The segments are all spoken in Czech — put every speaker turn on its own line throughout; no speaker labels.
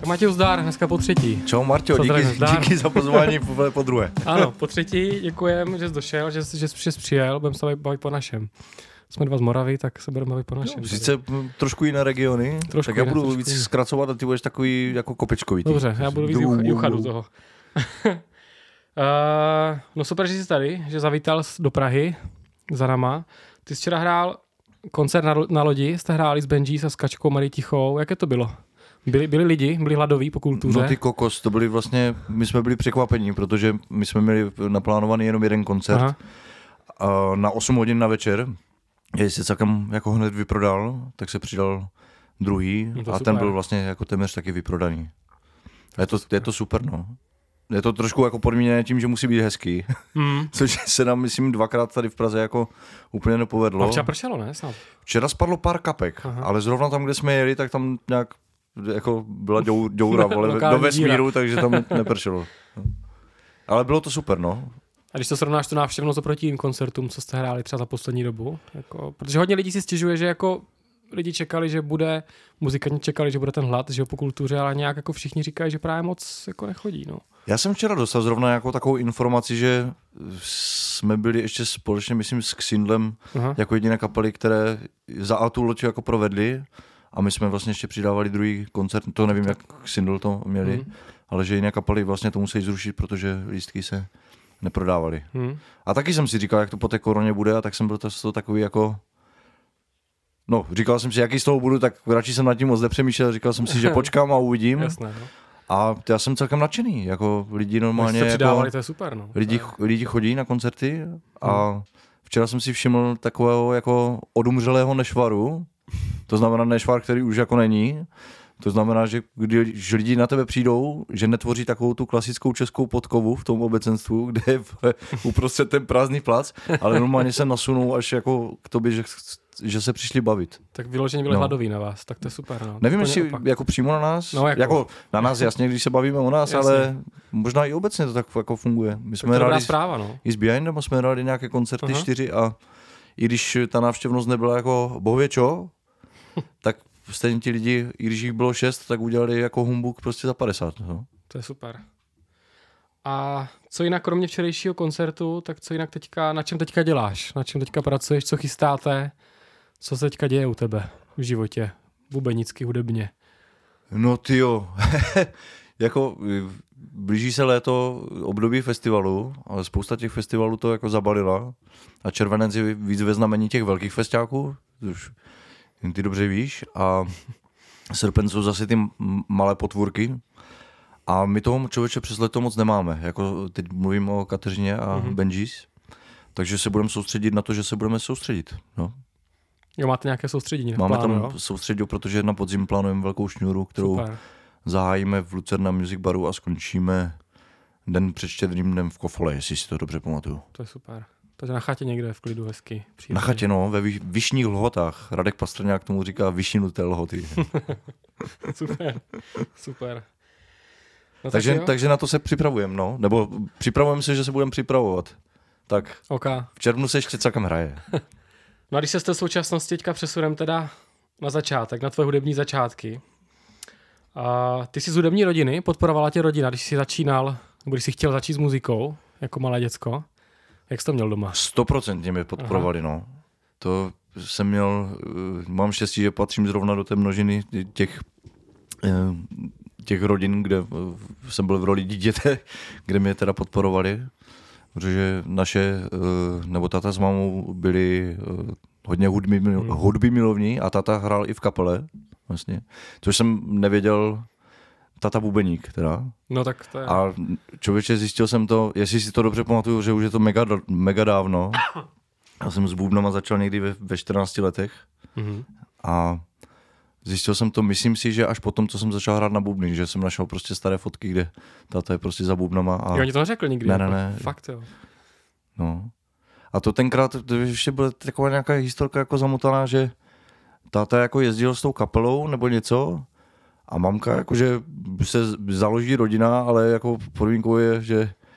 Matěj, zdár, dneska po třetí.
Čau Marťo, díky za pozvání po druhé.
Ano, po třetí, děkujem, že jsi došel, že jsi přijel, budeme se bavit po našem. Jsme dva z Moravy, tak se budeme bavit po našem.
Sice trošku jiné regiony, tak já budu víc zkracovat a ty budeš takový jako kopečkový.
Dobře, já budu víc jucha do toho. No super, že jsi tady, že zavítal do Prahy za náma. Ty jsi včera hrál koncert na lodi, jste hráli s Benji a s Kačkou Marí Tichou. Jaké to bylo? Byli lidi, byli hladoví po kultuře?
No ty kokos, to byli vlastně, my jsme byli překvapení, protože my jsme měli naplánovaný jenom jeden koncert na 8 hodin na večer. Když se celkem jako hned vyprodal, tak se přidal druhý a super. Ten byl vlastně jako téměř taky vyprodaný. Je to super, no. Je to trošku jako podmíněné tím, že musí být hezký. Což se nám, myslím, dvakrát tady v Praze jako úplně nepovedlo.
A včera pršelo, ne? Snad.
Včera spadlo pár kapek, ale zrovna tam, kde jsme jeli, tak tam nějak jako byla děura do vesmíru, takže tam nepršelo. Ale bylo to super, no.
A když to srovnáš tu návštěvnost oproti jiným koncertům, co jste hráli třeba za poslední dobu? Jako, protože hodně lidí si stěžuje, že jako lidi čekali, že bude, muzikanti čekali, že bude ten hlad, že po kultuře, ale nějak jako všichni říkají, že právě moc jako nechodí, no. Já
jsem včera dostal zrovna jako takovou informaci, že jsme byli ještě společně, myslím, s Xindlem jako jediné kapely, které za A tu loď jako provedli a my jsme vlastně ještě přidávali druhý koncert, to nevím, jak Xindl to měli, ale že jiné kapely vlastně to musí zrušit, protože lístky se neprodávali. A taky jsem si říkal, jak to po té koroně bude, a tak jsem byl to takový jako... No, říkal jsem si, jaký z toho budu, tak radši jsem nad tím moc nepřemýšlel, říkal jsem si, že počkám a uvidím.
Jasné, no.
A já jsem celkem nadšený, jako lidi normálně...
Přidávali, to je super, no.
Lidi chodí na koncerty a včera jsem si všiml takového jako odumřelého nešvaru, to znamená nešvar, který už jako není. To znamená, že když lidi na tebe přijdou, že netvoří takovou tu klasickou českou podkovu v tom obecenstvu, kde je uprostřed ten prázdný plac, ale normálně se nasunou až jako k tobě, že se přišli bavit.
Tak vyloženě byli hladoví na vás, tak to je super. No.
Nevím, jestli jako přímo na nás,
no,
jako na nás jasně, když se bavíme o nás, jasně. Ale možná i obecně to tak jako funguje. My jsme hráli
zpráva, no.
I s Behindem, jsme hráli nějaké koncerty 4 a i když ta návštěvnost nebyla jako bohvěčo, tak stejně ti lidi, i když jich bylo 6, tak udělali jako humbuk prostě za 50. No.
To je super. A co jinak, kromě včerejšího koncertu, tak co jinak teďka, na čem teďka děláš? Na čem teďka pracuješ? Co chystáte? Co se teďka děje u tebe v životě? Bubenicky, hudebně.
No tyjo, jako blíží se léto, období festivalu, ale spousta těch festivalů to jako zabalila. A červenec je víc ve znamení těch velkých festiáků, už ty dobře víš, a srpen jsou zase ty malé potvůrky. A my toho člověče přes leto moc nemáme. Jako teď mluvím o Kateřině a Benjis. Takže se budeme soustředit na to, že se budeme soustředit. No.
Jo, máte nějaké soustředění?
Máme tam soustředit, protože na podzim plánujeme velkou šňůru, kterou zahájíme v Lucerna Music Baru a skončíme den před Štědrým dnem v Kofole, jestli si to dobře pamatuju.
To je super. Takže na chatě někde v klidu hezky.
Na chatě, no, ve vyšních lhotách. Radek Pastrňák tomu říká vyšinuté lhoty.
Super. No
takže na to se připravujeme, no. Nebo připravujeme se, že se budeme připravovat. Tak v červnu se ještě celkem hraje.
No a když se z té současnosti teďka přesuneme teda na začátek, na tvoje hudební začátky. Ty jsi z hudební rodiny, podporovala tě rodina, když jsi začínal, nebo když jsi chtěl začít s muzikou, jako malé děcko. Jak jsi to měl doma?
100% mě podporovali, no. To jsem měl, mám štěstí, že patřím zrovna do té množiny těch rodin, kde jsem byl v roli dítěte, kde mě teda podporovali, protože nebo tata s mámou byli hodně hudby milovní a tata hrál i v kapele, vlastně, což jsem nevěděl, tata bubeník teda.
No tak to je.
A člověče, zjistil jsem to, jestli si to dobře pamatuju, že už je to mega dávno. Já jsem s bubnama začal někdy ve 14 letech a zjistil jsem to, myslím si, že až potom, co jsem začal hrát na bubny, že jsem našel prostě staré fotky, kde táta je prostě za bubnama. A...
Jo, oni to neřekli nikdy.
Ne.
Fakt jo.
No. A to tenkrát, to ještě byla taková nějaká historka jako zamotaná, že táta jako jezdil s tou kapelou nebo něco a mamka jakože se založí rodina, ale jako podmínkou je, že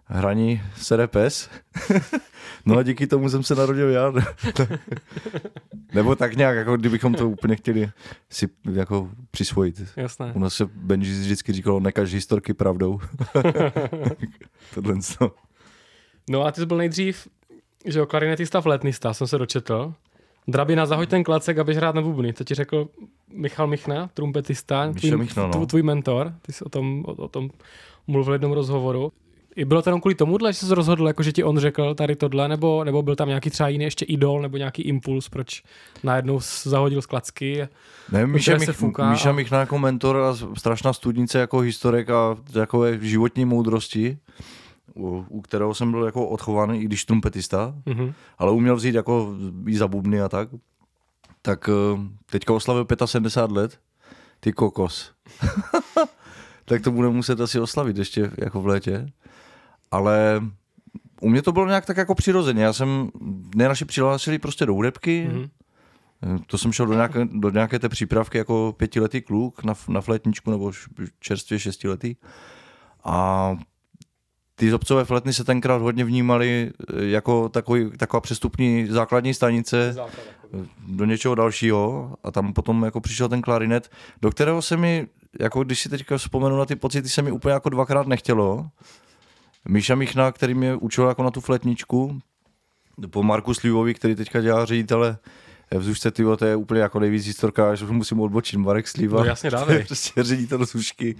hraní sere pes. No a díky tomu jsem se narodil já. Nebo tak nějak, jako kdybychom to úplně chtěli si jako přisvojit.
Jasné.
U nás se Benji vždycky říkalo, nekaž historky pravdou. Tohle.
No a ty jsi byl nejdřív, že jo, klarinetista, flétnista, jsem se dočetl. Drabina, zahoď ten klacek a běž hrát na bubny. To ti řekl Michal Michna, trumpetista, tvůj mentor. Ty jsi o tom mluvil v jednom rozhovoru. I bylo to jenom kvůli tomuhle, že jsi rozhodl, jako že ti on řekl tady tohle, nebo byl tam nějaký třeba jiný ještě idol, nebo nějaký impuls, proč najednou zahodil z klacky?
Ne, Míša Michna jako mentor a strašná studnice jako historik a takové životní moudrosti, u kterého jsem byl jako odchovaný, i když trumpetista, ale uměl vzít jako i za bubny a tak. Tak teďka oslavil 75 let, ty kokos. Tak to budeme muset asi oslavit ještě jako v létě. Ale u mě to bylo nějak tak jako přirozeně. Já jsem naši přihlásili prostě do hudebky. To jsem šel do nějaké té přípravky jako 5letý kluk na flétničku nebo čerstvě 6letý. A ty obcové flétny se tenkrát hodně vnímaly jako taková přestupní základní stanice do něčeho dalšího. A tam potom jako přišel ten klarinet, do kterého se mi, jako když si teďka vzpomenu na ty pocity, se mi úplně jako dvakrát nechtělo. Míša Michna, který mě učil jako na tu flétničku, po Marku Slivovi, který teďka dělá ředitele v Zušce, to je úplně jako nejvíc historka, že musím odbočit. Marek Sliva,
no jasně, dávej.
prostě ředitel Zušky,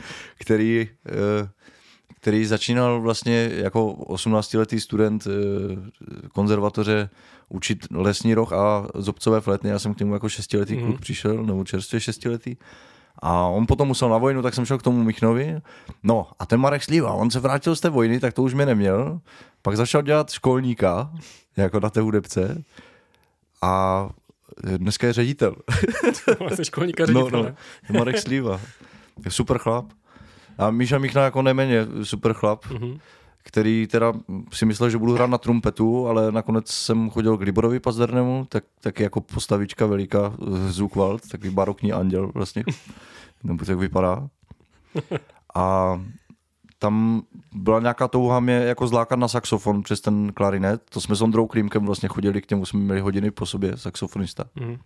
který začínal vlastně jako 18letý student konzervatoře učit lesní roh a zobcové flétny. Já jsem k němu jako 6letý kluk přišel, nebo čerstvě 6letý. A on potom musel na vojnu, tak jsem šel k tomu Michnovi. No a ten Marek Sliva, on se vrátil z té vojny, tak to už mě neměl. Pak začal dělat školníka, jako na té hudebce. A dneska je ředitel.
Vlastně školníka ředitel.
No, Marek Sliva. Je super chlap. A Míša Michna jako neméně super chlap, který teda si myslel, že budu hrát na trumpetu, ale nakonec jsem chodil k Liborovi Pazdernemu, taky jako postavička veliká, Zukvald, takový barokní anděl vlastně, nebo tak vypadá. A tam byla nějaká touha mě jako zlákat na saxofon přes ten klarinet. To jsme s Ondrou Klímkem vlastně chodili k němu, jsme měli hodiny po sobě, saxofonista.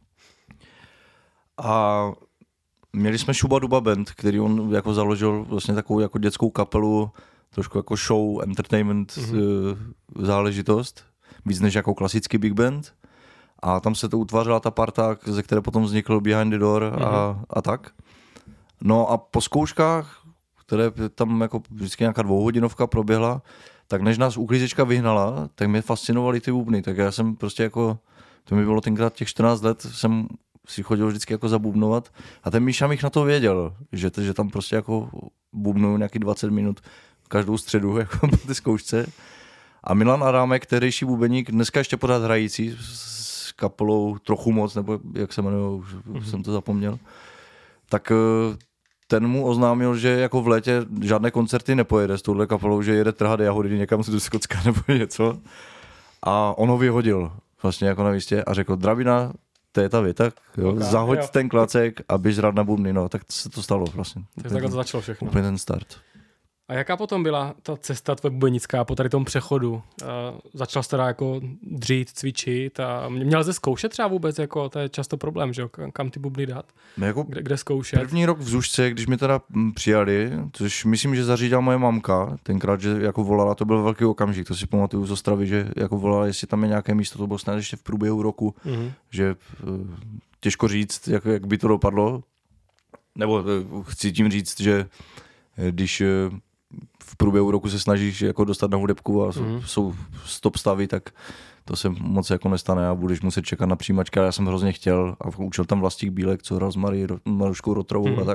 A měli jsme Šuba Duba Band, který on jako založil vlastně takovou jako dětskou kapelu, trošku jako show, entertainment záležitost, víc než jako klasický big band. A tam se to utvářela ta parta, ze které potom vznikl Behind the Door a tak. No a po zkouškách, které tam jako vždycky nějaká 2hodinovka proběhla, tak než nás uklízečka vyhnala, tak mě fascinovaly ty bubny. Tak já jsem prostě jako, to mi bylo tenkrát těch 14 let, jsem si chodil vždycky jako zabubnovat. A ten Míša Mich na to věděl, že tam prostě jako bubnuju nějaký 20 minut každou středu jako po té zkoušce. A Milan Adámek, tehdejší bubeník, dneska ještě pořád hrající s kapelou Trochu moc, nebo jak se jmenuje, už jsem to zapomněl, tak ten mu oznámil, že jako v létě žádné koncerty nepojede s touhle kapelou, že jede trhat jahody někam do Skotska nebo něco. A on ho vyhodil vlastně jako na místě a řekl, Drabina, to je ta věta, jo, zahoď ten klacek a běž hrát na bubny, no, tak se to stalo vlastně.
Tak to začalo všechno.
Úplně ten start.
A jaká potom byla ta cesta tvoje bubenická po tady tom přechodu? Začal jsi teda jako dřít, cvičit a měl jsi zkoušet třeba vůbec, jako to je často problém, že jo, kam ty bubny dát?
No jako
kde zkoušet?
První rok v Zušce, když mi teda přijali, což myslím, že zařídila moje mamka, tenkrát, že jako volala, to byl velký okamžik, to si pamatuju z Ostravy, že jako volala, jestli tam je nějaké místo, to bylo snad ještě v průběhu roku, že těžko říct, jak by to dopadlo, nebo chci tím říct, že když v průběhu roku se snažíš jako dostat na hudebku a jsou stop stavy, tak to se moc jako nestane a budeš muset čekat na přijímačky, ale já jsem hrozně chtěl a učil tam Vlastík Bílek, co hrál s Maruškou Rotrovou a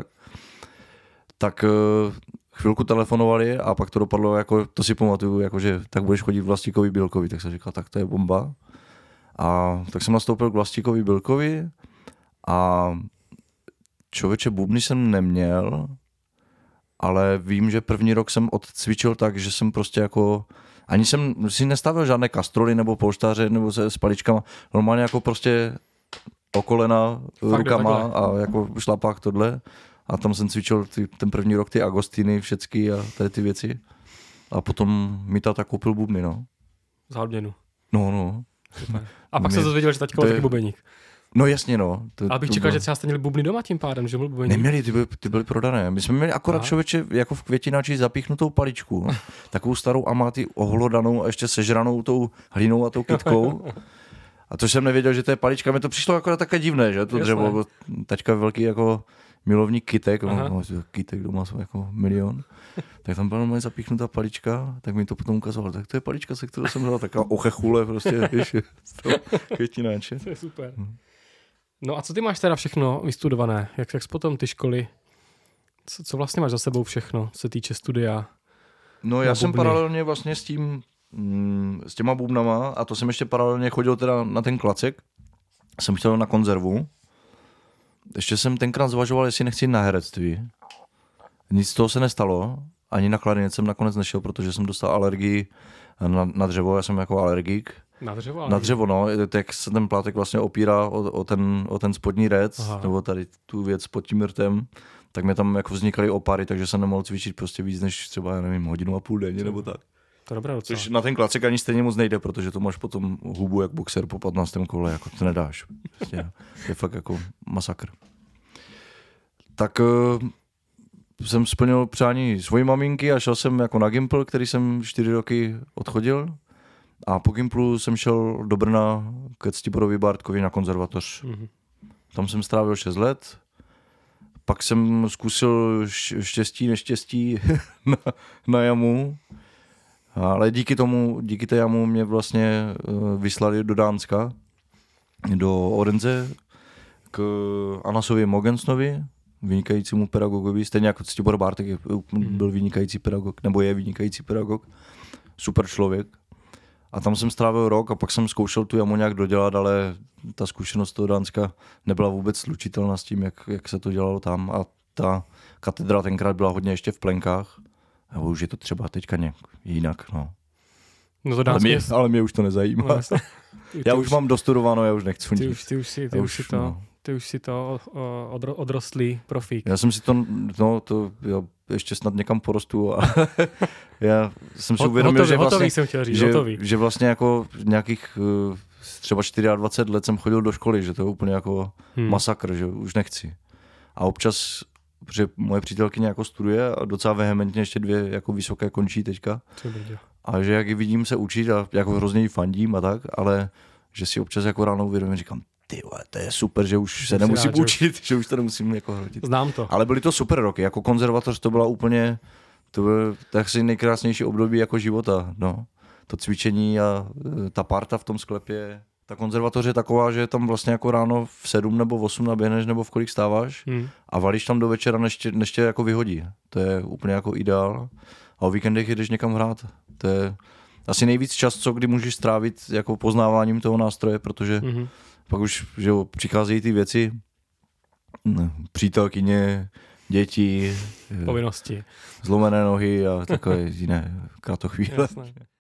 tak chvilku telefonovali a pak to dopadlo, jako, to si pamatuju, jako, že tak budeš chodit Vlastíkovi Bílkovi, tak jsem říkal, tak to je bomba. A tak jsem nastoupil k Vlastíkovi Bílkovi a člověče bubny jsem neměl, ale vím, že první rok jsem odcvičil tak, že jsem prostě jako, ani jsem si nestavil žádné kastroly nebo polštáře nebo s paličkama, normálně jako prostě o kolena, rukama a jako šlapák tohle. A tam jsem cvičil ten první rok ty Agostiny všecky a tady ty věci. a potom mi táta koupil bubny, no.
Za odměnu.
No.
Super. A pak se dozvěděl, že taťko byl taky bubeník.
No jasně, no.
Ale bych čekal, že třeba jste měli bubny doma tím pádem, že byl bubeník.
Neměli, ty byly prodané. My jsme měli akorát člověče jako v květináči zapíchnutou paličku. Takovou starou amáty ohlodanou a ještě sežranou tou hlinou a tou kytkou. A to jsem nevěděl, že to je palička. Mi to přišlo akorát také divné, že to dřevo. Tačka velký jako milovník kytek. Kytek doma jsou jako milion. Tak tam byla moje zapíchnutá palička, tak mi to potom ukazoval. Tak to je palička, se kterou jsem dal taková ochechule prostě, víš, z toho květináče.
To je super. No a co ty máš teda všechno vystudované? Jak jsi potom ty školy? Co vlastně máš za sebou všechno, se týče studia?
No já jsem paralelně vlastně s těma bubnama, a to jsem ještě paralelně chodil teda na ten klacek. Jsem chtěl na konzervu. Ještě jsem tenkrát zvažoval, jestli nechci jít na herectví. Nic z toho se nestalo. Ani na klarinet jsem nakonec nešel, protože jsem dostal alergii na dřevo. Já jsem jako alergik.
Na dřevo?
Na dřevo, no. Jak se ten plátek vlastně opírá o ten spodní rec, nebo tady tu věc pod tím rtem, tak mě tam jako vznikaly opary, takže jsem nemohl cvičit prostě víc než třeba, já nevím, 1,5 hodiny denně nebo tak.
To je dobré docela.
Což na ten klacek ani stejně moc nejde, protože to máš potom hubu jak boxer po 15. kole, jako to nedáš. Prostě je fakt jako masakr. Tak jsem splnil přání svojí maminky a šel jsem jako na Gimpl, který jsem 4 roky odchodil. A po Gimplu jsem šel do Brna ke Ctiborovi Bartkovi na konzervatoř. Mm-hmm. Tam jsem strávil 6 let. Pak jsem zkusil štěstí, neštěstí na jamu. Ale díky té jamu mě vlastně vyslali do Dánska, do Odense, k Anasovi Mogensnovi, vynikajícímu pedagogovi, stejně jako Ctibor Bartek byl vynikající pedagog, nebo je vynikající pedagog, super člověk. A tam jsem strávil rok a pak jsem zkoušel tu jamu nějak dodělat, ale ta zkušenost toho Dánska nebyla vůbec slučitelná s tím, jak se to dělalo tam. A ta katedra tenkrát byla hodně ještě v plenkách. A už je to třeba teďka nějak jinak, no.
No to
ale mě už to nezajímá. No, já už mám dostudováno, já už nechci.
Ty už si to odrostlý profík.
Já jsem si to já ještě snad někam porostu a já jsem si uvědomil, že vlastně jako nějakých třeba 24 let jsem chodil do školy, že to je úplně jako masakr, že už nechci. A občas, protože moje přítelkyně jako studuje a docela vehementně ještě 2 jako vysoké končí teďka. A že jak ji vidím se učit a jako hrozně jí fandím a tak, ale že si občas jako ráno uvědomím, říkám, ty vole, to je super, že už se nemusím učit, že už to nemusím jako hrotit.
Znám to.
Ale byly to super roky, jako konzervatoř to byla úplně, to bylo asi nejkrásnější období jako života, no. To cvičení a ta parta v tom sklepě. Ta konzervatoř je taková, že tam vlastně jako ráno v 7 nebo v 8 naběhneš nebo v kolik stáváš a valíš tam do večera, než tě jako vyhodí. To je úplně jako ideál. A o víkendech jdeš někam hrát. To je asi nejvíc čas, kdy můžeš strávit jako poznáváním toho nástroje, protože pak už že jo, přicházejí ty věci, přítelkyně, děti,
povinnosti,
zlomené nohy a takové jiné kratochvíle.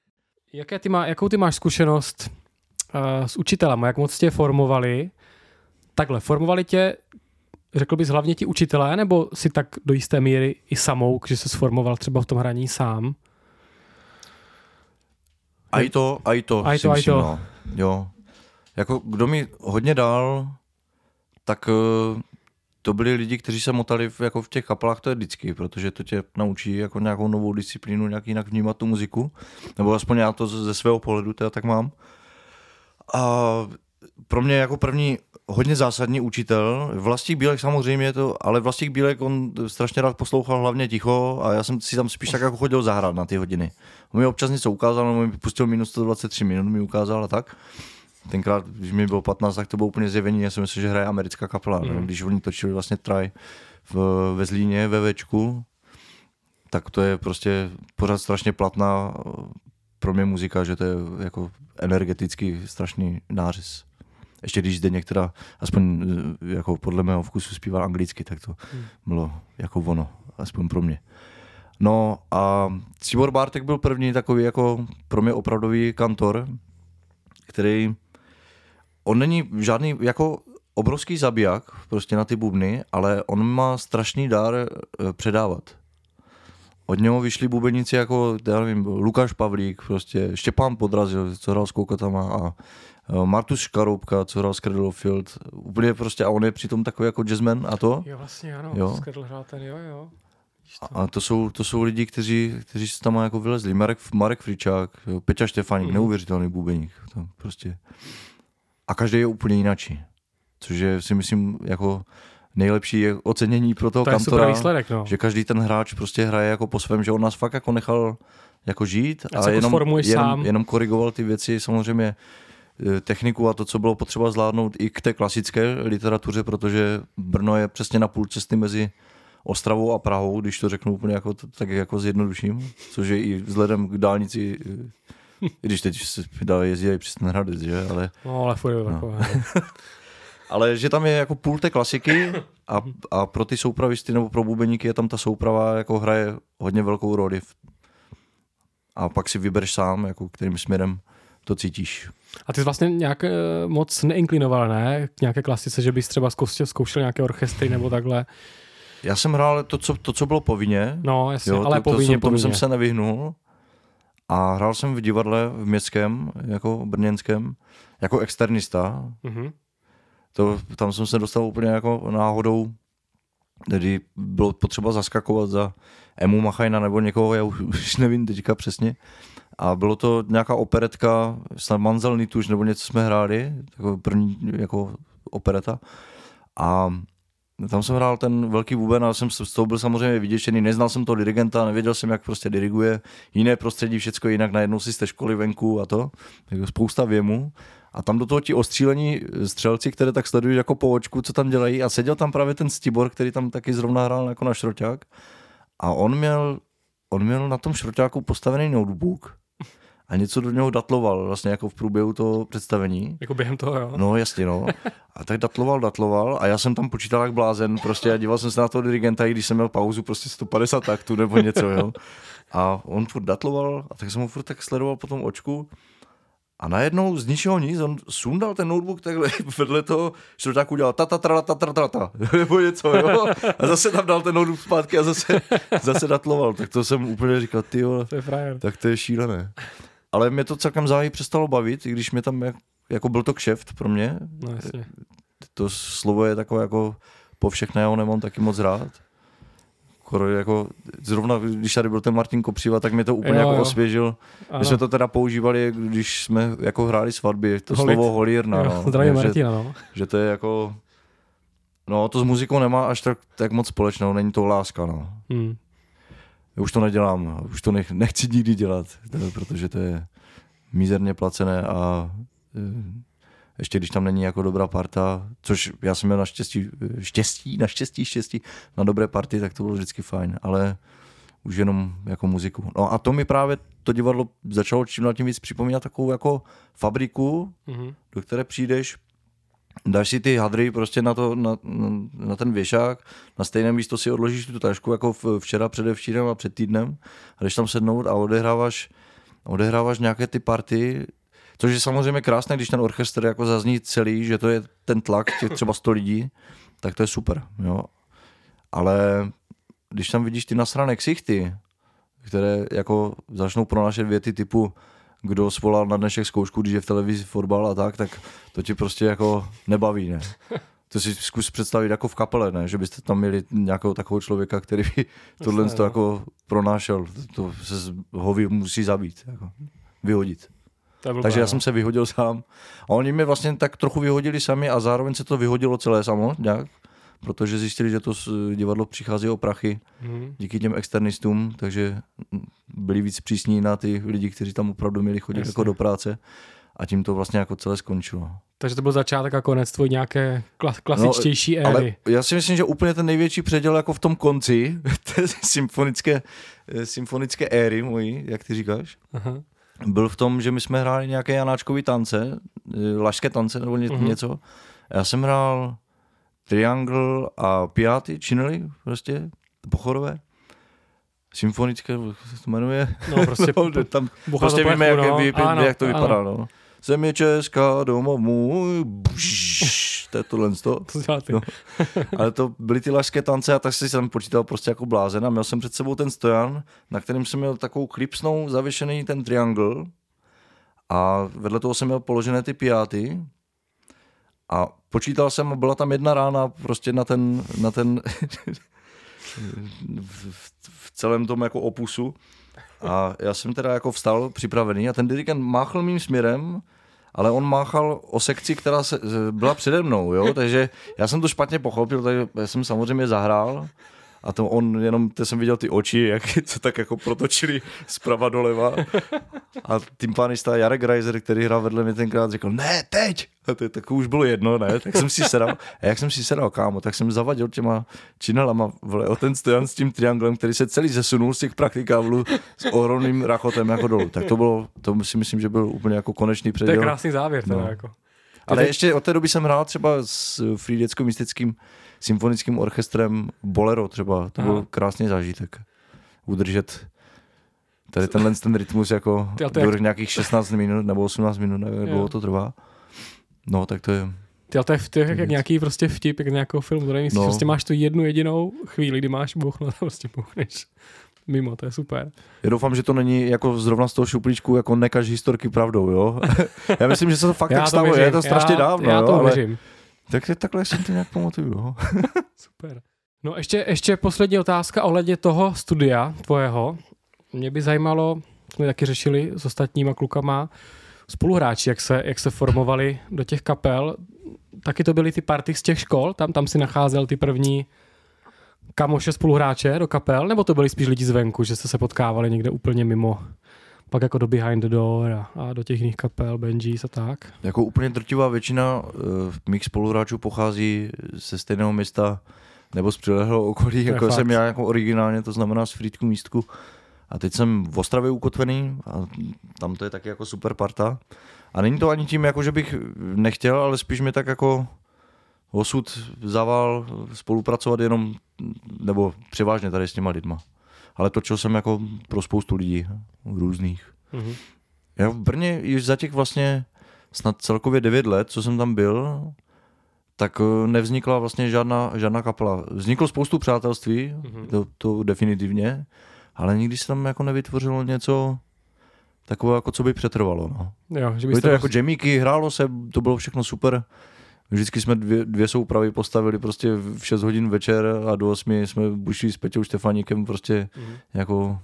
Jakou ty máš zkušenost s učitelem? Jak moc tě formovali? Takhle, formovali tě, řekl bys, hlavně ti učitelé, nebo si tak do jisté míry i samouk, že se sformoval třeba v tom hraní sám?
A to. No. Jo. Jako kdo mi hodně dal, tak to byli lidi, kteří se motali jako v těch kapelách, to je vždycky, protože to tě naučí jako nějakou novou disciplínu, nějak jinak vnímat tu muziku, nebo aspoň já to ze svého pohledu teda tak mám. A pro mě jako první hodně zásadní učitel, Vlastík Bílek samozřejmě ale Vlastík Bílek, on strašně rád poslouchal hlavně ticho a já jsem si tam spíš tak jako chodil zahrát na ty hodiny. On mi občas něco ukázal, on mi pustil minus 123 minut, mi ukázal a tak. Tenkrát, když mi bylo 15, tak to bylo úplně zjevení, já jsem myslel, že hraje americká kapela. Když oni točili vlastně Try ve Zlíně, ve Včku, tak to je prostě pořád strašně platná pro mě muzika, že to je jako energeticky strašný nářez. Ještě když zde některá, aspoň jako podle mého vkusu zpíval anglicky, tak to bylo jako ono, aspoň pro mě. No a Ctibor Bartek byl první takový jako pro mě opravdový kantor, který, on není žádný jako obrovský zabiják prostě na ty bubny, ale on má strašný dar předávat. od něho vyšli bubeníci jako, já nevím, Lukáš Pavlík, prostě Štěpán Podrazil, co hrál s Koukatama a Martus Škaroubka, co hrál s Cradle of Field, úplně prostě, a on je přitom takový jako jazzman a to.
Jo, vlastně ano, s Cradle hrál ten, jo.
A to jsou lidi, kteří se tam jako vylezli. Marek Fričák, Peťa Štěfáník, neuvěřitelný bubeník. To prostě. A každý je úplně jinačí. Což je, si myslím, jako nejlepší ocenění pro toho kantora,
výsledek, no.
Že každý ten hráč prostě hraje jako po svém, že on nás fakt jako nechal jako žít a jenom korigoval ty věci, samozřejmě techniku a to, co bylo potřeba zvládnout i k té klasické literatuře, protože Brno je přesně na půl cesty mezi Ostravou a Prahou, když to řeknu úplně jako, tak jako zjednoduším, což je i vzhledem k dálnici, i když teď se jezdí i přes ten Hradec, že?
Ale furt je takové.
Ale že tam je jako půl té klasiky a pro ty soupravisty nebo pro bubeníky je tam ta souprava, jako hraje hodně velkou roli. A pak si vybereš sám, jako kterým směrem to cítíš.
A ty jsi vlastně nějak moc neinklinoval, ne? K nějaké klasice, že bys třeba zkoušel nějaké orchestry nebo takhle?
Já jsem hrál to, co bylo povinně.
No, jasně, ale povinně.
Tomu jsem se nevyhnul. A hrál jsem v divadle v městském, jako brněnském, jako externista. Mm-hmm. Tam jsem se dostal úplně jako náhodou, kdy bylo potřeba zaskakovat za Emu Machajna nebo někoho, já už nevím teďka přesně. A bylo to nějaká operetka, snad Manzel Nituš nebo něco jsme hráli, jako první jako opereta. A tam jsem hrál ten velký buben a jsem z toho byl samozřejmě vyděšený. Neznal jsem toho dirigenta, nevěděl jsem, jak prostě diriguje. Jiné prostředí, všecko jinak, najednou si z té školy venku a to. Tak spousta věmu. A tam do toho ti ostřílení střelci, které tak sledují jako po očku, co tam dělají. A seděl tam právě ten Stibor, který tam taky zrovna hrál jako na šroťák. A on měl na tom šroťáku postavený notebook a něco do něho datloval, vlastně jako v průběhu toho představení.
Jako během toho, jo?
No, jasně, no. A tak datloval a já jsem tam počítal jak blázen, prostě a díval jsem se na toho dirigenta, i když jsem měl pauzu prostě 150 taktů nebo něco, jo. A on furt datloval a tak jsem ho furt tak sledoval po tom očku a najednou z ničeho nic, on sundal ten notebook takhle vedle toho, že to tak udělal ta nebo něco, jo. A zase tam dal ten notebook zpátky a zase datloval, tak to jsem úplně říkal, tyjo, tak to je šílené. Ale mě to celkem záhy přestalo bavit, i když mě tam jako byl to kšeft pro mě.
No, jasně.
To slovo je takové jako po všechné, já ho nemám taky moc rád. Jako, zrovna když tady byl ten Martin Kopřiva, tak mě to úplně jako osvěžil. My jsme to teda používali, když jsme jako hráli svatby, to slovo holírna. No.
Zdravím Martina, no.
Že to je jako, no to s muzikou nemá až tak moc společného, není to láska, no. Už to nedělám, už to nechci nikdy dělat, protože to je mizerně placené a ještě když tam není jako dobrá parta, což já jsem měl naštěstí na dobré party, tak to bylo vždycky fajn, ale už jenom jako muziku. No a to mi právě to divadlo začalo čím dál tím víc připomínat takovou jako fabriku, do které přijdeš, dáš si ty hadry prostě na ten věšák, na stejné místo si odložíš tu tašku jako včera, předevčírem a před týdnem a jdeš tam sednout a odehráváš nějaké ty party, což je samozřejmě krásné, když ten orchestr jako zazní celý, že to je ten tlak těch třeba 100 lidí, tak to je super, jo. Ale když tam vidíš ty nasrané ksichty, které jako začnou pronášet věty typu kdo svolal na dnešek zkoušku, když je v televizi fotbal a tak to ti prostě jako nebaví, ne. To si zkus představit jako v kapele, ne, že byste tam měli nějakého takového člověka, který by tohle to jako pronášel, to se ho musí zabít, jako vyhodit. Takže já jsem se vyhodil sám a oni mě vlastně tak trochu vyhodili sami a zároveň se to vyhodilo celé samo nějak, protože zjistili, že to divadlo přichází o prachy díky těm externistům, takže byli víc přísní na ty lidi, kteří tam opravdu měli chodit jako do práce a tím to vlastně jako celé skončilo. Takže
to byl začátek a konec tvojí nějaké klasičtější éry. Ale
já si myslím, že úplně ten největší předěl jako v tom konci té symfonické éry mojí, jak ty říkáš, byl v tom, že my jsme hráli nějaké janáčkový tance, lašské tance nebo něco. Já jsem hrál triangle a piaty, činely, prostě pochorové, symfonické, jak se to jmenuje.
No prostě,
tam prostě víme, jak to vypadá. No. Země česká, domov můj, to je tohle z toho. No. Ale to byly ty lašské tance a tak si jsem počítal prostě jako blázen a měl jsem před sebou ten stojan, na kterém jsem měl takovou klipsnou zavěšený ten triangl a vedle toho jsem měl položené ty piáty a počítal jsem a byla tam jedna rána prostě na ten v celém tom jako opusu a já jsem teda jako vstal připravený a ten dirigent máchl mým směrem, ale on máchal o sekci, která byla přede mnou, jo? Takže já jsem to špatně pochopil, takže jsem samozřejmě zahrál a to on jenom, jsem viděl ty oči, jak se tak jako protočili zprava doleva a tympanista Jarek Reiser, který hrál vedle mě tenkrát, řekl, ne, teď! A to už bylo jedno, ne? Tak jsem si sedal. A jak jsem si sedal, kámo, tak jsem zavadil těma činelama o ten stojan s tím trianglem, který se celý zesunul z těch praktikáblů s ohromným rachotem jako dolů. Tak to si myslím, že byl úplně jako konečný předěl.
To je krásný závěr teda
no.
jako.
Ale ještě od té doby jsem hrál třeba s Frýdecko-Místeckým symfonickým orchestrem Bolero třeba. To byl krásný zážitek. Udržet tady ten rytmus jako nějakých 16 minut nebo 18 minut, nevím, jak dlouho to trvá. No, tak to je...
To je jak nějaký prostě vtip, jak nějakou film, no. Prostě máš tu jednu jedinou chvíli, kdy máš bouchnout a prostě bouchneš mimo, to je super. Já
doufám, že to není jako zrovna z toho šuplíčku, jako nekaž historky pravdou, jo? Já myslím, že se to fakt tak stalo, je to strašně dávno,
já to věřím.
Tak takhle si to nějak pamatuju, jo?
Super. No ještě poslední otázka ohledně toho studia tvojeho. Mě by zajímalo, jsme taky řešili s ostatníma klukama, spoluhráči, jak se formovali do těch kapel. Taky to byly ty party z těch škol? Tam si nacházel ty první kamoše spoluhráče do kapel? Nebo to byli spíš lidi zvenku, že jste se potkávali někde úplně mimo? Pak jako do Behind the Door a do těch jiných kapel, Benjis a tak?
Jako úplně drtivá většina mých spoluhráčů pochází ze stejného města nebo z přilehlého okolí, jako jsem já jako originálně, to znamená z Frýdku Místku. A teď jsem v Ostravě ukotvený a tam to je taky jako super parta. A není to ani tím, jako že bych nechtěl, ale spíš mi tak jako osud zavál spolupracovat jenom, nebo převážně tady s těma lidma. Ale točil jsem jako pro spoustu lidí různých. Mm-hmm. Já v Brně již za těch vlastně snad celkově 9 let, co jsem tam byl, tak nevznikla vlastně žádná kapela. Vzniklo spoustu přátelství, to definitivně, ale nikdy se tam jako nevytvořilo něco takové, jako co by přetrvalo. No.
Jo, že
byly to jako jamíky, hrálo se, to bylo všechno super. Vždycky jsme dvě soupravy postavili prostě v 6 hodin večer a do 8 jsme bušili s Peťou Štefaníkem prostě jako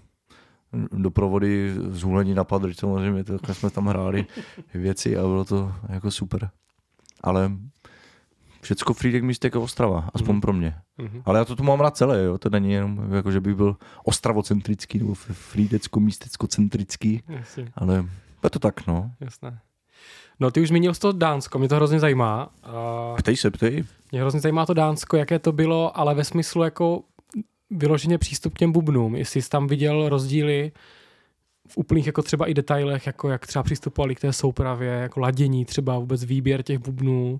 doprovody zhulení na padr, samozřejmě, tak jsme tam hráli věci a bylo to jako super. Ale všecko Frýdek Místek a Ostrava, aspoň pro mě. Ale já to tu mám rád celé, jo? To není jenom jako, že by byl ostravocentrický nebo frýdecko-místecko-centrický, ale je to tak, no.
Jasné. No ty už zmínil z toho Dánsko, mě to hrozně zajímá.
Ptej.
Mě hrozně zajímá to Dánsko, jaké to bylo, ale ve smyslu jako vyloženě přístup k těm bubnům, jestli jsi tam viděl rozdíly v úplných jako třeba i detailech, jako jak třeba přistupovali k té soupravě, jako ladění, třeba vůbec výběr těch bubnů.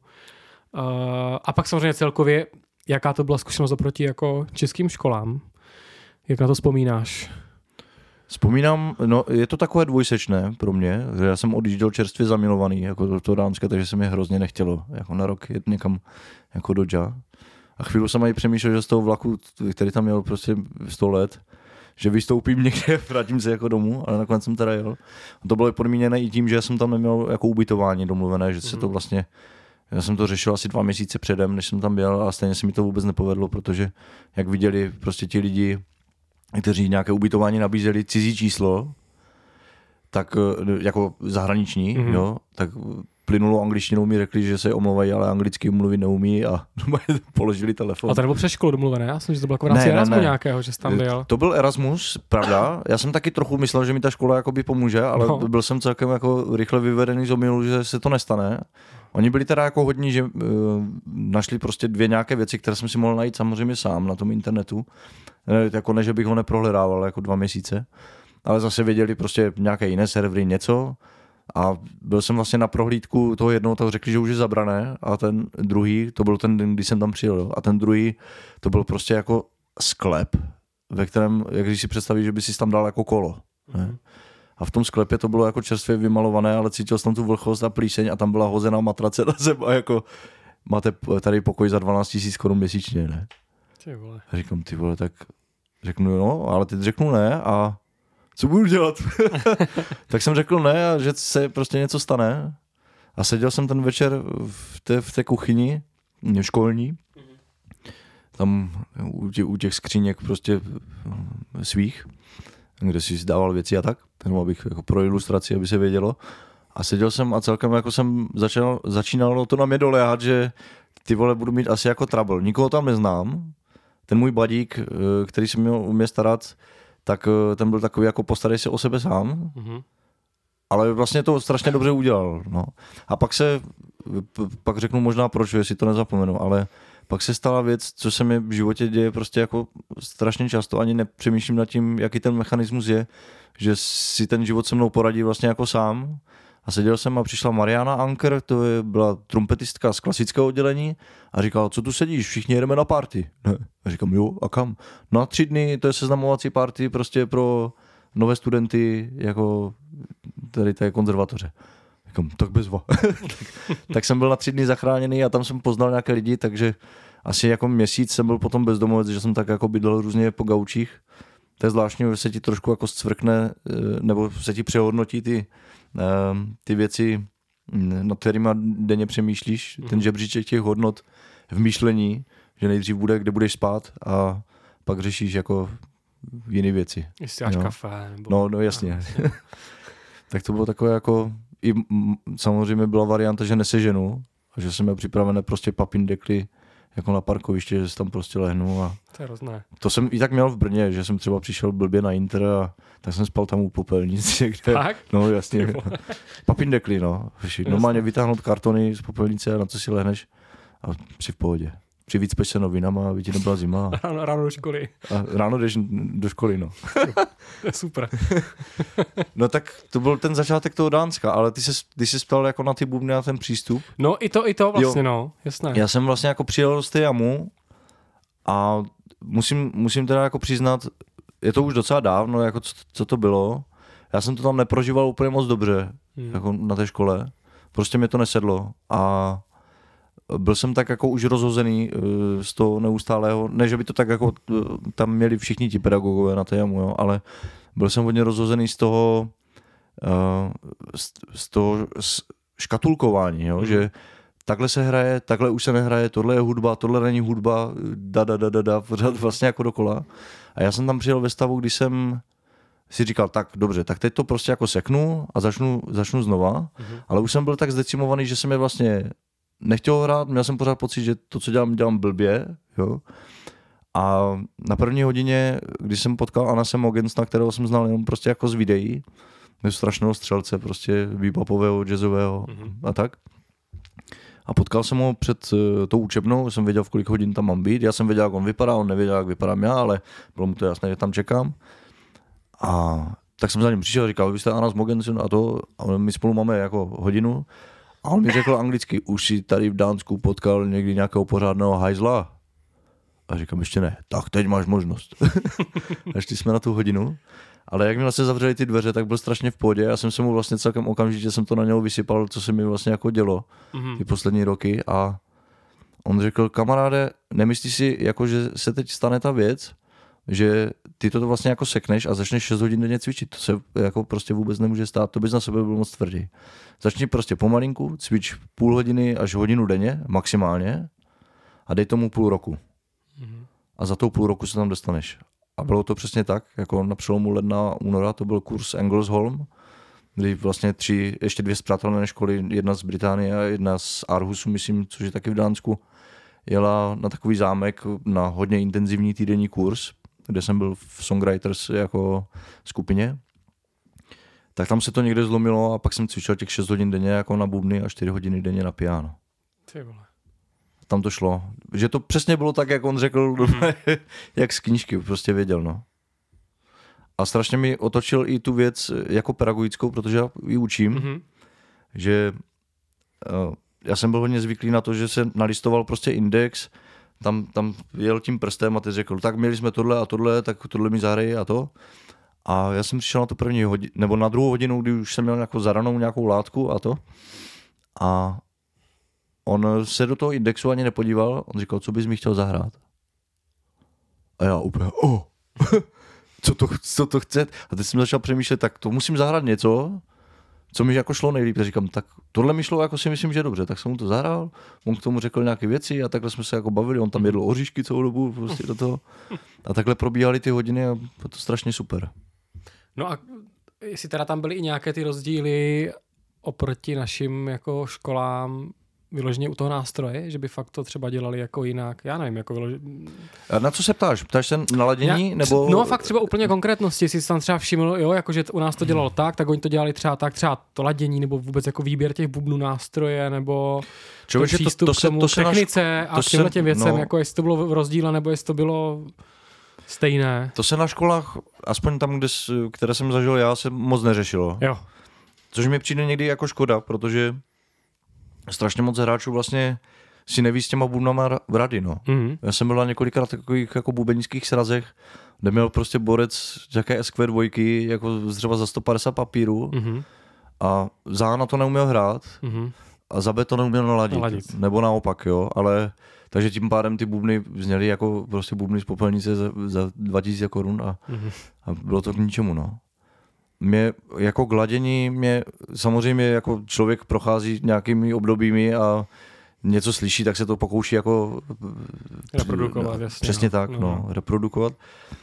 A pak samozřejmě celkově, jaká to byla zkušenost oproti jako českým školám? Jak na to vzpomínáš?
Vzpomínám, no je to takové dvojsečné pro mě, že já jsem odjížděl čerstvě zamilovaný jako do toho Dánska, takže se mi hrozně nechtělo jako na rok jet někam jako do Dža. A chvíli jsem ani přemýšlel, že z toho vlaku, který tam měl prostě 100 let, že vystoupím někde, vrátím se jako domů, ale nakonec jsem teda jel. A to bylo podmíněné i tím, že jsem tam neměl jako ubytování domluvené, že se to vlastně, já jsem to řešil asi 2 měsíce předem, než jsem tam byl a stejně se mi to vůbec nepovedlo, protože jak viděli prostě ti lidi, kteří nějaké ubytování nabízeli cizí číslo, tak jako zahraniční, jo, tak plynulou angličtinou mi řekli, že se omlouvají, ale anglicky mluvit neumí a položili telefon.
A to nebylo přes školu domluvené, já jsem, že to bylo jako v rámci Erasmu nějakého, že jsi tam byl.
To byl Erasmus, pravda. Já jsem taky trochu myslel, že mi ta škola jakoby pomůže, ale byl jsem celkem jako rychle vyvedený z omylu, že se to nestane. Oni byli teda jako hodní, že našli prostě 2 nějaké věci, které jsem si mohl najít samozřejmě sám na tom internetu. Jako ne, že bych ho neprohledával jako 2 měsíce, ale zase věděli prostě nějaké jiné servery, něco. A byl jsem vlastně na prohlídku toho jednoho, tak řekli, že už je zabrané a ten druhý, to byl ten den, kdy jsem tam přijel, a ten druhý, to byl prostě jako sklep, ve kterém, jak když si představíš, že by si tam dal jako kolo. Ne? a v tom sklepě to bylo jako čerstvě vymalované, ale cítil jsem tam tu vlhkost a plíseň a tam byla hozená matrace na zem a jako máte tady pokoj za 12 000 korun měsíčně, ne?
Ty vole.
A říkám, ty vole, tak řeknu no, ale teď řeknu ne a co budu dělat? Tak jsem řekl ne a že se prostě něco stane. A seděl jsem ten večer v té kuchyni školní, tam u těch skříněk prostě svých, kde si zdával věci a tak, jenom abych jako pro ilustraci, aby se vědělo. A seděl jsem a celkem jako jsem začínalo to na mě doléhat, že ty vole budu mít asi jako trouble. Nikoho tam neznám. Ten můj badík, který se měl u mě starat, tak ten byl takový jako postarej se o sebe sám. Ale vlastně to strašně dobře udělal. No. A pak řeknu možná proč, jestli to nezapomenu, ale pak se stala věc, co se mi v životě děje prostě jako strašně často, ani nepřemýšlím nad tím, jaký ten mechanismus je, že si ten život se mnou poradí vlastně jako sám. A seděl jsem a přišla Mariana Anker, byla trumpetistka z klasického oddělení a říkala, co tu sedíš, všichni jedeme na party. Ne. A říkám, jo, a kam? Na 3 dny, to je seznamovací party prostě pro nové studenty jako tady té konzervatoře. Říkám, tak bezva. tak jsem byl na 3 dny zachráněný a tam jsem poznal nějaké lidi, takže asi jako měsíc jsem byl potom bezdomovec, že jsem tak jako bydlel různě po gaučích. To je zvláštní, že se ti trošku jako zcvrkne, nebo se ti přehodnotí ty věci, nad kterými denně přemýšlíš, ten žebříček těch hodnot v myšlení, že nejdřív bude, kde budeš spát a pak řešíš jako jiné věci.
Jestli dáš kafe. Nebo...
No jasně. Tak to bylo takové jako, i samozřejmě byla varianta, že neseženu a že jsem měl připravené prostě papindekly jako na parkoviště, že se tam prostě lehnu a
to je hrozné.
To jsem i tak měl v Brně, že jsem třeba přišel blbě na Inter a tak jsem spal tam u popelnice. Kde...
Tak?
No jasně. Papindekly, no. Normálně vytáhnout kartony z popelnice a na co si lehneš a si v pohodě. Přivícpeš se novinama, aby ti nebyla zima.
Ráno do školy.
A ráno jdeš do školy, no.
Super.
No tak to byl ten začátek toho Dánska, ale ty jsi ptal jako na ty bubny a ten přístup.
No i to vlastně, jo. No, jasné.
Já jsem vlastně jako přijel z té jamu a musím teda jako přiznat, je to už docela dávno, jako co to bylo. Já jsem to tam neprožíval úplně moc dobře, jako na té škole. Prostě mě to nesedlo a byl jsem tak jako už rozhozený z toho neustálého, ne, že by to tak jako tam měli všichni ti pedagogové na té jamu, jo, ale byl jsem hodně rozhozený z toho škatulkování, jo, že takhle se hraje, takhle už se nehraje, tohle je hudba, tohle není hudba, pořád vlastně jako dokola. A já jsem tam přijel ve stavu, kdy jsem si říkal, tak dobře, tak teď to prostě jako seknu a začnu znova, ale už jsem byl tak zdecimovaný, že jsem je vlastně nechtěl hrát, měl jsem pořád pocit, že to, co dělám blbě, jo. A na první hodině, když jsem potkal Anase Mogensna, kterého jsem znal jenom prostě jako z videí, strašného střelce, prostě bebopového, jazzového a tak. A potkal jsem ho před tou učebnou, jsem věděl, v kolik hodin tam mám být. Já jsem věděl, jak on vypadá, on nevěděl, jak vypadám já, ale bylo mu to jasné, že tam čekám. A tak jsem za ním přišel a říkal, vy jste Anas Mogensen a to, a my spolu máme jako hodinu. A on mi řekl anglicky, už si tady v Dánsku potkal někdy nějakého pořádného hajzla? A říkám, ještě ne. Tak teď máš možnost. A šli jsme na tu hodinu. Ale jakmile se zavřely ty dveře, tak byl strašně v pohodě. Já jsem se mu vlastně celkem okamžitě jsem to na něho vysypal, co se mi vlastně jako dělo ty poslední roky. A on řekl, kamaráde, nemyslíš si, jako, že se teď stane ta věc, že ty to vlastně jako sekneš a začneš 6 hodin denně cvičit. To se jako prostě vůbec nemůže stát, to bys na sebe byl moc tvrdý. Začni prostě pomalinku, cvič půl hodiny až hodinu denně, maximálně, a dej tomu půl roku. A za tou půl roku se tam dostaneš. A bylo to přesně tak, jako na přelomu ledna a února, to byl kurz Engelsholm, kdy vlastně ještě 2 spřátelené školy, jedna z Británie a jedna z Aarhusu, myslím, což je taky v Dánsku, jela na takový zámek na hodně intenzivní týdenní kurz, kde jsem byl v Songwriters jako skupině. Tak tam se to někde zlomilo a pak jsem cvičil těch 6 hodin denně jako na bubny a 4 hodiny denně na piano.
Ty vole.
Tam to šlo. Že to přesně bylo tak, jak on řekl, jak z knížky, prostě věděl, no. A strašně mi otočil i tu věc jako pedagogickou, protože já ji učím, že já jsem byl hodně zvyklý na to, že se nalistoval prostě index, tam jel tím prstem a teď řekl, tak měli jsme tohle a tohle, tak tohle mi zahraj a to. A já jsem přišel na tu první hodinu, nebo na druhou hodinu, kdy už jsem měl nějakou zadanou nějakou látku a to. A on se do toho indexu ani nepodíval, on říkal, co bys mi chtěl zahrát. A já úplně, co to chce? A teď jsem začal přemýšlet, tak to musím zahrát něco, co mi jako šlo nejlíp. A říkám, tak tohle mi šlo, jako si myslím, že dobře. Tak jsem mu to zahrál, on k tomu řekl nějaké věci a takhle jsme se jako bavili, on tam jedl oříšky celou dobu prostě do toho. A takhle probíhaly ty hodiny a bylo to strašně super.
No a jestli teda tam byly i nějaké ty rozdíly oproti našim jako školám, vyloženě u toho nástroje, že by fakt to třeba dělali jako jinak, já nevím, jako
A na co se ptáš? Ptáš se na ladění? Nebo...
No fakt třeba úplně konkrétnosti, jestli jsi tam třeba všiml, jo, jakože u nás to dělalo tak oni to dělali třeba tak, třeba to ladění, nebo vůbec jako výběr těch bubnů nástroje, nebo
Člověče,
přístup k tomu technice a k těm věcem, jako jestli to bylo v rozdíle, nebo jestli to bylo stejné.
To se na školách, aspoň tam, které jsem zažil já, se moc neřešilo.
Jo.
Což mi přijde někdy jako škoda, protože strašně moc hráčů vlastně si neví s těma bubnama rady, no. Mm-hmm. Já jsem byl na několika takových jako bubeníckých srazech, kde měl prostě borec jaké SQ2, jako třeba za 150 papírů a za na to neuměl hrát a za B to neuměl naladit. Nebo naopak, jo, ale takže tím pádem ty bubny zněly jako prostě bubny z popelnice za 2000 korun a bylo to k ničemu, no. Mě jako gladění, samozřejmě jako člověk prochází nějakými obdobími a něco slyší, tak se to pokouší jako
reprodukovat, jasně.
Přesně tak, reprodukovat.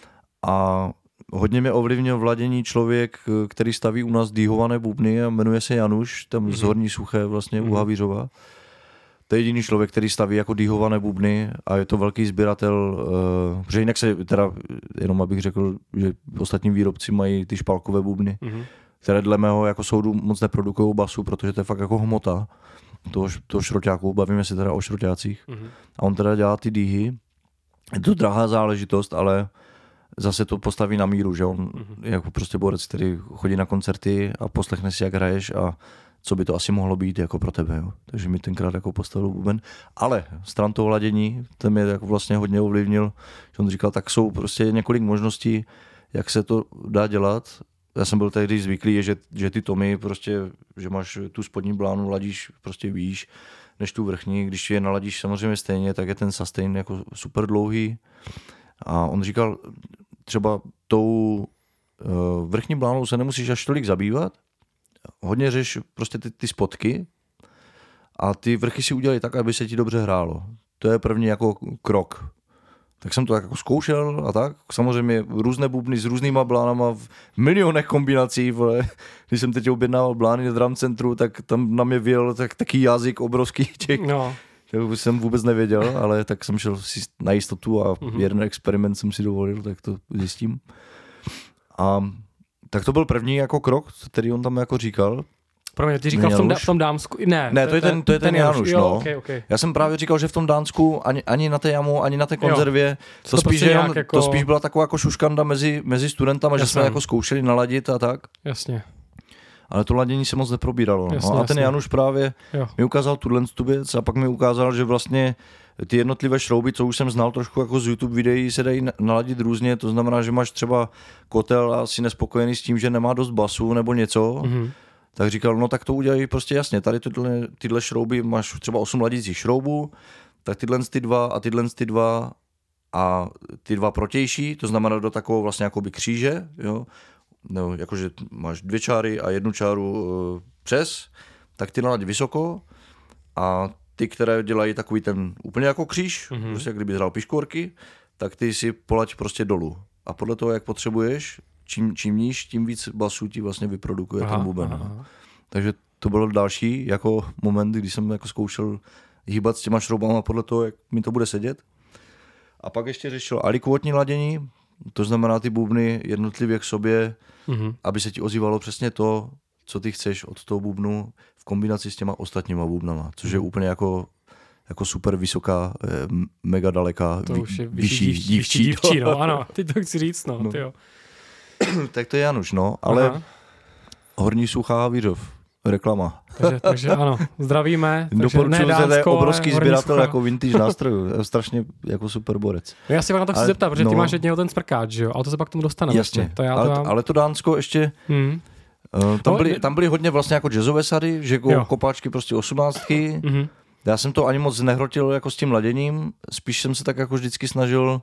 A hodně mě ovlivnil v ladění člověk, který staví u nás dýhované bubny a jmenuje se Januš, tam z Horní Suché vlastně u Havířova. To je jediný člověk, který staví jako dýhované bubny a je to velký sběratel, protože jinak se teda, jenom abych řekl, že ostatní výrobci mají ty špalkové bubny, které dle mého jako soudu moc neprodukují basu, protože to je fakt jako hmota toho šroťáku, bavíme se teda o šroťácích. A on teda dělá ty dýhy. Je to drahá záležitost, ale zase to postaví na míru, že on je jako prostě borec, který chodí na koncerty a poslechne si, jak hraješ a co by to asi mohlo být jako pro tebe. Jo. Takže mi tenkrát jako postavil buben. Ale stran toho ladění, ten mě jako vlastně hodně ovlivnil, že on říkal, tak jsou prostě několik možností, jak se to dá dělat. Já jsem byl tehdy zvyklý, že ty tomy prostě, že máš tu spodní blánu, ladíš prostě výš než tu vrchní. Když je naladíš samozřejmě stejně, tak je ten sustain jako super dlouhý. A on říkal, třeba tou vrchní blánou se nemusíš až tolik zabývat, hodně řeš prostě ty spotky a ty vrchy si udělali tak, aby se ti dobře hrálo. To je první jako krok. Tak jsem to jako zkoušel a tak. Samozřejmě různé bubny s různýma blánama v milionech kombinací. Vole. Když jsem teď objednával blány v Drum Centru, tak tam na mě vyjel taký jazyk obrovský těch. No. To jsem vůbec nevěděl, ale tak jsem šel si na jistotu a jeden experiment jsem si dovolil, tak to zjistím. A tak to byl první jako krok, který on tam jako říkal.
Promiň, ty říkal v tom Dánsku? Ne,
to je ten Januš,
jo,
no.
Okay.
Já jsem právě říkal, že v tom Dánsku ani na té jamu, ani na té konzervě, to spíš byla taková jako šuškanda mezi studentama, že jsme jako zkoušeli naladit a tak.
Jasně.
Ale to ladění se moc neprobíralo.
Jasně,
no. A ten Januš právě mi ukázal tu věc a pak mi ukázal, že vlastně ty jednotlivé šrouby, co už jsem znal trošku jako z YouTube videí, se dají naladit různě. To znamená, že máš třeba kotel a jsi nespokojený s tím, že nemá dost basu nebo něco. Tak říkal, no tak to udělají prostě jasně. Tady tyhle šrouby, máš třeba 8 ladících šroubů, tak ty dva a ty dva protější, to znamená do takového vlastně jakoby kříže, jo. No, jakože máš 2 čáry a 1 čáru přes, tak ty nalaď vysoko a ty, které dělají takový ten úplně jako kříž, prostě jak kdyby hrál piškvorky, tak ty si polaď prostě dolů. A podle toho, jak potřebuješ, čím níž, tím víc basů ti vlastně vyprodukuje ten buben. Takže to byl další jako moment, kdy jsem jako zkoušel hýbat s těma šroubama podle toho, jak mi to bude sedět. A pak ještě řešil alikvotní ladění, to znamená ty bubny jednotlivě k sobě, aby se ti ozývalo přesně to, co ty chceš od toho bubnu v kombinaci s těma ostatníma bubnama, což je úplně jako super vysoká, mega daleká,
to už je vyšší dívčí, no ano, ty to chci říct, no.
Tak to je Januš, no, ale Horní Suchá Havířov. reklama.
Takže ano, zdravíme.
Doporučuji, že to je obrovský sběratel jako vintage nástrojů. Je strašně jako super borec.
Já si vám na to chci zeptat, protože ty máš od něho ten smrkáč, že jo? Ale to se pak k tomu dostaneme.
Jasně, ale to Dánsko ještě... Tam byly hodně vlastně jako jazzové sady, že jako kopáčky prostě 18. Já jsem to ani moc nehrotil jako s tím laděním, spíš jsem se tak jako vždycky snažil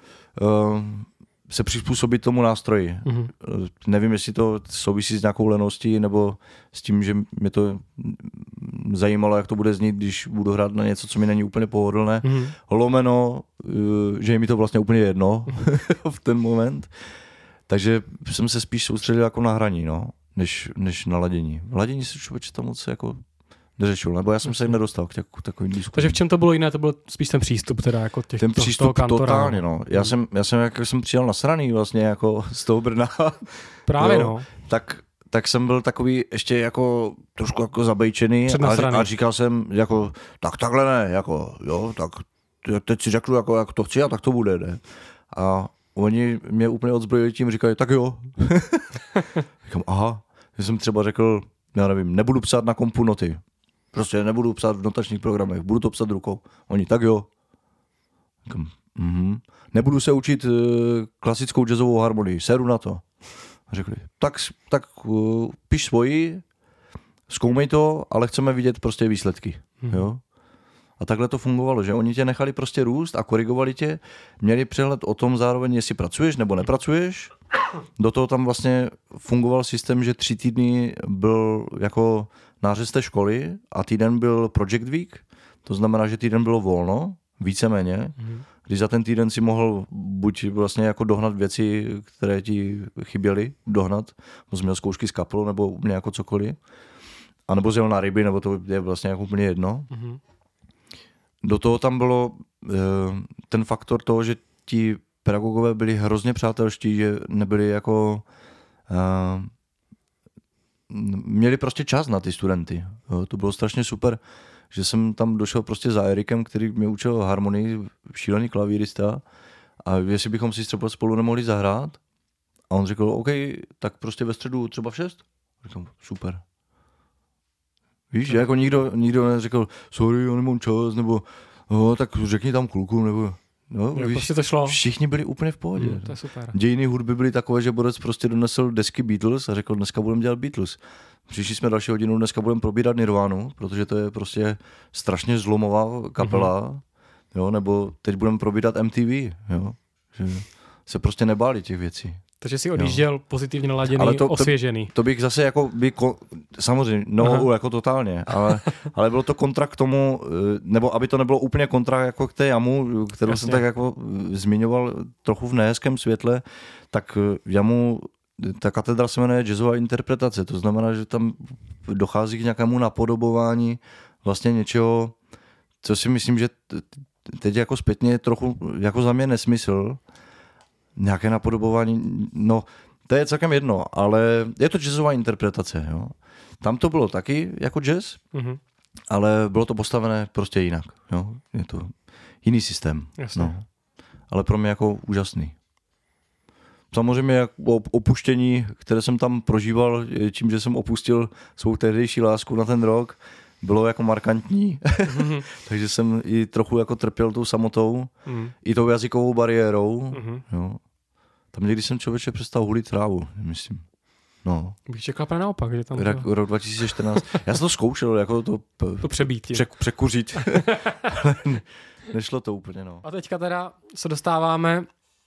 se přizpůsobit tomu nástroji. Nevím, jestli to souvisí s nějakou leností, nebo s tím, že mě to zajímalo, jak to bude znít, když budu hrát na něco, co mi není úplně pohodlné. Lomeno, že je mi to vlastně úplně jedno v ten moment. Takže jsem se spíš soustředil jako na hraní, no, než na ladění. V ladění se člověče tam moc jako neřešil, nebo já jsem se jim nedostal k takovým diskuzím.
Takže v čem to bylo jiné? To byl spíš ten přístup teda jako
ten přístup toho totálně, no. Já jsem jak jsem přijel nasraný vlastně jako z toho Brna.
Právě no.
Tak jsem byl takový ještě jako trošku jako zabejčený a říkal jsem jako tak takhle ne, jako jo, tak teď si řeknu jako jak to chci a tak to bude, ne. A oni mě úplně odzbrojili tím, říkají, tak jo. Říkám, aha, já jsem třeba řekl, já nevím, nebudu psát na kompu noty. Prostě nebudu psát v notačních programech, budu to psat rukou. Oni, tak jo. Říkám, nebudu se učit klasickou jazzovou harmonii, seru na to. A řekli, tak piš svoji, zkoumej to, ale chceme vidět prostě výsledky. Jo? A takhle to fungovalo, že oni tě nechali prostě růst a korigovali tě, měli přehled o tom zároveň, jestli pracuješ nebo nepracuješ. Do toho tam vlastně fungoval systém, že 3 týdny byl jako nářez té školy a týden byl project week, to znamená, že týden bylo volno, víceméně, když za ten týden si mohl buď vlastně jako dohnat věci, které ti chyběly, dohnat, jsi měl zkoušky z kapelu nebo úplně jako cokoliv, anebo jel na ryby, nebo to je vlastně jako úplně jedno. Do toho tam bylo ten faktor toho, že ti pedagogové byli hrozně přátelští, že nebyli jako... měli prostě čas na ty studenty. Jo, to bylo strašně super, že jsem tam došel prostě za Erikem, který mě učil harmonii, šílený klavírista, a jestli bychom si třeba spolu nemohli zahrát. A on řekl, OK, tak prostě ve středu třeba v 6. Říkám, super. Víš, že jako nikdo neřekl, sorry, já nemám čas, nebo tak řekni tam kluku, nebo... No, víš,
prostě to šlo.
Všichni byli úplně v pohodě.
To je super.
Dějiny hudby byly takové, že borec prostě donesl desky Beatles a řekl, dneska budeme dělat Beatles. Přišli jsme další hodinu, dneska budeme probírat Nirvánu, protože to je prostě strašně zlomová kapela, jo, nebo teď budeme probírat MTV, jo, že se prostě nebáli těch věcí.
Takže jsi odjížděl pozitivně naladěný, osvěžený.
To bych zase jako, samozřejmě, jako totálně, ale bylo to kontra k tomu, nebo aby to nebylo úplně kontra jako k té Jamu, kterou jsem tak jako zmiňoval trochu v nehezkém světle, tak Jamu, ta katedra se jmenuje jazzová interpretace, to znamená, že tam dochází k nějakému napodobování vlastně něčeho, co si myslím, že teď jako zpětně je trochu jako za mě nesmysl, nějaké napodobování, no to je celkem jedno, ale je to jazzová interpretace, jo. Tam to bylo taky jako jazz, ale bylo to postavené prostě jinak, jo. Je to jiný systém, no. Ale pro mě jako úžasný. Samozřejmě jako opuštění, které jsem tam prožíval, tím, že jsem opustil svou tehdejší lásku na ten rok, bylo jako markantní, takže jsem i trochu jako trpěl tou samotou, i tou jazykovou bariérou. Jo. Tam někdy jsem člověče přestal hulit trávu, myslím. No.
Bych čekal právě naopak, že tam
rok 2014. Já jsem to zkoušel, jako to
přebít.
Překuřit. Nešlo to úplně, no.
A teďka teda se dostáváme,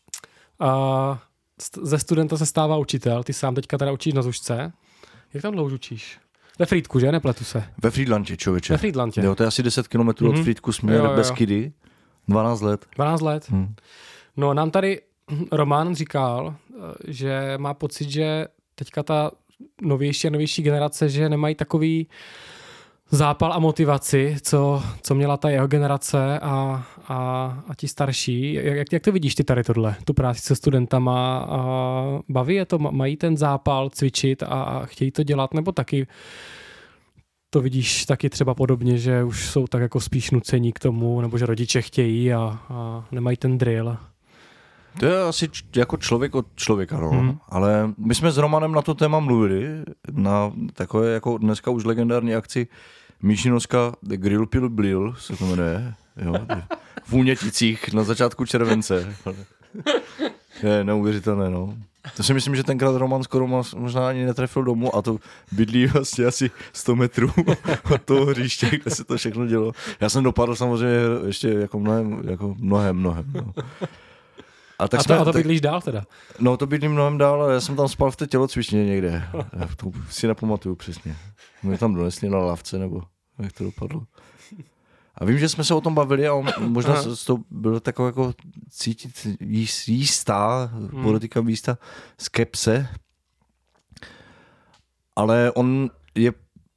ze studenta se stává učitel, ty sám teďka teda učíš na zušce. Jak tam dlouho učíš? Ve Frýdku, že? Nepletu se.
Ve Frýdlantě, člověče.
Ve Frýdlantě.
Jo, to je asi 10 kilometrů od Frýdku, směr Beskydy. 12 let.
12 let. No, nám tady Roman říkal, že má pocit, že teďka ta novější a novější generace, že nemají takový zápal a motivaci, co měla ta jeho generace a ti starší. Jak to vidíš ty tady tohle, tu práci se studentama? A baví je to? Mají ten zápal cvičit a chtějí to dělat? Nebo taky to vidíš taky třeba podobně, že už jsou tak jako spíš nucení k tomu, nebo že rodiče chtějí a nemají ten drill?
To je asi jako člověk od člověka, no. Ale my jsme s Romanem na to téma mluvili, na takové jako dneska už legendární akci Míšinovská Grill Pil Blil, se to jmenuje, jo, v Úněticích na začátku července. Je neuvěřitelné, no. To si myslím, že tenkrát Roman skoro možná ani netrefil domů a to bydlí vlastně asi 100 metrů od toho hřiště, kde se to všechno dělo. Já jsem dopadl samozřejmě ještě jako mnohem. No.
A to bydlíš dál teda?
No to bydlím mnohem dál, ale já jsem tam spal v té tělocvičně někde. Já to si nepamatuju přesně. Mě tam donesli na lávce, nebo jak to dopadlo. A vím, že jsme se o tom bavili a možná to bylo takové jako cítit jistá, podotýkám jistá skepse, ale on je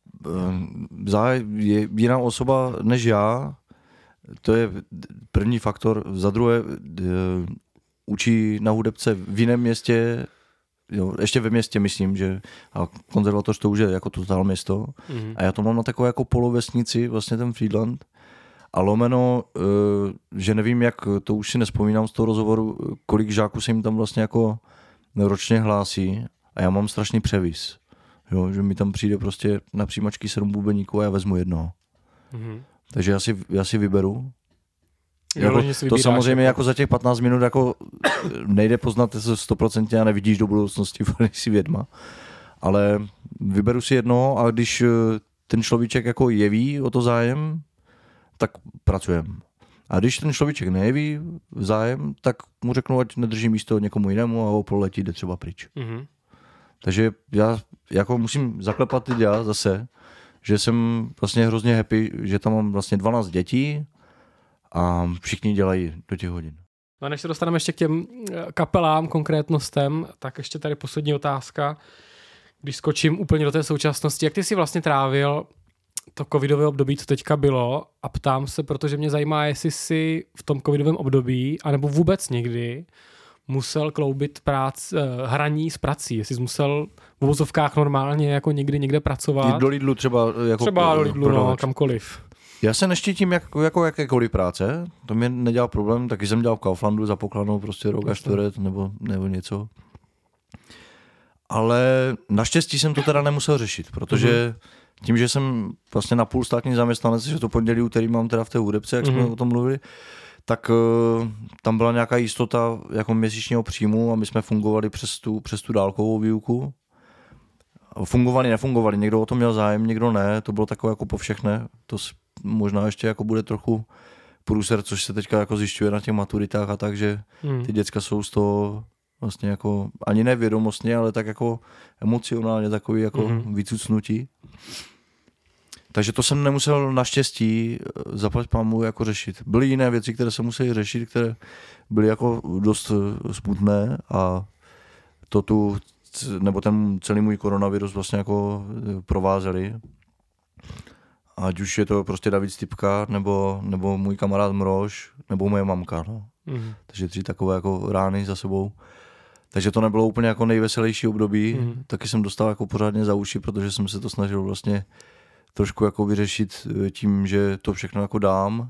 jiná osoba než já, to je první faktor, za druhé učí na hudebce v jiném městě, jo, ještě ve městě myslím, že a konzervatoř to už je jako totál město a já to mám na takové jako polovesnici, vlastně ten Friedland. A lomeno, že nevím, jak, to už si nespomínám z toho rozhovoru, kolik žáků se jim tam vlastně jako ročně hlásí a já mám strašný převis. Jo, že mi tam přijde prostě na přijímačky 7 bubeníků a já vezmu jednoho. Takže já si vyberu. Jako, to samozřejmě jako za těch 15 minut jako nejde poznat 100% a nevidíš do budoucnosti, jsi vědma. Ale vyberu si jednoho a když ten človíček jako jeví o to zájem, tak pracujeme. A když ten človíček nejeví zájem, tak mu řeknu, ať nedrží místo někomu jinému a o půl letí jde třeba pryč. Takže já jako musím zaklepat ty děla zase, že jsem vlastně hrozně happy, že tam mám vlastně 12 dětí a všichni dělají do těch hodin.
No a než se dostaneme ještě k těm kapelám, konkrétnostem, tak ještě tady poslední otázka. Když skočím úplně do té současnosti, jak ty jsi vlastně trávil to covidové období, co teďka bylo, a ptám se, protože mě zajímá, jestli si v tom covidovém období, anebo vůbec někdy musel kloubit hraní s prací, jestli jsi musel v uvozovkách normálně jako někde pracovat.
Jít do Lidlu třeba
do Lidlu, no, kamkoliv.
Já se neštítím jako jakékoliv práce, to mě nedělá problém, taky jsem dělal v Kauflandu za pokladnou prostě rok a čtvrt nebo něco. Ale naštěstí jsem to teda nemusel řešit, protože tím, že jsem vlastně napůl státní zaměstnanec, že to pondělí, úterý mám teda v té hudebce, jak jsme o tom mluvili, tak tam byla nějaká jistota jako měsíčního příjmu a my jsme fungovali přes tu dálkovou výuku. Nefungovali, někdo o tom měl zájem, někdo ne, to bylo takové jako povšechné, to možná ještě jako bude trochu průser, což se teďka jako zjišťuje na těch maturitách a tak, že ty děcka jsou z toho vlastně jako, ani ne vědomostně, ale tak jako emocionálně takový jako vycucnutí. Takže to jsem nemusel naštěstí zaplať pámu jako řešit. Byly jiné věci, které se museli řešit, které byly jako dost smutné a nebo ten celý můj koronavirus vlastně jako provázeli. Ať už je to prostě David Stipka, nebo můj kamarád Mrož, nebo moje mamka. No. Takže 3 takové jako rány za sebou. Takže to nebylo úplně jako nejveselější období. Taky jsem dostal jako pořádně za uši, protože jsem se to snažil vlastně trošku jako vyřešit tím, že to všechno jako dám.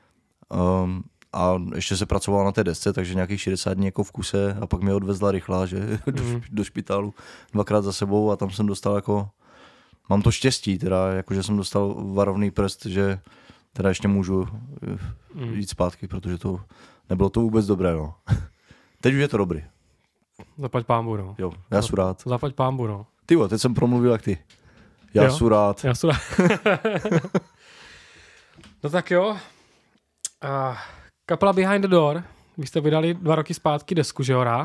A ještě se pracoval na té desce, takže nějakých 60 dní jako v kuse a pak mě odvezla rychlá, že do špitálu 2krát za sebou a tam jsem dostal jako, mám to štěstí teda, jako že jsem dostal varovný prst, že teda ještě můžu jít zpátky, protože to nebylo to vůbec dobré, no. Teď už je to dobrý.
Zaplať pánbu, no.
Jo, já jsem rád.
Zaplať pánbu, no.
Tyvo, teď jsem promluvil jak ty. Já jsem rád.
No tak jo. Kapela Behind the Door. Vy jste vydali 2 roky zpátky desku, že jo?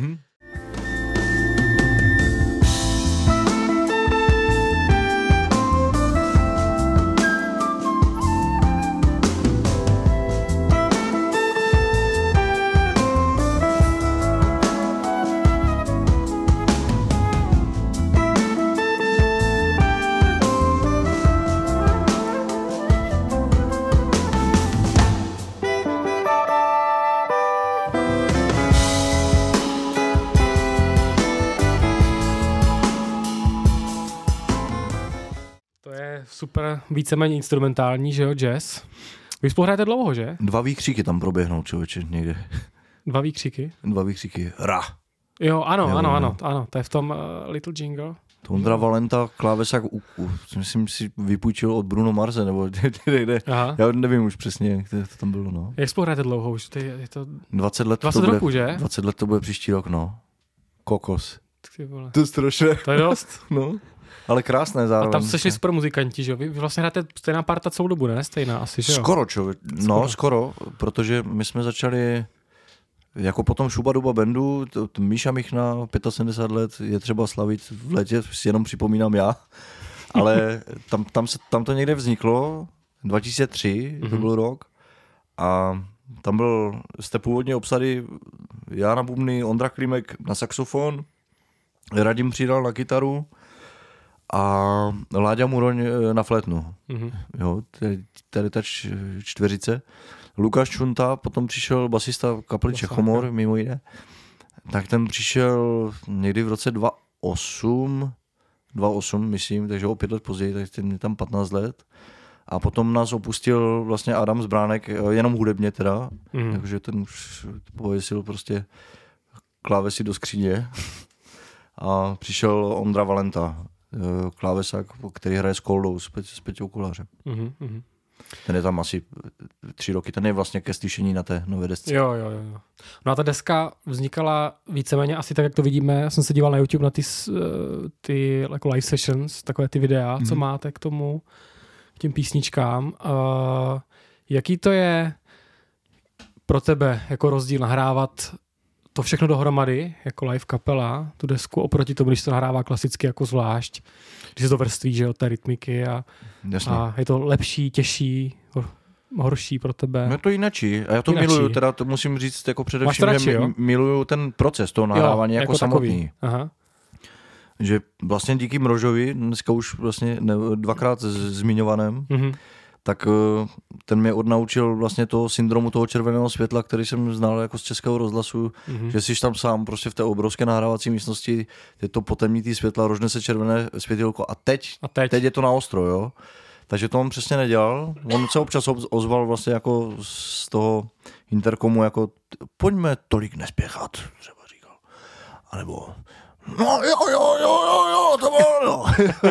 Super, víceméně instrumentální, že jo, jazz. Vy spolu hrajete dlouho, že?
2 výkřiky tam proběhnou, člověče, někde.
Dva výkřiky.
Ra.
Jo, ano, to je v tom Little Jingle.
Ondra Valenta klávesák myslím si vypůjčil od Bruno Marse, nebo někde. Já nevím už přesně, jak to tam bylo, no.
Jak spolu hrajete dlouho už? Je to
20 let.
20 roku, že?
20 let to bude příští rok, no. Kokos.
To je
strašné.
To je dost.
No. Ale krásné zároveň.
A tam jste šli super muzikanti, že jo? Vy vlastně hrajete stejná parta celou dobu, ne? Stejná asi, že jo?
Skoro, člověk. No, skoro, protože my jsme začali jako potom Šuba-Duba bandu, Míša Michna, 75 let, je třeba slavit v létě, si jenom připomínám já, ale tam to někde vzniklo, 2003, to byl rok, a tam jste původně obsady já na bubny, Ondra Klimek na saxofon, Radim Přidal na kytaru a Láďa Muroň na flétnu. Jo, tady ta čtveřice. Lukáš Čunta, potom přišel basista kapely Čechomor, mimo jiné. Tak ten přišel někdy v roce 2008, myslím, takže o 5 let později, tak ten je tam 15 let. A potom nás opustil vlastně Adam Zbránek, jenom hudebně teda, takže ten už pověsil prostě klávesy do skříně. A přišel Ondra Valenta, klávesák, který hraje s Koldou, s Peťou Kolářem. Ten je tam asi 3 roky, ten je vlastně ke slyšení na té nové desce.
Jo. No a ta deska vznikala víceméně asi tak, jak to vidíme. Já jsem se díval na YouTube na ty jako live sessions, takové ty videa, co máte k tomu, k těm písničkám. Jaký to je pro tebe jako rozdíl nahrávat to všechno dohromady, jako live kapela, tu desku, oproti tomu, když to nahrává klasicky jako zvlášť, když se to vrství, že od té rytmiky a je to lepší, těžší, horší pro tebe.
No to jinačí. A já to miluju, teda to musím říct jako především, že miluju ten proces toho nahrávání jako samotný.
Aha.
Že vlastně díky Mrožovi, dneska už vlastně 2krát zmiňovaném, tak ten mě odnaučil vlastně toho syndromu toho červeného světla, který jsem znal jako z Českého rozhlasu, že jsi tam sám prostě v té obrovské nahrávací místnosti, je to potemnitý světla, rožne se červené světýlko a teď je to na ostro, jo. Takže to on přesně nedělal. On se občas ozval vlastně jako z toho interkomu, jako pojďme tolik nespěchat, třeba říkal. A nebo no jo, to bylo.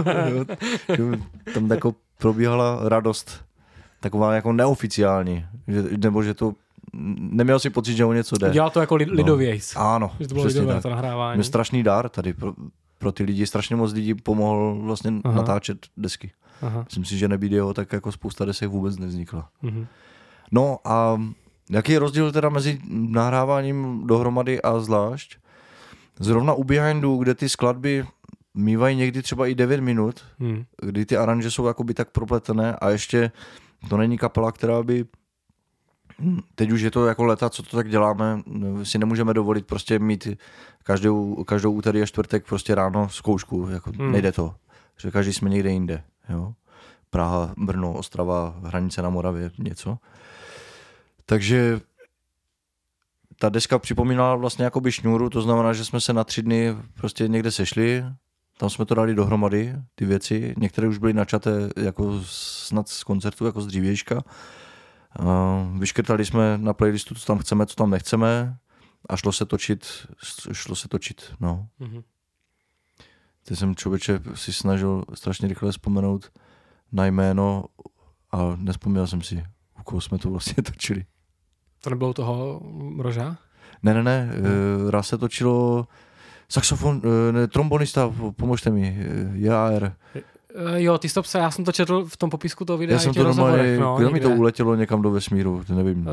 Tam jako probíhala radost, taková jako neoficiální, nebo že to neměl si pocit, že o něco jde.
Dělal to jako lidovějc.
Ano,
že to bylo lidové, to nahrávání.
Měl strašný dár tady pro ty lidi, strašně moc lidí pomohl vlastně natáčet desky. Myslím si, že nebýt jeho, tak jako spousta desek vůbec nevznikla. No a jaký je rozdíl teda mezi nahráváním dohromady a zvlášť? Zrovna u Behindu, kde ty skladby mývají někdy třeba i 9 minut, kdy ty aranže jsou jakoby tak propletené a ještě to není kapela, která by teď už je to jako leta, co to tak děláme, si nemůžeme dovolit prostě mít každou úterý a čtvrtek prostě ráno zkoušku, jako nejde to, že každý jsme někde jinde, jo. Praha, Brno, Ostrava, hranice na Moravě, něco. Takže ta deska připomínala vlastně jakoby šňůru, to znamená, že jsme se na 3 dny prostě někde sešli, tam jsme to dali dohromady, ty věci, některé už byly načaté jako snad z koncertu, jako z dřívějška. Vyškrtali jsme na playlistu, co tam chceme, co tam nechceme a šlo se točit, no. Teď jsem člověče si snažil strašně rychle vzpomenout na jméno a nespomněl jsem si, u koho jsme to vlastně točili.
To nebylo toho Mroža?
Ne, raz se točilo saxofon, trombonista, pomožte mi, JR.
Jo, ty stop se, já jsem to četl v tom popisku toho videa.
Já jsem to normálně, kdo mi to uletělo někam do vesmíru, to nevím.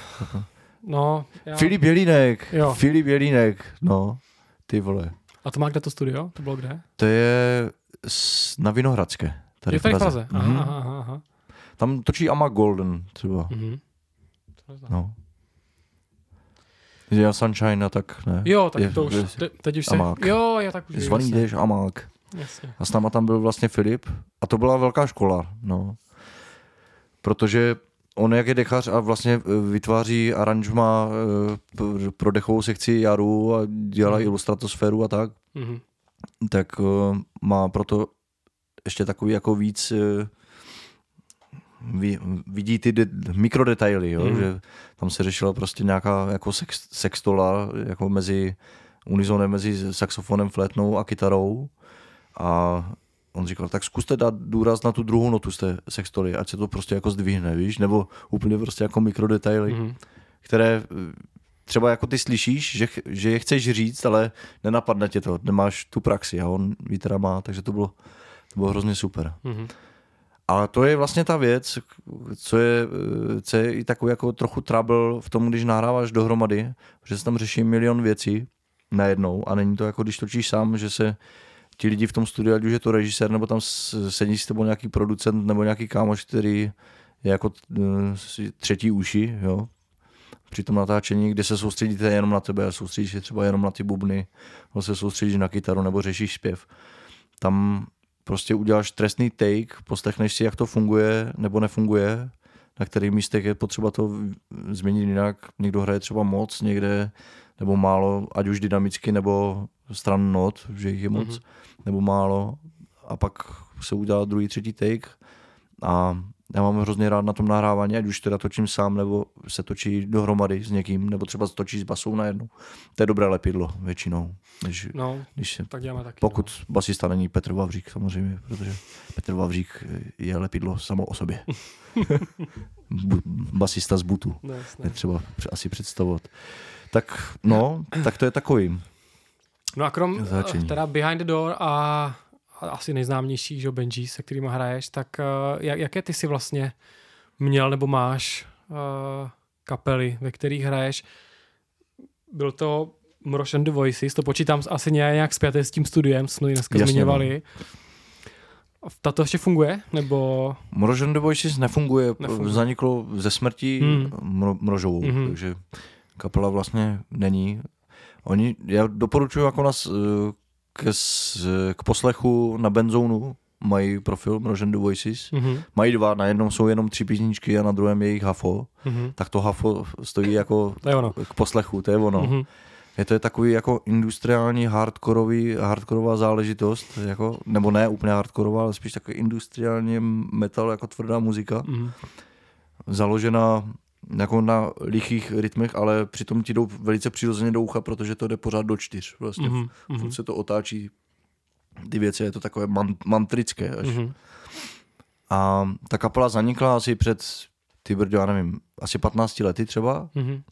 Filip Jelínek, no, ty vole.
A to má kde to studio? To bylo kde?
To je na Vinohradské, tady v Praze.
Aha.
Tam točí Ama Golden třeba. No. Já Sunshine a tak ne.
Jo, tak to už, teď už se...
Amák.
Jo, tak už.
Zvaný jdeš Amák.
Jasně.
A s náma tam byl vlastně Filip a to byla velká škola, no. Protože on jak je dechař a vlastně vytváří aranžma pro dechovou sekci Jaru a dělá ilustratosféru a tak, tak má proto ještě takový jako víc vidí ty mikrodetaily, jo? Že tam se řešila prostě nějaká jako sextola jako unizonem mezi saxofonem, flétnou a kytarou a on říkal, tak zkuste dát důraz na tu druhou notu z té sextoly, ať se to prostě jako zdvihne, víš, nebo úplně prostě jako mikrodetaily, které třeba jako ty slyšíš, že je chceš říct, ale nenapadne tě to, nemáš tu praxi a on ji teda má, takže to bylo hrozně super. A to je vlastně ta věc, co je i takový jako trochu trouble v tom, když nahráváš dohromady, že se tam řeší milion věcí najednou a není to jako když točíš sám, že se ti lidi v tom studiu, ať už je to režisér, nebo tam sedí s tebou nějaký producent nebo nějaký kámoš, který je jako třetí uši, jo, při tom natáčení, kde se soustředíte jenom na tebe a soustředíš se třeba jenom na ty bubny, nebo se soustředíš na kytaru, nebo řešíš zpěv. Tam prostě uděláš trestný take, poslechneš si, jak to funguje nebo nefunguje, na kterých místech je potřeba to změnit jinak. Někdo hraje třeba moc někde, nebo málo, ať už dynamicky, nebo stran not, že jich je moc, nebo málo. A pak se udělá druhý, třetí take. A já mám hrozně rád na tom nahrávání, ať už teda točím sám, nebo se točí dohromady s někým, nebo třeba točí s basou najednou. To je dobré lepidlo většinou. Když
tak děláme taky.
Pokud basista není Petr Vavřík samozřejmě, protože Petr Vavřík je lepidlo samo o sobě. Basista z Butu. Netřeba asi představovat. Tak to je takový.
No a krom teda Behind the Door a asi nejznámější, že Benji, se kterýma hraješ, tak jaké ty si vlastně měl nebo máš kapely, ve kterých hraješ? Byl to Mrož and the Voices, to počítám asi nějak spjaté s tím studiem, jsme ji dneska zmiňovali. Tato ještě funguje? Nebo...
Mrož and the Voices nefunguje. Zaniklo ze smrtí Mrožovou, takže kapela vlastně není. Já doporučuji jako nás k poslechu na Benzónu, mají profil Mrož and the Voices, mají dva, na jednom jsou jenom 3 písničky a na druhém je jejich hafo, tak to hafo stojí jako k poslechu, to je ono. Je to takový jako industriální hardkorová záležitost, jako, nebo ne úplně hardkorová, ale spíš takový industriální metal, jako tvrdá muzika, založená jako na lichých rytmech, ale přitom ti jdou velice přirozeně do ucha, protože to jde pořád do 4. Vlastně furt se to otáčí ty věci, je to takové mantrické až. A ta kapela zanikla asi před, já nevím, asi 15 lety třeba.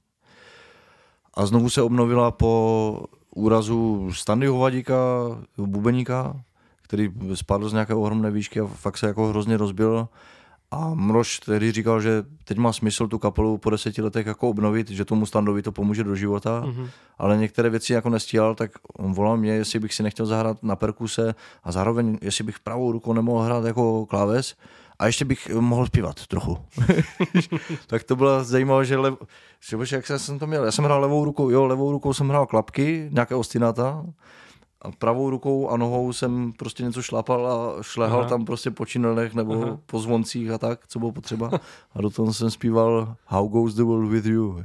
A znovu se obnovila po úrazu Standy Hovadíka, bubeníka, který spadl z nějaké ohromné výšky a fakt se jako hrozně rozbil. A Mrož tehdy říkal, že teď má smysl tu kapelu po 10 letech jako obnovit, že tomu Standovi to pomůže do života, ale některé věci jako nestíhal, tak on volal mě, jestli bych si nechtěl zahrát na perkuse a zároveň, jestli bych pravou rukou nemohl hrát jako kláves a ještě bych mohl zpívat trochu. Tak to bylo zajímavé, že jak jsem to měl, já jsem hrál levou rukou jsem hrál klapky, nějaké ostináta, a pravou rukou a nohou jsem prostě něco šlapal a šlehal tam prostě po činelech nebo po zvoncích a tak, co bylo potřeba. A do toho jsem zpíval How Goes the World With You.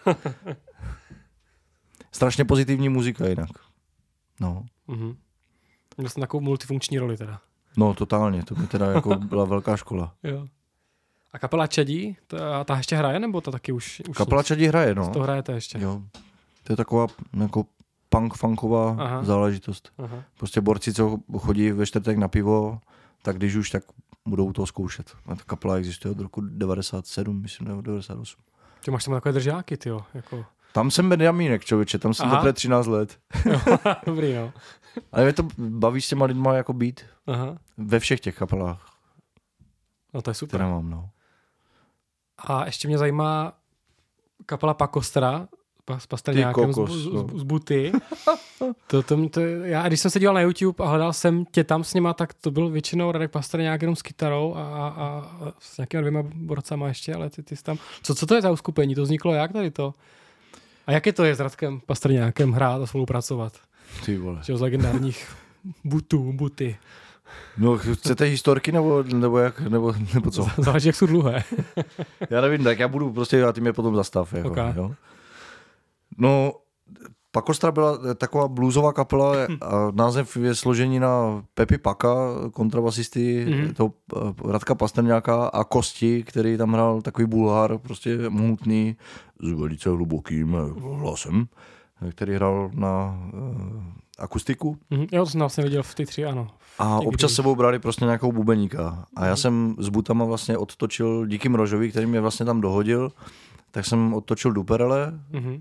Strašně pozitivní muzika jinak. No.
Měl jsem takovou multifunkční roli teda.
No totálně, to by teda jako byla velká škola.
Jo. A kapela Čadí, ta ještě hraje, nebo to taky už
kapela Čadí hraje, no.
To hrajete ještě.
Jo. To je taková jako punk-funková záležitost. Prostě borci, co chodí ve čtvrtek na pivo, tak když už, tak budou to zkoušet. A ta kapela existuje od roku 97, myslím, nebo 98.
Ty máš tam takové držáky, tyjo. Jako...
Tam jsem Benjamínek, člověče, tam jsem teprve 13 let.
Dobrý, no.
Ale mě to baví s těma lidma jako být ve všech těch kapelách.
No to je super.
Které mám, no.
A ještě mě zajímá kapela Pakostra, s Pastrňákem z Buty. Já, když jsem se díval na YouTube a hledal jsem tě tam s nima, tak to byl většinou Radek Pastrňák jenom s kytarou a s nějakými 2 borcama ještě, ale ty jsi tam... Co to je za uskupení? To vzniklo jak tady to? A jaké to je s Radkem Pastrňákem hrát a spolupracovat?
Ty vole.
Z legendárních Buty.
No, chcete historky nebo jak, nebo co?
Záleží, jak jsou dlouhé.
Já nevím, tak já budu prostě, já tím je potom zastav. Jako,
okay.
Jo? No, Pakostra byla taková bluesová kapela a název je složení na Pepi Paka, kontrabasisty, toho Radka Pastrňáka a Kosti, který tam hrál takový bulhár, prostě mohutný, s velice hlubokým hlasem, který hrál na akustiku.
Jo, to jsem viděl v ty 3, ano.
A občas sebou brali prostě nějakou bubeníka. A já jsem s butama vlastně odtočil díky Mrožovi, který mě vlastně tam dohodil, tak jsem odtočil duperele,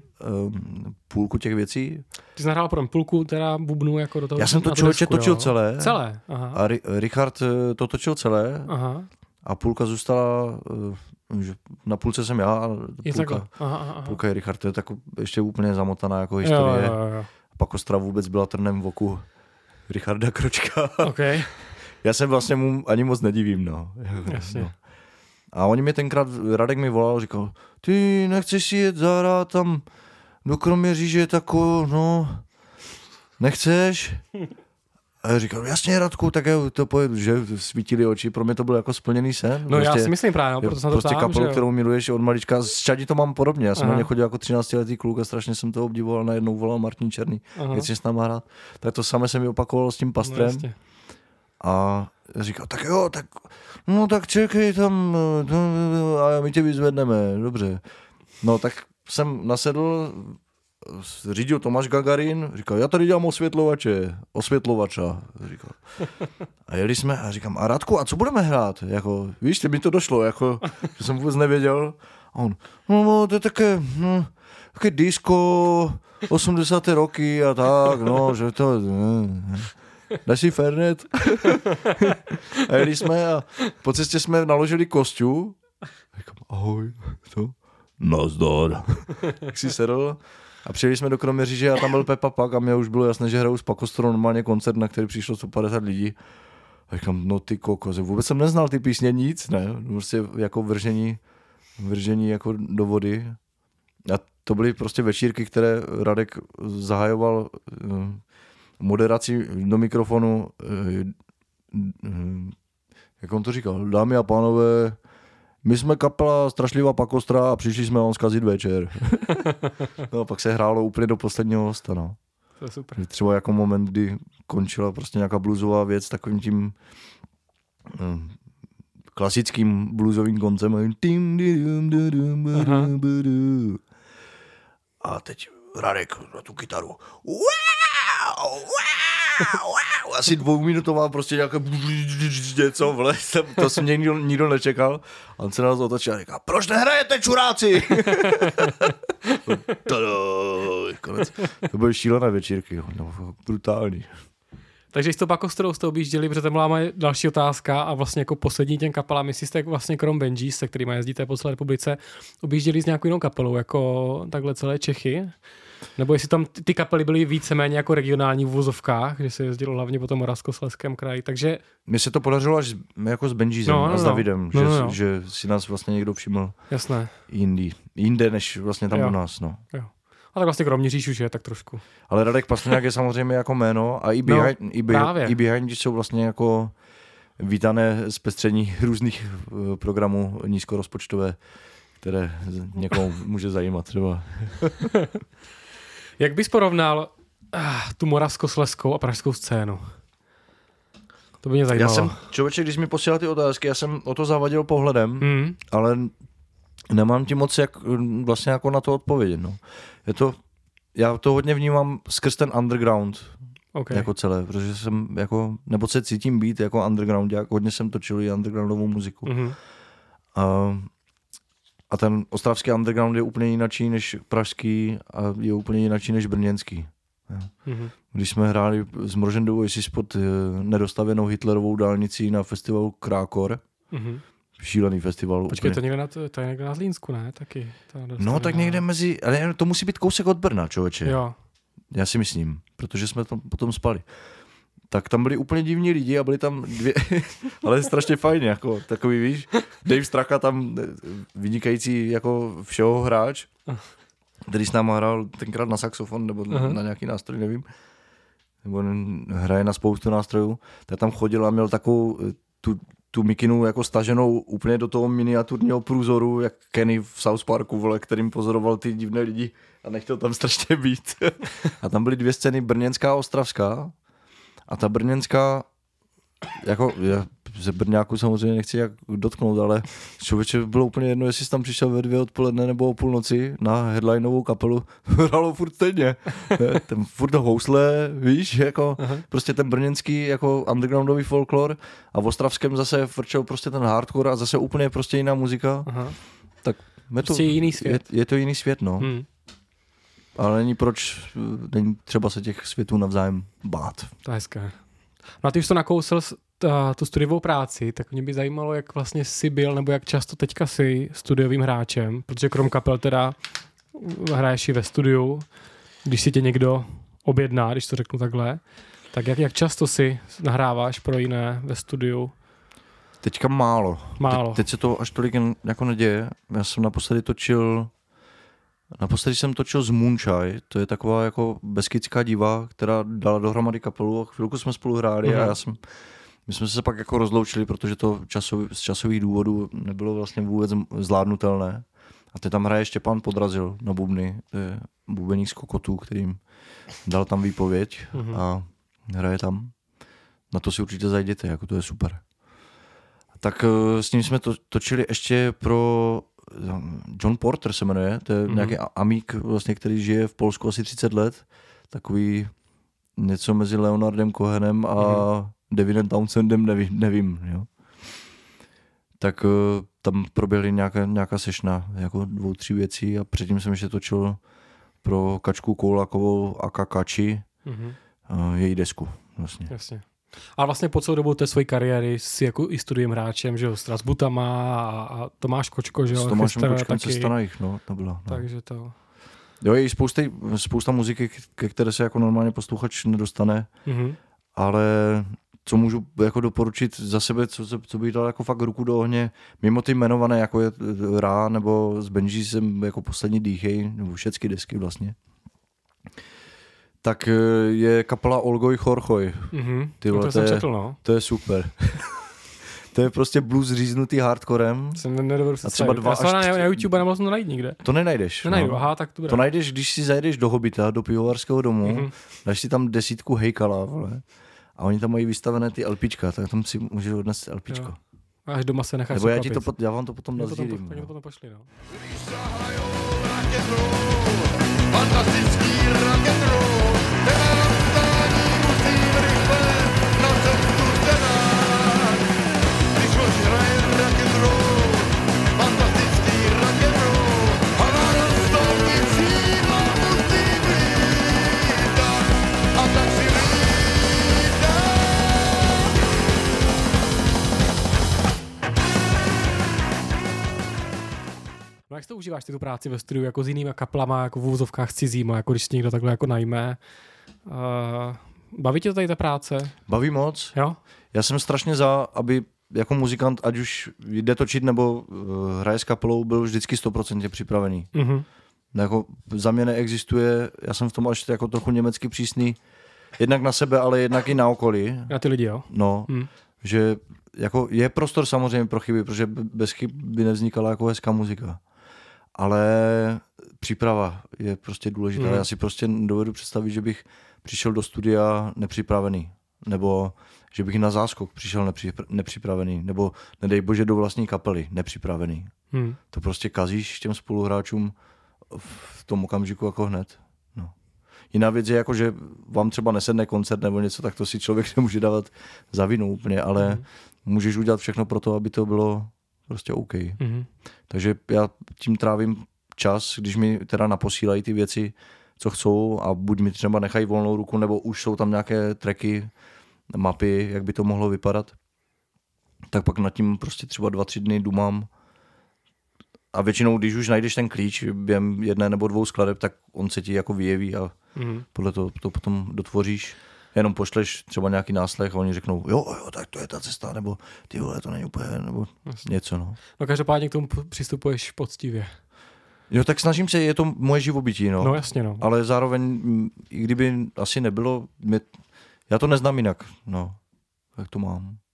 půlku těch věcí.
Ty jsi nahrál půlku teda bubnu jako do toho?
Já jsem to člověče točil celé.
Celé? Aha.
A Richard to točil celé.
Aha.
A půlka zůstala, na půlce jsem já a půlka je Richard. To je tak ještě úplně zamotaná jako historie.
Jo.
Pakostra vůbec byla trnem v oku Richarda Kročka.
Okay.
Já se vlastně mu ani moc nedivím. No.
Jasně.
No. A oni mě tenkrát, Radek mi volal, říkal, ty nechceš si jet zahrát tam do Kroměříže, tako, no, nechceš? A já říkal, jasně Radku, tak já to pojedu, že svítily oči, pro mě to byl jako splněný sen.
No
prostě,
já si myslím právě, no, proto jsem to
prostě
ptám,
kapelu,
že
kterou miluješ od malička, z Čadi to mám podobně, já jsem na ně chodil jako 13letý kluk a strašně jsem to obdivoval, najednou volal Martin Černý, jestli s náma hrát. Tak to samé jsem mi opakoval s tím Pastrem.
No,
a říkal, tak jo, tak čekej tam a my tě vyzvedneme, dobře. No tak jsem nasedl, řídil Tomáš Gagarin, říkal, já tady dělám osvětlovača, říkal. A jeli jsme a říkám, a Radku, a co budeme hrát? Jako, víš, mi to došlo, jako, že jsem vůbec nevěděl. A on, no to je také disco, 80. roky a tak, no, že to... Dáš si Fernet? A jeli jsme a po cestě jsme naložili Kosťu. Říkám, ahoj, to? Nazdar. Tak si sedl a přijeli jsme do Kroměříže a tam byl Pepa Pak a mě už bylo jasné, že hraju s Pakostrou normálně koncert, na který přišlo 150 lidí. A říkám, no ty kokoze, vůbec jsem neznal ty písně nic, ne? Prostě jako vržení jako do vody. A to byly prostě večírky, které Radek zahajoval moderací do mikrofonu, jak on to říkal, dámy a pánové, my jsme kapela Strašlivá Pakostra a přišli jsme vám zkazit večer. No pak se hrálo úplně do posledního hosta, no.
To je super.
Třeba jako moment, kdy končila prostě nějaká bluesová věc takovým tím klasickým bluesovým koncem. A teď Radek na tu kytaru. Asi 2minutová prostě nějaká něco, vle, to jsem nikdo nečekal. A on se na nás otočil a říká, proč nehrajete, čuráci? To byly šílené večírky, no, brutální.
Takže s tou Pakostrou jste objížděli, protože tam byla moje další otázka a vlastně jako poslední těm kapelám, jestli jste vlastně krom Benjis, se kterými jezdíte po celé republice, objížděli s nějakou jinou kapelou, jako takhle celé Čechy? Nebo jestli tam ty kapely byly víceméně jako regionální v vozovkách, kde se jezdilo hlavně po tom Moravskoslezském kraji, takže...
Mně se to podařilo až jako s Benjisem a s Davidem, že si nás vlastně někdo všiml.
Jasné.
Jinde než vlastně tam u nás, no.
Jo. A tak vlastně Kroměříž už je tak trošku.
Ale Radek Pastrňák je samozřejmě jako jméno a i Behind jsou vlastně jako vítané zpestření různých programů nízkorozpočtové, které někomu může zajímat třeba.
Jak bys porovnal tu moravskoslezskou a pražskou scénu? To by mě zajímalo.
Člověče, když mi posílal ty otázky, já jsem o to zavadil pohledem, ale nemám ti moc jak vlastně jako na to odpovědět. No. Já to hodně vnímám skrz ten underground jako celé, protože jsem jako, nebo se cítím být jako underground, jak hodně jsem točil i undergroundovou muziku. A ten ostravský underground je úplně jinačí než pražský a je úplně jinačí než brněnský. Když jsme hráli s Mrožendovou jestli pod nedostavěnou Hitlerovou dálnicí na festivalu Krákor, šílený festival.
Počkej, to je někde na Zlínsku, ne? Taky.
No tak někde ale to musí být kousek od Brna, člověče.
Jo.
Já si myslím, protože jsme tam potom spali. Tak tam byli úplně divní lidi a byli tam ale strašně fajn, jako takový, víš, Dave Straka tam vynikající jako všeho hráč, který s náma hrál tenkrát na saxofon nebo na nějaký nástroj, nevím, nebo hraje na spoustu nástrojů, tak tam chodil a měl takovou tu tu mikinu jako staženou úplně do toho miniaturního průzoru, jak Kenny v South Parku, vole, kterým pozoroval ty divné lidi a nechtěl tam strašně být. A tam byly 2 scény, brněnská a ostravská. A ta brněnská, jako já ze Brňáku samozřejmě nechci jak dotknout, ale člověče bylo úplně jedno, jestli jsi tam přišel ve 2 odpoledne nebo o půlnoci na headlinovou kapelu, hralo furt stejně. Ten furt housle, víš, jako prostě ten brněnský jako undergroundový folklor a v ostravském zase frčel prostě ten hardcore a zase úplně prostě jiná muzika. Aha. Tak
prostě jiný svět.
Je to jiný svět, no. Ale není třeba se těch světů navzájem bát.
To je hezké. No a ty už to nakousil tu studiovou práci, tak mě by zajímalo, jak vlastně jsi byl, nebo jak často teďka jsi studiovým hráčem, protože krom kapel teda hraješ i ve studiu, když si tě někdo objedná, když to řeknu takhle, tak jak často si nahráváš pro jiné ve studiu?
Teďka málo. Teď se to až tolik jako neděje. Já jsem naposledy jsem točil z Moonshine, to je taková jako beskidská diva, která dala dohromady kapelu a chvilku jsme spolu hráli a my jsme se pak jako rozloučili, protože to z časových důvodů nebylo vlastně vůbec zvládnutelné. A teď tam hraje Štěpán Podrazil na bubny, to je bubeník z Kokotů, kterým dal tam výpověď a hraje tam. Na to si určitě zajděte, jako to je super. Tak s ním jsme točili ještě pro John Porter se jmenuje, to je nějaký amík, vlastně, který žije v Polsku asi 30 let, takový něco mezi Leonardem Cohenem a Devinem Townsendem, nevím. Jo. Tak tam proběhly nějaká sešna, jako 2-3 věcí a předtím jsem ještě točil pro Kačku Koulakovou a Kakači její desku. Vlastně.
Jasně. A vlastně po celou dobu té své kariéry jsi jako i studiem hráčem, že jo, s Butama a Tomáš Kočko, že jo.
S Tomášem Kočkem Cesta na jich, no, to bylo. No.
Takže to...
Jo, je spousta muziky, ke které se jako normálně posluchač nedostane, ale co můžu jako doporučit za sebe, co bych dal jako fakt ruku do ohně, mimo ty jmenované, jako je Rá, nebo z Benji jsem jako Poslední dýchej, nebo všechny desky vlastně, tak je kapela Olgoj Chorchoj.
Tyhle, to jsem četl, no.
To je super. To je prostě blues říznutý hardcorem.
A třeba 2 až 3... Na YouTube nemohl jsem to najít nikde.
To nenajdeš.
Nenajdu, aha, tak dobré.
To najdeš, když si zajedeš do Hobita, do pivovarského domu, dáš si tam 10 hejkala, vole, a oni tam mají vystavené ty LPčka, tak tam si můžeš odnést LPčko. Jo.
A až doma se necháš
nebo já vám to potom nazdílím.
Tak to potom pošli, no.
Fantastický rock'n'roll, nevstání musím rychle na cestu se dát. Když už hraje rock'n'roll, fantastický rock'n'roll, a na stoupicí musím lítat, a tak si lítám.
No jak to užíváš ty tu práci ve studiu jako s jinýma kaplama, jako v úvozovkách cizíma, jako když někdo takhle jako najme? Baví tě to tady ta práce?
Baví moc.
Jo?
Já jsem strašně za, aby jako muzikant, ať už jde točit nebo hraje s kapelou, byl vždycky 100% připravený. Jako za mě neexistuje, já jsem v tom až jako trochu německy přísný, jednak na sebe, ale jednak i na okolí.
Na ty lidi, jo?
No, že jako je prostor samozřejmě pro chyby, protože bez chyb by nevznikala jako hezká muzika. Ale příprava je prostě důležitá. Já si prostě dovedu představit, že bych přišel do studia nepřipravený, nebo že bych na záskok přišel nepřipravený, nebo nedej bože do vlastní kapely nepřipravený. To prostě kazíš těm spoluhráčům v tom okamžiku jako hned. No. Jiná věc je jako, že vám třeba nesedne koncert nebo něco, tak to si člověk nemůže dávat za vinu úplně, ale můžeš udělat všechno pro to, aby to bylo prostě OK. Takže já tím trávím čas, když mi teda naposílají ty věci, co chcou a buď mi třeba nechají volnou ruku, nebo už jsou tam nějaké tracky, mapy, jak by to mohlo vypadat, tak pak nad tím prostě třeba 2-3 dny dumám. A většinou, když už najdeš ten klíč během 1 nebo 2 skladeb, tak on se ti jako vyjeví a podle toho to potom dotvoříš. Jenom pošleš třeba nějaký náslech a oni řeknou, jo, tak to je ta cesta, nebo ty vole, to není úplně, nebo něco, no.
No každopádně k tomu přistupuješ poctivě.
Jo, tak snažím se, je to moje živobytí, no.
No jasně, no.
Ale zároveň, i kdyby asi nebylo, já to neznám jinak, no. Jak to mám.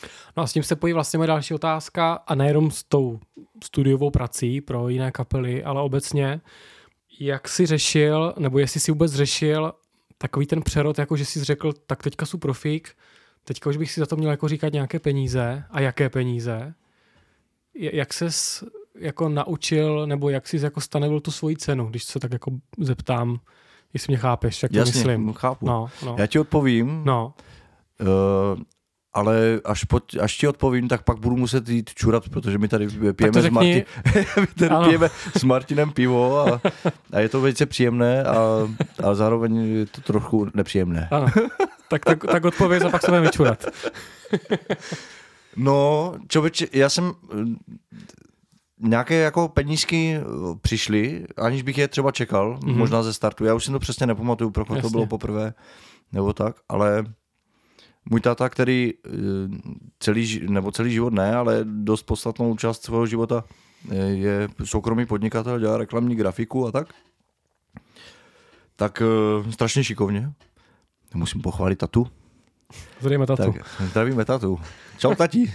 No a s tím se pojí vlastně moje další otázka a nejenom s tou studiovou prací pro jiné kapely, ale obecně, jak jsi řešil, nebo jestli jsi vůbec řešil takový ten přerod, jako že jsi řekl, tak teďka jsou profík, teďka už bych si za to měl jako říkat nějaké peníze a jaké peníze. Jak ses jako naučil, nebo jak jsi jako stanovil tu svoji cenu, když se tak jako zeptám, jestli mě chápeš, jak to
Jasně,
myslím.
chápu.
No.
Já ti odpovím, ale až ti odpovím, tak pak budu muset jít čurat, protože my tady pijeme, pijeme s Martinem pivo a je to velice příjemné a zároveň je to trochu nepříjemné.
Ano. Tak odpověď a pak se budeme vyčurat.
No, člověče, já jsem nějaké jako penízky přišly, aniž bych je třeba čekal, možná ze startu. Já už si to přesně nepamatuju, pro koho to bylo poprvé, nebo tak, ale můj táta, který celý život ne, ale dost podstatnou část svého života je soukromý podnikatel, dělá reklamní grafiku a tak strašně šikovně. Musím pochválit tatu.
Zdravíme tatu.
Tak, zdravíme tatu. Čau tati.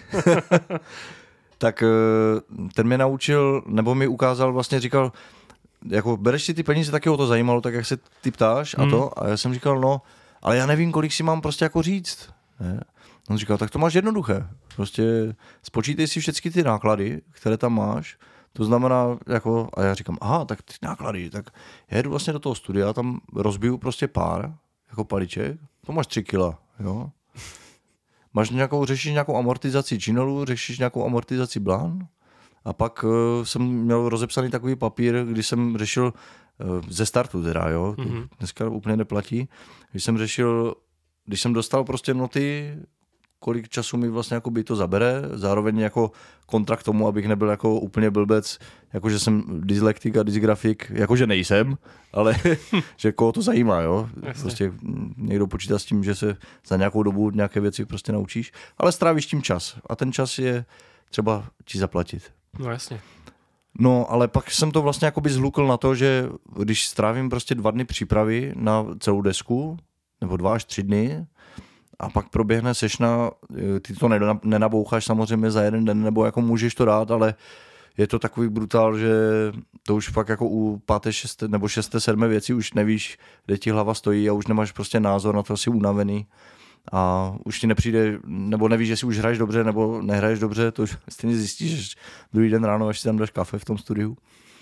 Tak ten mě naučil, nebo mi ukázal, vlastně říkal, jako bereš si ty peníze, taky ho to zajímalo, tak jak se ty ptáš a to. A já jsem říkal, no, ale já nevím, kolik si mám prostě jako říct. Ne? On říkal, tak to máš jednoduché. Prostě spočítej si všechny ty náklady, které tam máš. To znamená, jako, a já říkám, aha, tak ty náklady, tak já jedu vlastně do toho studia, tam rozbiju prostě pár, jako paliček, to máš 3 kila, jo. Řešíš nějakou amortizaci činelu, řešíš nějakou amortizaci blán a pak jsem měl rozepsaný takový papír, když jsem řešil ze startu teda, jo, dneska úplně neplatí, když jsem dostal prostě noty, kolik času mi vlastně jako by to zabere, zároveň jako kontrakt tomu, abych nebyl jako úplně blbec, jakože jsem dyslektik a dysgrafik, jakože nejsem, ale že koho to zajímá, jo. Prostě někdo počítá s tím, že se za nějakou dobu nějaké věci prostě naučíš, ale strávíš tím čas a ten čas je třeba ti zaplatit.
No jasně.
No, ale pak jsem to vlastně jakoby zhlukl na to, že když strávím prostě 2 dny přípravy na celou desku, nebo 2 až 3 dny, a pak proběhne sešna, ty to nenaboucháš samozřejmě za jeden den, nebo jako můžeš to dát, ale je to takový brutál, že to už fakt jako u 5., 6. nebo 6., 7. věci už nevíš, kde ti hlava stojí a už nemáš prostě názor na to, jsi unavený a už ti nepřijde, nebo nevíš, jestli už hraješ dobře, nebo nehraješ dobře, to už stejně zjistíš, že druhý den ráno, až si tam dáš kafe v tom studiu.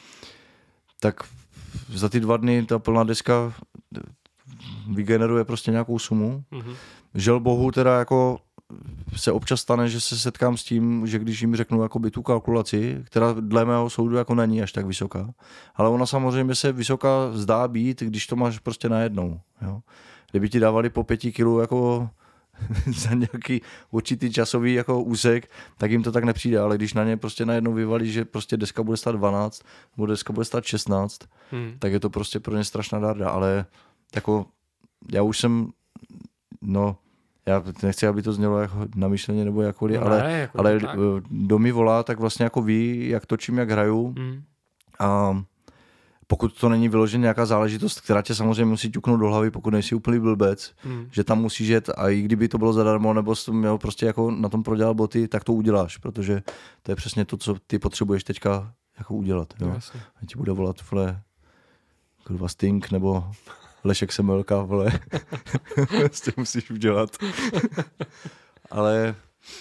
Tak za ty 2 dny ta plná deska vygeneruje prostě nějakou sumu. Žel bohu teda jako se občas stane, že se setkám s tím, že když jim řeknu jakoby tu kalkulaci, která dle mého soudu jako není až tak vysoká, ale ona samozřejmě se vysoká zdá být, když to máš prostě najednou. Jo? Kdyby ti dávali po 5 kg jako za nějaký určitý časový jako úsek, tak jim to tak nepřijde, ale když na ně prostě najednou vyvalí, že prostě deska bude stát 12, nebo deska bude stát 16, tak je to prostě pro ně strašná darda, ale jako já už jsem, no, já nechci, aby to znělo jako namyšleně nebo jakkoliv,
no
ale kdo mi volá, tak vlastně jako ví, jak točím, jak hraju a pokud to není vyloženě nějaká záležitost, která tě samozřejmě musí ťuknout do hlavy, pokud nejsi úplný blbec, že tam musíš jet a i kdyby to bylo zadarmo, nebo jsi měl prostě jako na tom prodělat boty, tak to uděláš, protože to je přesně to, co ty potřebuješ teďka jako udělat. Jo? A ti bude volat, vole, kurva Sting, nebo Lešek Semelka, vole. Prostě musíš udělat. Ale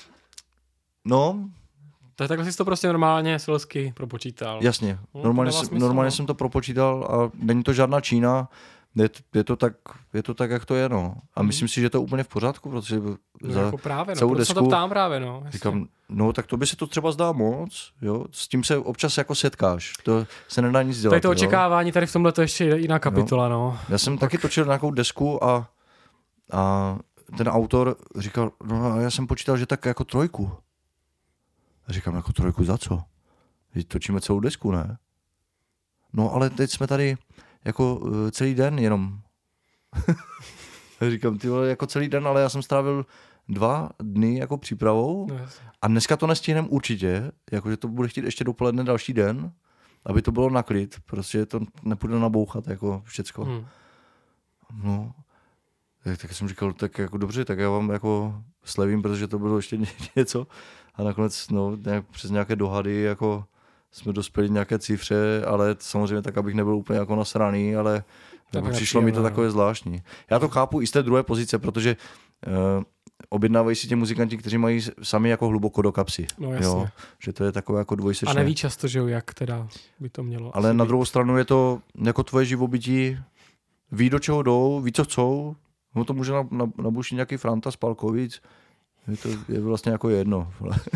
no.
Tak takhle jsi to prostě normálně selsky propočítal.
Jasně. Normálně jsem to propočítal a není to žádná Čína. Je to tak, jak to je, no. A myslím si, že to je úplně v pořádku, protože za
jako právě,
celou desku...
se to ptám právě, no.
Říkám, no tak to by se to třeba zdá moc, jo. S tím se občas jako setkáš. To se nedá nic dělat.
Tady to očekávání, tady v tomhle to ještě jiná kapitola, no.
Já jsem taky točil nějakou desku a ten autor říkal, no já jsem počítal, že tak jako 3. A říkám, jako 3 za co? Teď točíme celou desku, ne? No ale teď jsme tady jako celý den jenom. Říkám, ty vole, jako celý den, ale já jsem strávil 2 dny jako přípravou a dneska to nestihnem určitě, jakože to bude chtít ještě dopoledne další den, aby to bylo na klid, prostě to nepůjde nabouchat jako všecko. No. Tak jsem říkal, tak jako dobře, tak já vám jako slevím, protože to bylo ještě něco. A nakonec přes nějaké dohady jako jsme dospěli nějaké cifře, ale samozřejmě tak, abych nebyl úplně jako nasraný, ale jako přišlo mi to takové zvláštní. Já to chápu i z té druhé pozice, protože objednávají si tě muzikanti, kteří mají sami jako hluboko do kapsy.
No jasně.
Jo? Že to je takové jako dvojsečné.
A neví často, že jo, jak teda by to mělo.
Ale na druhou stranu je to jako tvoje živobytí, ví do čeho jdou, ví co chcou, no to může nabušit nějaký Franta z Palkovic, je vlastně jako jedno.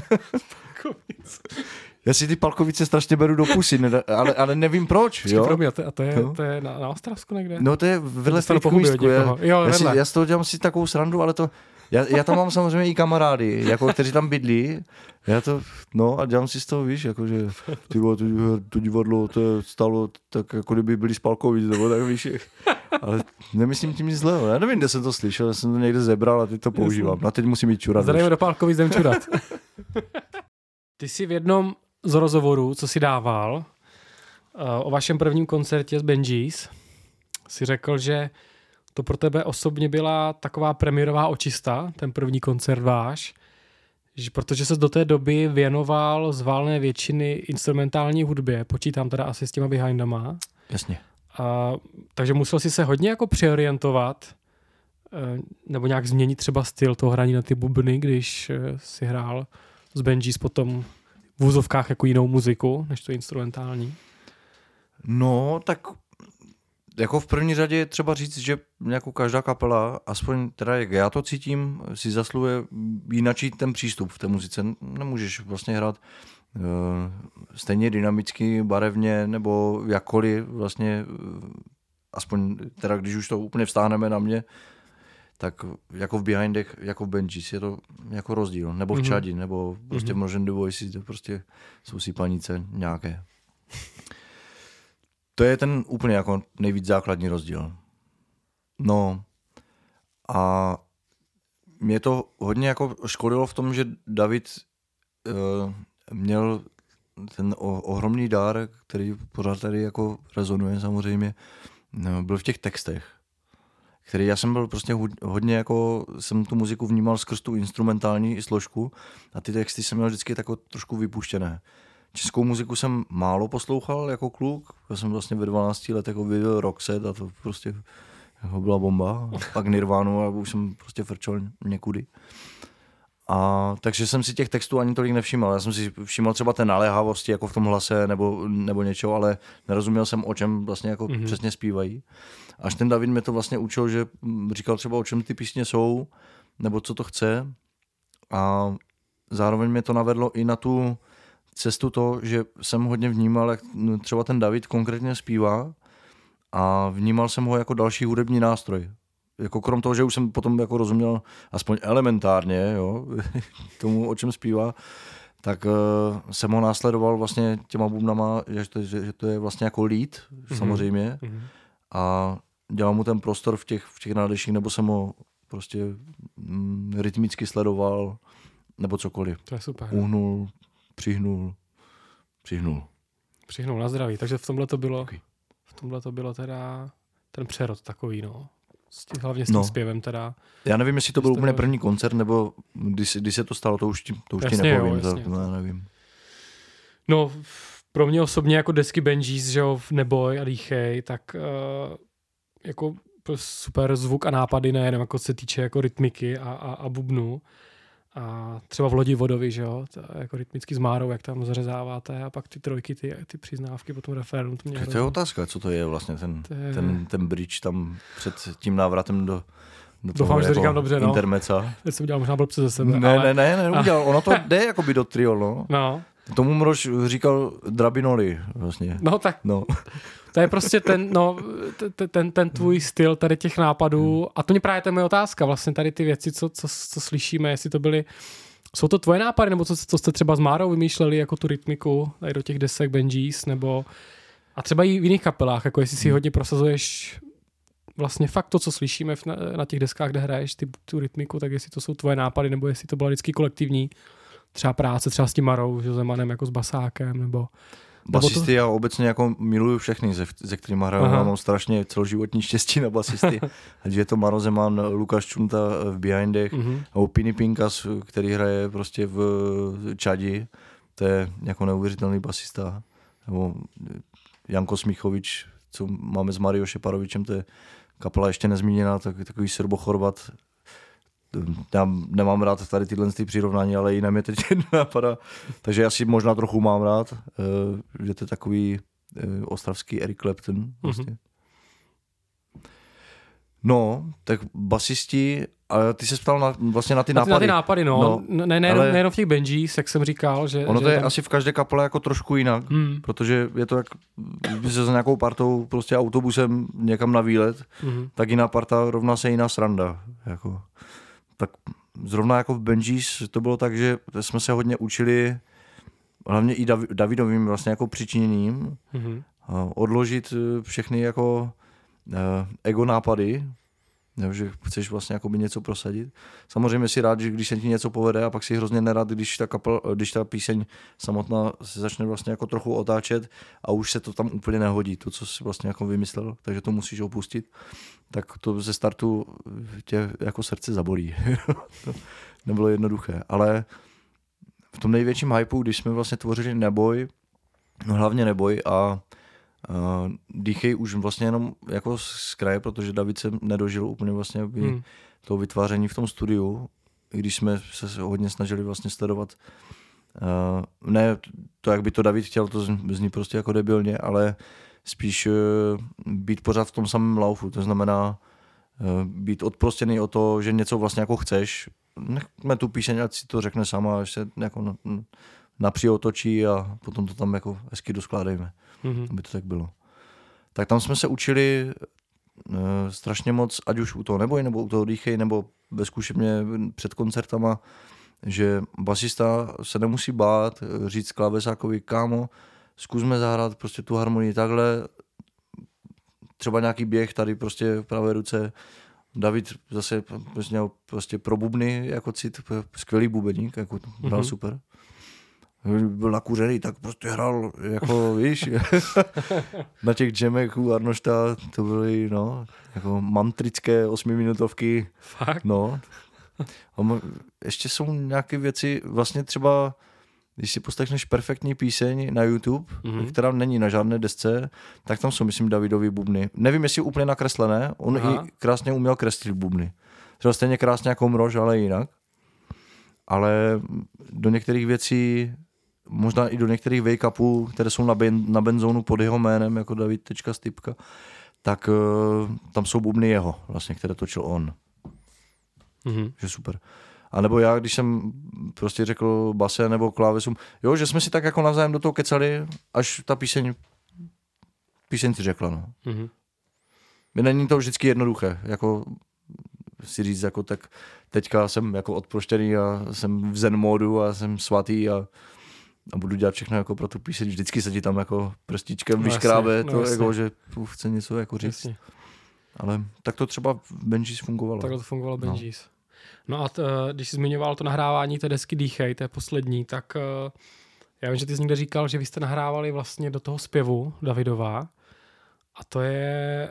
Já si ty Palkovice strašně beru do pusy, ale nevím proč. Jo?
Promiň, a to je na Ostravsku někde?
No to je vedle Frýdku. Já z toho dělám si takovou srandu, ale to... Já tam mám samozřejmě i kamarády, jako, kteří tam bydlí. A dělám si z toho, víš, jakože to divadlo to stalo tak, jako kdyby byli z Palkovic, nebo tak, víš. Ale nemyslím tím nic zlého. Já nevím, kde jsem to slyšel, já jsem to někde zebral a teď to používám. No a teď musím jít čurat.
Zdravíme do Palkovic, jdem čurat. Ty jsi v jednom z rozhovorů, co jsi dával, o vašem prvním koncertě s Benjis, si řekl, že to pro tebe osobně byla taková premiérová očista, ten první koncert váš, protože ses do té doby věnoval z valné většiny instrumentální hudbě, počítám teda asi s těma behindama.
Jasně.
Takže musel si se hodně jako přeorientovat, nebo nějak změnit třeba styl toho hraní na ty bubny, když si hrál s Benjis potom v úzovkách jako jinou muziku, než to instrumentální.
No, tak jako v první řadě je třeba říct, že jako každá kapela, aspoň teda jak já to cítím, si zasluhuje jinačí ten přístup v té muzice. Nemůžeš vlastně hrát stejně dynamicky, barevně nebo jakkoliv vlastně, aspoň teda když už to úplně vztáhneme na mě, tak jako v Behindech, jako v Benjis je to jako rozdíl. Nebo v Čadi, nebo prostě v Motion The Voices, to prostě jsou si panice nějaké. To je ten úplně jako nejvíc základní rozdíl. No a mě to hodně jako škodilo v tom, že David měl ten ohromný dár, který pořád tady jako rezonuje samozřejmě, byl v těch textech, který já jsem byl prostě hodně jako, jsem tu muziku vnímal skrz tu instrumentální složku a ty texty jsem měl vždycky tako trošku vypuštěné. Českou muziku jsem málo poslouchal jako kluk, já jsem vlastně ve 12 letech objevil Roxette a to prostě jako byla bomba, a pak Nirvánu a už jsem prostě frčel někudy. A takže jsem si těch textů ani tolik nevšiml. Já jsem si všiml třeba té naléhavosti jako v tom hlase nebo něčeho, ale nerozuměl jsem, o čem vlastně jako přesně zpívají. Až ten David mě to vlastně učil, že říkal třeba, o čem ty písně jsou, nebo co to chce. A zároveň mě to navedlo i na tu cestu to, že jsem hodně vnímal, jak třeba ten David konkrétně zpívá a vnímal jsem ho jako další hudební nástroj. Jako krom toho, že už jsem potom jako rozuměl aspoň elementárně, jo, tomu, o čem zpívá, tak jsem ho následoval vlastně těma bubnama, že to je vlastně jako lead, samozřejmě. A dělal mu ten prostor v těch nádeších, nebo jsem ho prostě rytmicky sledoval, nebo cokoliv.
To je super.
Uhnul, přihnul.
Přihnul na zdraví, takže v tomhle to bylo teda ten přerod takový, no. Hlavně s tím zpěvem teda.
Já nevím, jestli to byl úplně první koncert, nebo když se to stalo, to už ti nepovím. Já nevím.
No, pro mě osobně jako desky Benjis, že jo, Neboj a Dýchej, tak jako super zvuk a nápady, nejenom jako se týče jako rytmiky a bubnu. A třeba v Lodi Vodovi, že jo, jako rytmicky s Márou, jak tam zařezáváte a pak ty trojky, ty přiznávky, potom referendum.
To je otázka, co to je vlastně ten bridge tam před tím návratem do
doufám, že to říkám dobře, no.
Intermeca.
Teď jsem udělal možná blbce ze sebe.
Ne, udělal. Ono to jde jakoby do trio, no. Tomu Mrož říkal Drabinoli vlastně.
No tak. No. To je prostě ten tvůj styl tady těch nápadů a to mě právě to je moje otázka, vlastně tady ty věci, co slyšíme, jestli to byly, jsou to tvoje nápady, nebo co jste třeba s Márou vymýšleli jako tu rytmiku tady do těch desek Benjis, nebo a třeba i v jiných kapelách, jako jestli si hodně prosazuješ vlastně fakt to, co slyšíme na těch deskách, kde hraješ tu rytmiku, tak jestli to jsou tvoje nápady, nebo jestli to byla vždycky kolektivní třeba práce, třeba s tím Marou, že Zemanem jako s basákem, nebo
Basisty já obecně jako miluju všechny, ze kterými hraju. Já mám strašně celoživotní štěstí na basisty. Ať je to Maro Zeman, Lukáš Čunta v Behindech, nebo Pini Pinkas, který hraje prostě v Čadi. To je jako neuvěřitelný basista. Nebo Janko Smichovič, co máme s Mario Šeparovičem, to je kapela ještě nezmíněná, takový Srbo-Chorvat. Já nemám rád tady tyhle přirovnání, ale jiné mě teď napadá. Takže já si možná trochu mám rád, že to je takový ostravský Eric Clapton. Vlastně. No, tak basisti, ale ty se ptal vlastně na ty nápady. Na
ty nápady, no. Nejenom v těch Benjis, jak jsem říkal. Že,
ono
že
to je
tam...
asi v každé kapele jako trošku jinak, protože je to jak, když se s nějakou partou prostě autobusem někam na výlet, tak jiná parta rovná se jiná sranda. Jako. Tak zrovna jako v Benjis to bylo tak, že jsme se hodně učili, hlavně i Davidovým vlastně jako přičiněním, odložit všechny jako ego nápady, že chceš vlastně jako by něco prosadit. Samozřejmě si rád, že když se ti něco povede, a pak si hrozně nerad, když ta píseň samotná se začne vlastně jako trochu otáčet a už se to tam úplně nehodí, to, co jsi vlastně jako vymyslel, takže to musíš opustit. Tak to ze startu tě jako srdce zabolí. To nebylo jednoduché, ale v tom největším hypeu, když jsme vlastně tvořili Neboj, no hlavně Neboj a Dýchej už vlastně jenom jako z kraje, protože David se nedožil úplně vlastně toho vytváření v tom studiu, i když jsme se hodně snažili vlastně sledovat ne to, jak by to David chtěl, to zní prostě jako debilně, ale spíš být pořád v tom samém laufu, to znamená být odprostěný o to, že něco vlastně jako chceš, nechme tu píseň, ať si to řekne sama, až se jako napřiotočí a potom to tam jako hezky doskládejme, aby to tak bylo. Tak tam jsme se učili strašně moc, ať už u toho Neboj, nebo u toho Dýchej, nebo bezkušebně před koncertama, že basista se nemusí bát říct klávesákovi, kámo, zkusme zahrát prostě tu harmonii takhle, třeba nějaký běh tady prostě v pravé ruce. David zase měl prostě pro bubny jako cit, skvělý bubeník, jako hrál super. Byl nakuřený, tak prostě hrál, jako víš, na těch jamech u Arnošta to byly, no, jako mantrické 8minutovky.
Fakt?
No. Ještě jsou nějaké věci, vlastně třeba, když si poslechneš perfektní píseň na YouTube, která není na žádné desce, tak tam jsou, myslím, Davidovy bubny. Nevím, jestli úplně nakreslené, on i krásně uměl kreslit bubny. Třeba stejně krásně jako Mrož, ale jinak. Ale do některých věcí, možná i do některých wake-upů, které jsou na Benzónu pod jeho jménem, jako David.Stipka, tak tam jsou bubny jeho, vlastně, které točil on. Že super. A nebo já, když jsem prostě řekl base nebo klávesům, jo, že jsme si tak jako navzájem do toho kecali, až ta píseň si řekla, no. Není to vždycky jednoduché, jako si říct, jako tak teďka jsem jako odproštěný a jsem v zen módu a jsem svatý a budu dělat všechno jako pro tu píseň. Vždycky se ti tam jako prstíčkem vyškrábe to, jako, že chce něco jako říct. Jasně. Ale tak to třeba v Benjis fungovalo.
Tak to fungovalo v Benjis. No a když jsi zmiňoval to nahrávání té desky Dýchej, té poslední, tak já vím, že ty jsi někde říkal, že vy jste nahrávali vlastně do toho zpěvu Davidova a to je...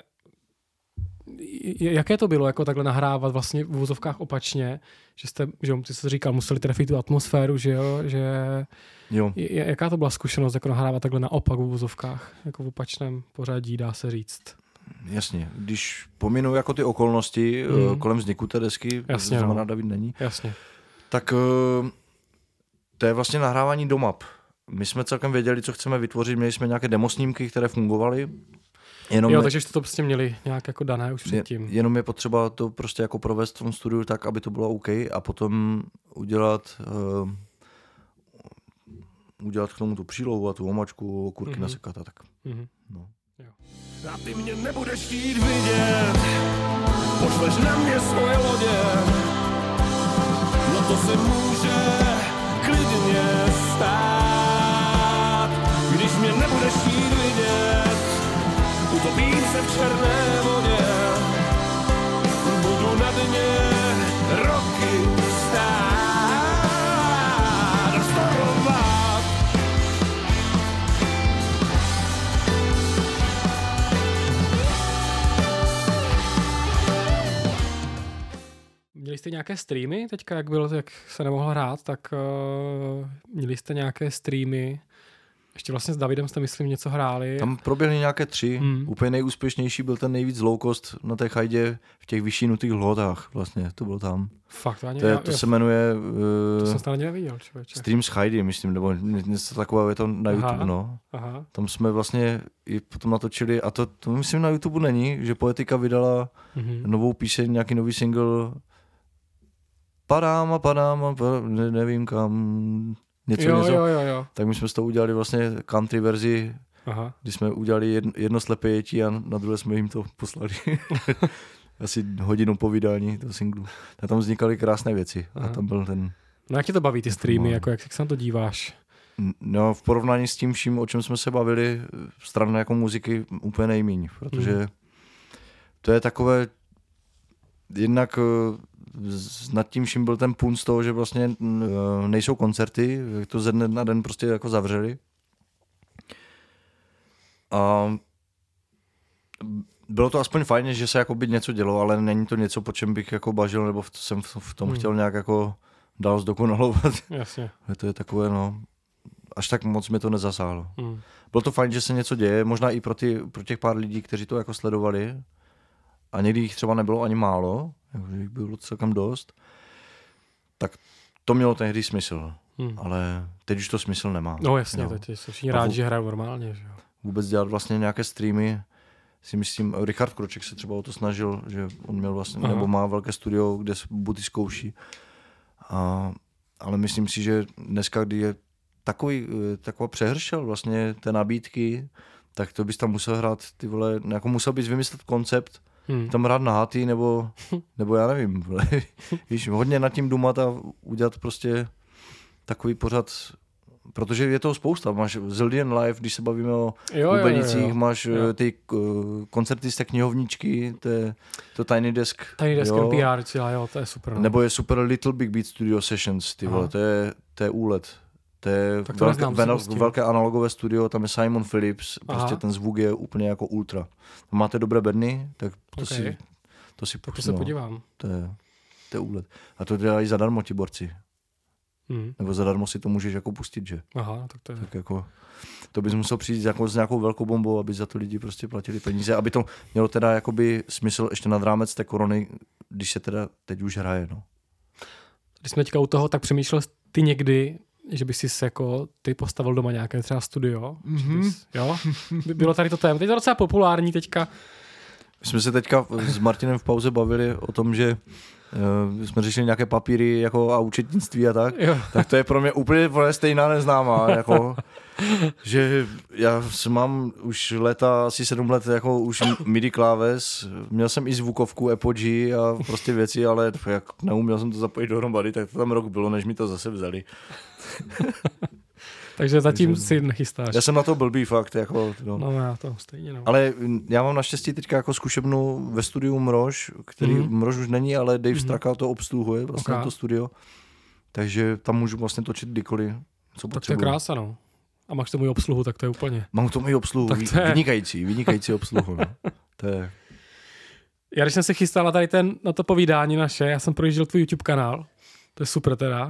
Jaké to bylo jako takhle nahrávat vlastně v uvozovkách opačně, že jste, že ty jsi říkal, museli trefit tu atmosféru, že jo, že...
Jo.
Jaká to byla zkušenost jako nahrávat takhle naopak v uvozovkách, jako v opačném pořadí, dá se říct?
Jasně, když pominu jako ty okolnosti kolem vzniku té desky,
jasně,
znamená David není,
jasně.
Tak to je vlastně nahrávání do map. My jsme celkem věděli, co chceme vytvořit, měli jsme nějaké demosnímky, které fungovaly.
Takže jste to prostě měli nějak jako dané už předtím.
Jenom je potřeba to prostě jako provést v tom studiu tak, aby to bylo OK a potom udělat k tomu tu přílohu a tu omačku, okurky nasekat a tak. No.
A ty mě nebudeš chtít vidět, pošleš na mě svoje lodě, no to se může klidně stát. Když mě nebudeš chtít vidět, utopím se v černé vodě, budu na dně roky stát a storovat.
Měli jste nějaké streamy teďka, jak se nemohlo hrát, tak měli jste nějaké streamy. Ještě vlastně s Davidem jste, myslím, něco hráli.
Tam proběhly nějaké 3. Úplně nejúspěšnější byl ten nejvíc low cost na té chajdě v těch vyššinutých hlodách. Vlastně, to bylo tam.
Fakt,
to se jmenuje...
to jsem snad neviděl, člověče.
Stream z chajdy, myslím, nebo něco takového je to na YouTube, no.
Aha.
Tam jsme vlastně i potom natočili, a to myslím na YouTube není, že Poetika vydala novou píseň, nějaký nový single Padám, nevím kam... Něco.
Jo.
Tak my jsme z toho udělali vlastně country verzi, kdy jsme udělali jedno slepé jetí a na druhé jsme jim to poslali. Asi hodinu po vydání toho singlu. A tam vznikaly krásné věci. A tam byl ten...
No jak tě to baví ty streamy, jako jak se na to díváš?
No v porovnání s tím vším, o čem jsme se bavili, stranou jako muziky úplně nejmíň, protože to je takové jednak nad tím vším byl ten punt z toho, že vlastně nejsou koncerty, to ze dne na den prostě jako zavřeli. A bylo to aspoň fajně, že se jakoby něco dělo, ale není to něco, po čem bych jako bažil, nebo jsem v tom chtěl nějak jako dál zdokonalovat.
Jasně.
To je takové, no, až tak moc mi to nezasáhlo. Bylo to fajn, že se něco děje, možná i pro těch pár lidí, kteří to jako sledovali. A někdy jich třeba nebylo ani málo, jich bylo celkem dost, tak to mělo tehdy smysl. Ale teď už to smysl nemá.
No jasně, no. Teď jsou všichni rádi, že hrajou normálně. Že jo.
Vůbec dělat vlastně nějaké streamy, si myslím, Richard Kroček se třeba o to snažil, že on měl vlastně, nebo má velké studio, kde buty zkouší. Ale myslím si, že dneska, kdy je taková přehršel vlastně té nabídky, tak to bys tam musel hrát, ty vole, jako musel bys vymyslet koncept, tam hrát na haty, nebo já nevím, víš, hodně nad tím dumat a udělat prostě takový pořad, protože je toho spousta, máš Zillion Live, když se bavíme o Bubenicích, máš ty koncerty z té knihovničky, to Tiny Desk.
Tiny Desk NPR, jo, to je super. No.
Nebo je super Little Big Beat Studio Sessions, ty vole, to je úlet. To je velké analogové studio, tam je Simon Phillips, prostě ten zvuk je úplně jako ultra. Máte dobré bedny, tak to si
tak to se podívám.
To je úlet. A to dělají zadarmo ti borci. Nebo zadarmo si to můžeš jako pustit, že?
Aha, tak to je.
Tak jako, to bys musel přijít jako s nějakou velkou bombou, aby za to lidi prostě platili peníze, aby to mělo teda jakoby smysl ještě nad rámec té korony, když se teda teď už hraje, no.
Když jsme teďka u toho, tak přemýšlel ty někdy, že bys si jako ty postavil doma nějaké třeba studio? Jo? Bylo tady to téma. Teď je to docela populární teďka.
My jsme se teďka s Martinem v pauze bavili o tom, že jsme řešili nějaké papíry jako a účetnictví a tak. Jo. Tak to je pro mě úplně stejná neznámá. Jako, že já mám už asi 7 let jako už MIDI kláves. Měl jsem i zvukovku Apogee a prostě věci, ale jak neuměl jsem to zapojit dohromady, tak to tam rok bylo, než mi to zase vzali.
Takže zatím si nechystáš.
Já jsem na to blbý fakt. Jako,
no já to stejně. No.
Ale já mám naštěstí teďka jako zkušebnu ve studiu Mrož, který Mrož už není, ale Dave Straka to obsluhuje, vlastně to studio. Takže tam můžu vlastně točit kdykoliv, co potřebuji.
Tak to je krása, no. A máš tomu i obsluhu, tak to je úplně...
Mám k tomu i obsluhu, vynikající obsluhu. No. To je...
Já když jsem se chystal na to povídání naše, já jsem projížděl tvůj YouTube kanál, to je super teda.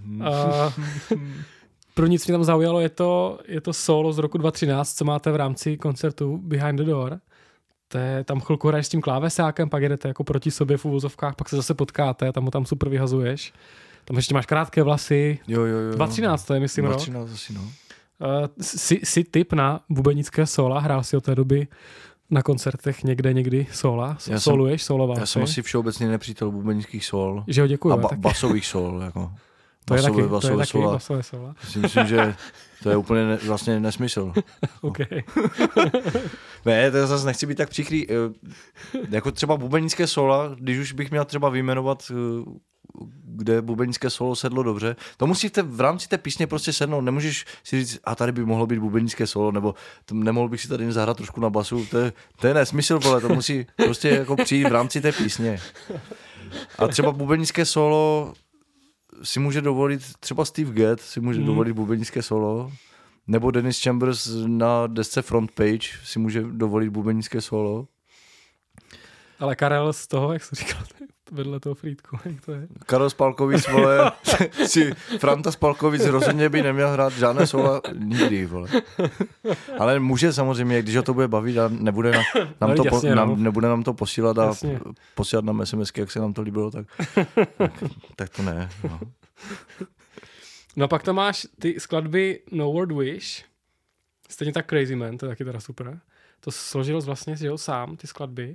První, co mě tam zaujalo, je to solo z roku 2013, co máte v rámci koncertu Behind the Door. Tam chvilku hraješ s tím klávesákem, pak jedete jako proti sobě v uvozovkách, pak se zase potkáte, tam ho tam super vyhazuješ. Tam ještě máš krátké vlasy.
Jo.
2013 to je, myslím,
2013 asi, no.
Jsi typ na bubenické sola? Hrál jsi od té doby na koncertech někdy sola? Soloval?
Já jsem asi všeobecně nepřítel bubenických sol.
Že ho děkuju.
A basových sol, jako.
To je taky basové sola.
Myslím, že to je úplně vlastně nesmysl.
Okay.
Ne, to zase nechci být tak příkrý. Jako třeba bubenické sola, když už bych měl třeba vyjmenovat, kde bubenické solo sedlo dobře, to musí v rámci té písně prostě sednout. Nemůžeš si říct, a tady by mohlo být bubenické solo, nebo nemohl bych si tady zahrát trošku na basu. To je nesmysl, vole, to musí prostě jako přijít v rámci té písně. A třeba bubenické solo si může dovolit, třeba Steve Gadd si může dovolit bubenické solo, nebo Dennis Chambers na desce Front Page si může dovolit bubenické solo.
Ale Karel z toho, jak jsi říkal, vedle toho Frýdku, jak to je?
Karel Spalkovic, vole, Franta Spalkovic rozhodně by neměl hrát žádné sola nikdy, vole. Ale může samozřejmě, když ho to bude bavit a nebude nebude nám to posílat a posílat nám SMSky, jak se nám to líbilo, tak to ne. No.
No a pak tam máš ty skladby No Word Wish, stejně tak Crazy Man, to je taky teda super. To složil vlastně, že jo, sám, ty skladby.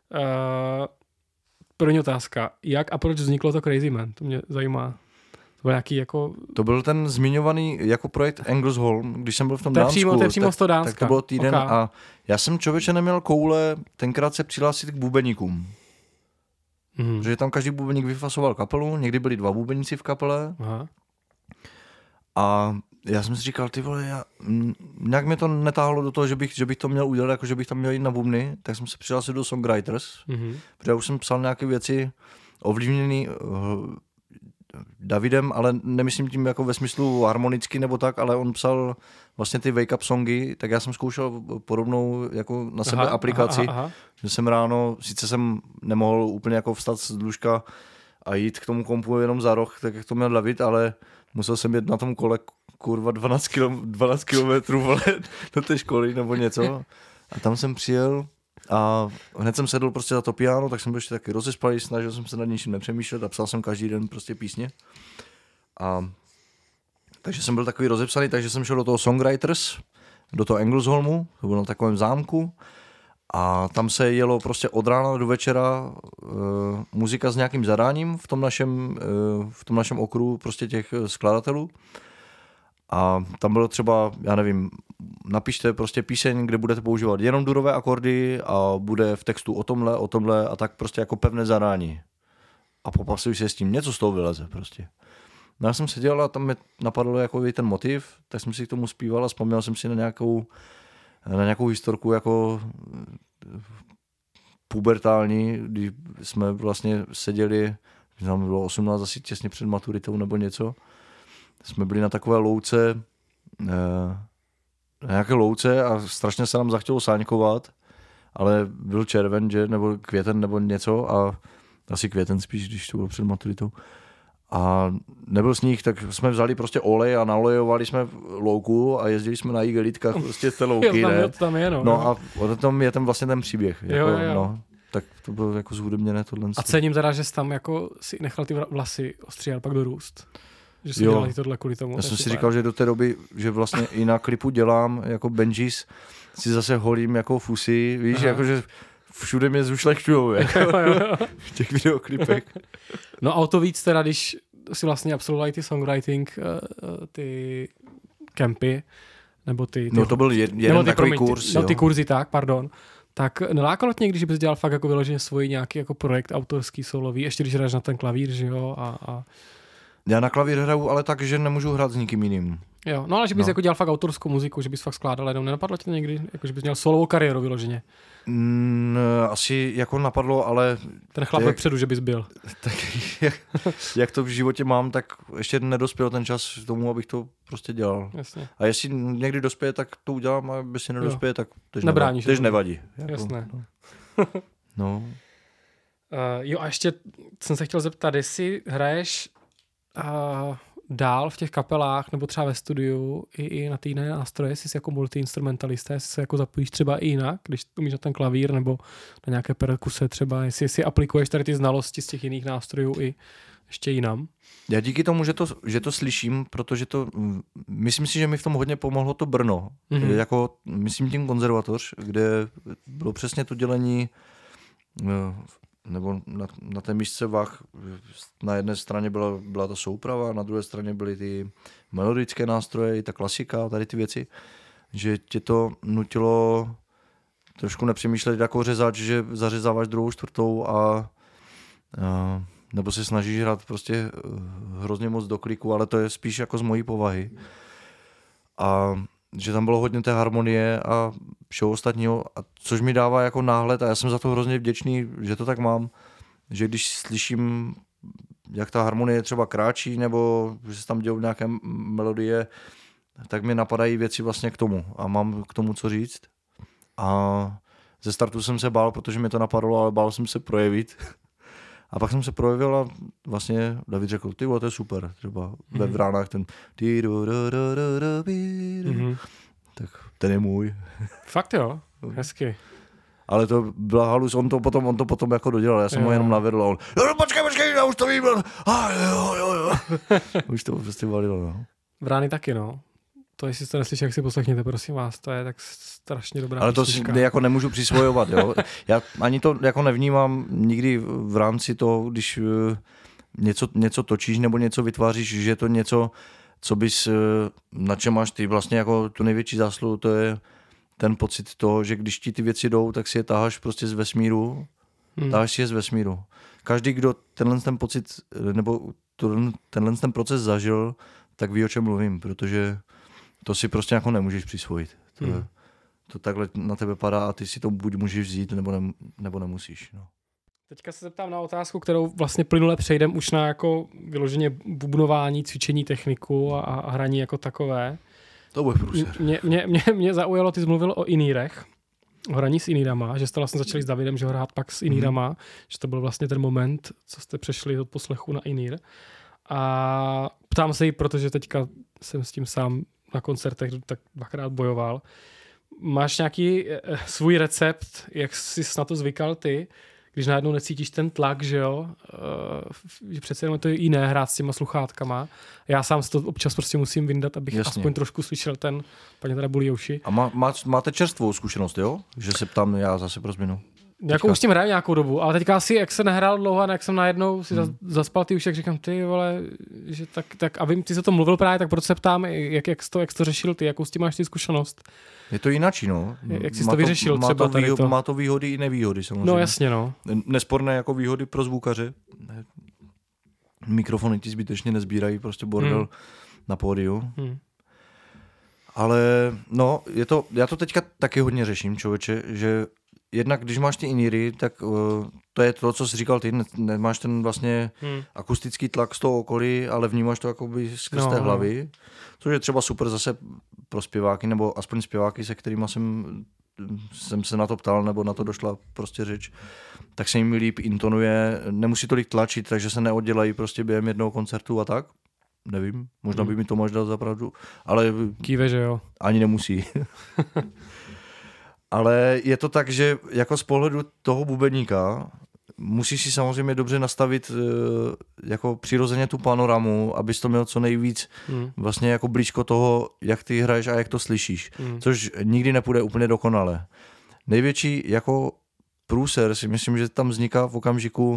První otázka, jak a proč vzniklo to Crazy Man? To mě zajímá. To byl nějaký jako...
To byl ten zmiňovaný jako projekt Anglesholm, když jsem byl v tom Dánsku.
To je přímo z toho Dánska.
Tak to bylo týden a já jsem člověče neměl koule tenkrát se přihlásit k bubeníkům. Protože tam každý bubeník vyfasoval kapelu, někdy byli 2 bubeníci v kapele.
Aha.
A já jsem si říkal, ty vole, nějak mě to netáhlo do toho, že bych to měl udělat, jako že bych tam měl jít na bubny, tak jsem se přihlásil do Songwriters, protože já už jsem psal nějaké věci ovlivněný Davidem, ale nemyslím tím jako ve smyslu harmonicky nebo tak, ale on psal vlastně ty wake up songy, tak já jsem zkoušel podobnou jako na sebe aplikaci, že jsem ráno, sice jsem nemohl úplně jako vstat z lůžka a jít k tomu kompu jenom za roh, tak jak to měl David, ale musel jsem jet na tom kole kurva 12 kilometrů vole, do té školy nebo něco. A tam jsem přijel a hned jsem sedl prostě za to piano, tak jsem byl ještě taky rozespalý, snažil jsem se nad ničím nepřemýšlet a psal jsem každý den prostě písně. Takže jsem byl takový rozepsaný, takže jsem šel do toho Songwriters, do toho Anglesholmu, to bylo na takovém zámku. A tam se jelo prostě od rána do večera muzika s nějakým zadáním v tom našem okruhu prostě těch skladatelů. A tam bylo třeba, já nevím, napište prostě píseň, kde budete používat jenom durové akordy a bude v textu o tomhle a tak prostě jako pevné zadání. A popasuj se s tím, něco z toho vyleze prostě. No já jsem seděl a tam mi napadlo jako ten motiv, tak jsem si k tomu zpíval a vzpomněl jsem si na nějakou historku jako pubertální, kdy jsme vlastně seděli, když nám bylo 18 asi těsně před maturitou nebo něco, jsme byli na takové louce, na nějaké louce a strašně se nám zachtělo sáňkovat, ale byl červen, že, nebo květen nebo něco a asi květen spíš, když to bylo před maturitou. A nebyl sníh, tak jsme vzali prostě olej a nalojovali jsme louku a jezdili jsme na igelitkách prostě z té louky.
Tam je,
no a o tom je ten vlastně ten příběh. Jako, jo. No, tak to bylo jako zhudebněné tohle.
A cením teda, že jsi tam jako si nechal ty vlasy ostříhat pak dorůst. Že jsi dělal tohle kvůli tomu.
Já jsem si říkal, že do té doby, že vlastně i na klipu dělám jako Benjis, si zase holím jako fusy, víš, jakože všude mě zušlechťujou, jako v těch videoklipech.
No a o to víc teda, když si vlastně absolvoval ty songwriting, ty kempy, nebo ty...
No to byl jeden takový kurz.
No ty kurzy, tak, pardon. Tak nelákalo tě někdy, že bys dělal fakt jako vyloženě svůj nějaký jako projekt autorský, solový, ještě když hraješ na ten klavír, že jo?
Já na klavír hraju, ale tak, že nemůžu hrát s nikým jiným.
Jo, no ale že bys jako dělal fakt autorskou muziku, že bys fakt skládal jenom, nenapadlo tě někdy, jako že bys měl solovou kariéru vyloženě?
Asi jako napadlo, ale...
Ten chlap vepředu, že bys byl.
Tak jak to v životě mám, tak ještě nedospěl ten čas k tomu, abych to prostě dělal.
Jasně.
A jestli někdy dospěje, tak to udělám, a jestli nedospěje, tak
tež
nevadí. Jako,
jasné.
No.
Jo a ještě jsem se chtěl zeptat, jestli hraješ dál v těch kapelách nebo třeba ve studiu i na ty jiné nástroje, jestli jsi jako multiinstrumentalista, jestli se jako zapojíš třeba i jinak, když umíš na ten klavír nebo na nějaké perkuse třeba, jestli si aplikuješ tady ty znalosti z těch jiných nástrojů i ještě jinam.
Já díky tomu, že to slyším, protože myslím si, že mi v tom hodně pomohlo to Brno. Jako, myslím tím konzervatoř, kde bylo přesně to dělení nebo na té místce vah, na jedné straně byla ta souprava, na druhé straně byly ty melodické nástroje, ta klasika, tady ty věci, že tě to nutilo trošku nepřemýšlet jako řezač, že zařezáváš druhou, čtvrtou a nebo se snažíš hrát prostě hrozně moc do kliku, ale to je spíš jako z mojí povahy. A že tam bylo hodně té harmonie a všeho ostatního, a což mi dává jako náhled a já jsem za to hrozně vděčný, že to tak mám, že když slyším, jak ta harmonie třeba kráčí nebo že se tam dějou nějaké melodie, tak mi napadají věci vlastně k tomu a mám k tomu co říct. A ze startu jsem se bál, protože mi to napadlo, ale bál jsem se projevit. A pak jsem se projevil a vlastně David řekl, ty vole, to je super, třeba ve Vránách ten tak ten je můj.
Fakt jo, hezky.
Ale to byla halus, on to potom jako dodělal, já jsem ho jenom navedl a on, počkej, já už to vím, jo. Už to prostě valilo, no.
Vrány taky, no. To, jestli jste neslyšeli, jak si poslechněte, prosím vás, to je tak strašně dobrá
ale
písnička.
to si jako nemůžu přisvojovat, jo. Já ani to jako nevnímám nikdy v rámci toho, když něco točíš nebo něco vytváříš, že je to něco, co bys, na čem máš ty vlastně jako tu největší zásluhu, to je ten pocit toho, že když ti ty věci jdou, tak si je taháš prostě z vesmíru, taháš si je z vesmíru. Každý, kdo tenhle ten pocit, nebo tenhle ten proces zažil, tak ví, o čem mluvím, protože to si prostě jako nemůžeš přisvojit. To takhle na tebe padá a ty si to buď můžeš vzít, nebo nemusíš. No.
Teďka se zeptám na otázku, kterou vlastně plynule přejdem už na jako vyloženě bubnování, cvičení techniku a hraní jako takové.
To bude průser.
Mě zaujalo, ty jsi mluvil o inírech, o hraní s inírama, že jste vlastně začali s Davidem, že ho hrát pak s inírama, že to byl vlastně ten moment, co jste přešli od poslechu na inír. A ptám se jí, protože teďka jsem s tím sám na koncertech tak dvakrát bojoval. Máš nějaký svůj recept, jak jsi na to zvykal ty, když najednou necítíš ten tlak, že jo, že přece jenom to je jiné hrát s těma sluchátkama. Já sám si to občas prostě musím vyndat, abych aspoň trošku slyšel ten, paně teda bolí uši.
A máte čerstvou zkušenost, jo? Že se ptám já zase pro změnu.
Jako už s tím hraju nějakou dobu, ale teďka asi, jak se nehrál dlouho a jak jsem najednou si zaspal ty uši, jak říkám, ty vole, že tak a vím, ty se to mluvil právě, tak proč se ptám, jak jsi to řešil ty, jakou s tím máš ty zkušenost?
Je to jináčí, no.
Jak jsi to vyřešil třeba tady to?
Má to výhody i nevýhody, samozřejmě.
No jasně, no.
Nesporné jako výhody pro zvukaře. Mikrofony ti zbytečně nezbírají, prostě bordel na pódiu. Ale no, já to teďka taky hodně řeším, člověče, že jednak, když máš ty iníry, tak to je to, co jsi říkal ty, nemáš ten vlastně akustický tlak z toho okolí, ale vnímáš to jakoby skrz té hlavy, což je třeba super zase pro zpěváky, nebo aspoň zpěváky, se kterýma jsem se na to ptal, nebo na to došla prostě řeč, tak se jim líp intonuje, nemusí tolik tlačit, takže se neoddělají prostě během jednoho koncertu a tak. Nevím, možná by mi to možná dal za pravdu, ale
kýve, že jo.
Ani nemusí. Ale je to tak, že jako z pohledu toho bubeníka musíš si samozřejmě dobře nastavit jako přirozeně tu panoramu, abys to měl co nejvíc vlastně jako blízko toho, jak ty hraješ a jak to slyšíš. Což nikdy nepůjde úplně dokonale. Největší jako průser si myslím, že tam vzniká v okamžiku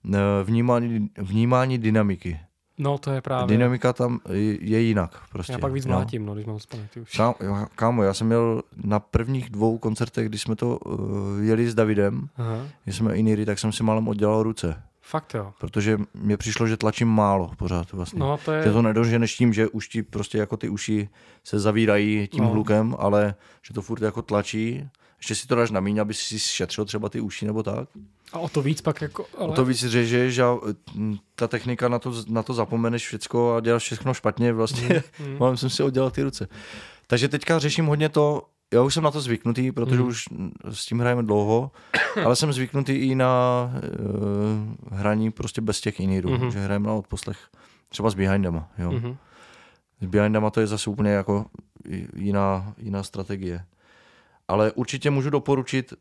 vnímání dynamiky.
No, to je právě.
Dynamika tam je jinak. Prostě.
Já pak víc mlátím, no, když mám spaný ty už.
Kámo, já jsem měl na prvních 2 koncertech, když jsme to jeli s Davidem, když jsme iníry, tak jsem si málem oddělal ruce.
Fakt jo.
Protože mně přišlo, že tlačím málo pořád vlastně.
No, to je...
Že to nedoženeš tím, že už ti prostě jako ty uši se zavírají tím hlukem, ale že to furt jako tlačí. Ještě si to dáš na míň, aby si šetřil třeba ty uši nebo tak.
A o to víc pak jako... Ale...
O to víc řežeš a ta technika na to zapomeneš všecko a děláš všechno špatně vlastně. Mám jsem si oddělat ty ruce. Takže teďka řeším hodně to, já už jsem na to zvyknutý, protože už s tím hrajeme dlouho, ale jsem zvyknutý i na hraní prostě bez těch inírů, že hrajeme na odposlech třeba s behindama. Jo. S behindama to je zase úplně jako jiná strategie. Ale určitě můžu doporučit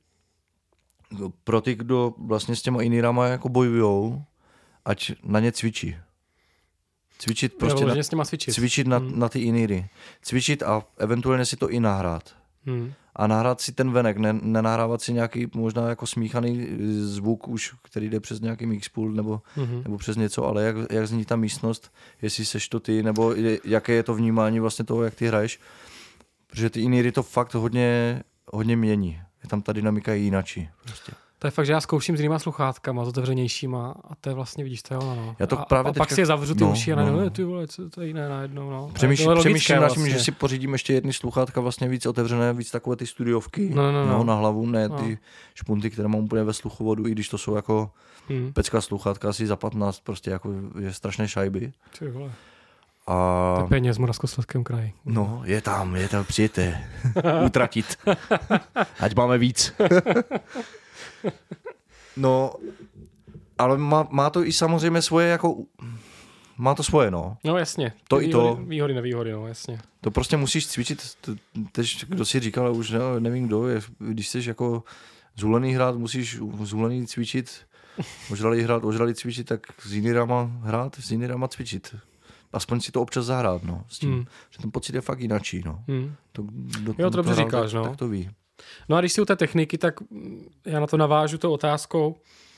pro ty, kdo vlastně s těma inírama jako bojujou, ať na ně cvičí. Cvičit prostě cvičit na ty iníry. Cvičit a eventuálně si to i nahrát. A nahrát si ten venek, nenahrávat si nějaký možná jako smíchaný zvuk už, který jde přes nějaký mixpool nebo přes něco, ale jak zní ta místnost, jestli seš to ty, nebo jaké je to vnímání vlastně toho, jak ty hraješ. Protože ty iníry to fakt hodně mění. Je tam ta dynamika jinačí. Prostě.
To je fakt, že já zkouším s jinýma sluchátkama, s otevřenějšíma a to je vlastně, vidíš, to je ono. No.
Já to právě
a pak si je zavřu ty uši a najednou, ty vole, co to je jiné najednou. No.
Přemýšlím nad tím, že si pořídím ještě jedny sluchátka vlastně víc otevřené, víc takové ty studiovky na hlavu, ne ty špunty, které mám úplně ve sluchovodu, i když to jsou jako pecká sluchátka asi za 15, prostě jako je strašné šajby.
Ty vole.
A...
To je peněz v Moravskoslezském kraji.
No, je tam, přijďte. Utratit. Ať máme víc. No, Ale má to i samozřejmě svoje jako... Má to svoje, no.
No jasně.
To i to.
Výhody, nevýhody, no jasně.
To prostě musíš cvičit. Teď, kdo si říkal, už nevím kdo, když jsi jako zhulený hrát, musíš zhulený cvičit, ožralý hrát, ožralý cvičit, tak s jinýma hrát, s jinýma cvičit. Aspoň si to občas zahrát, no. S tím, že ten pocit je fakt jinačí, no.
Jo, to dobře říkáš, no.
Tak to ví.
No a když si u té techniky, tak já na to navážu tou otázkou.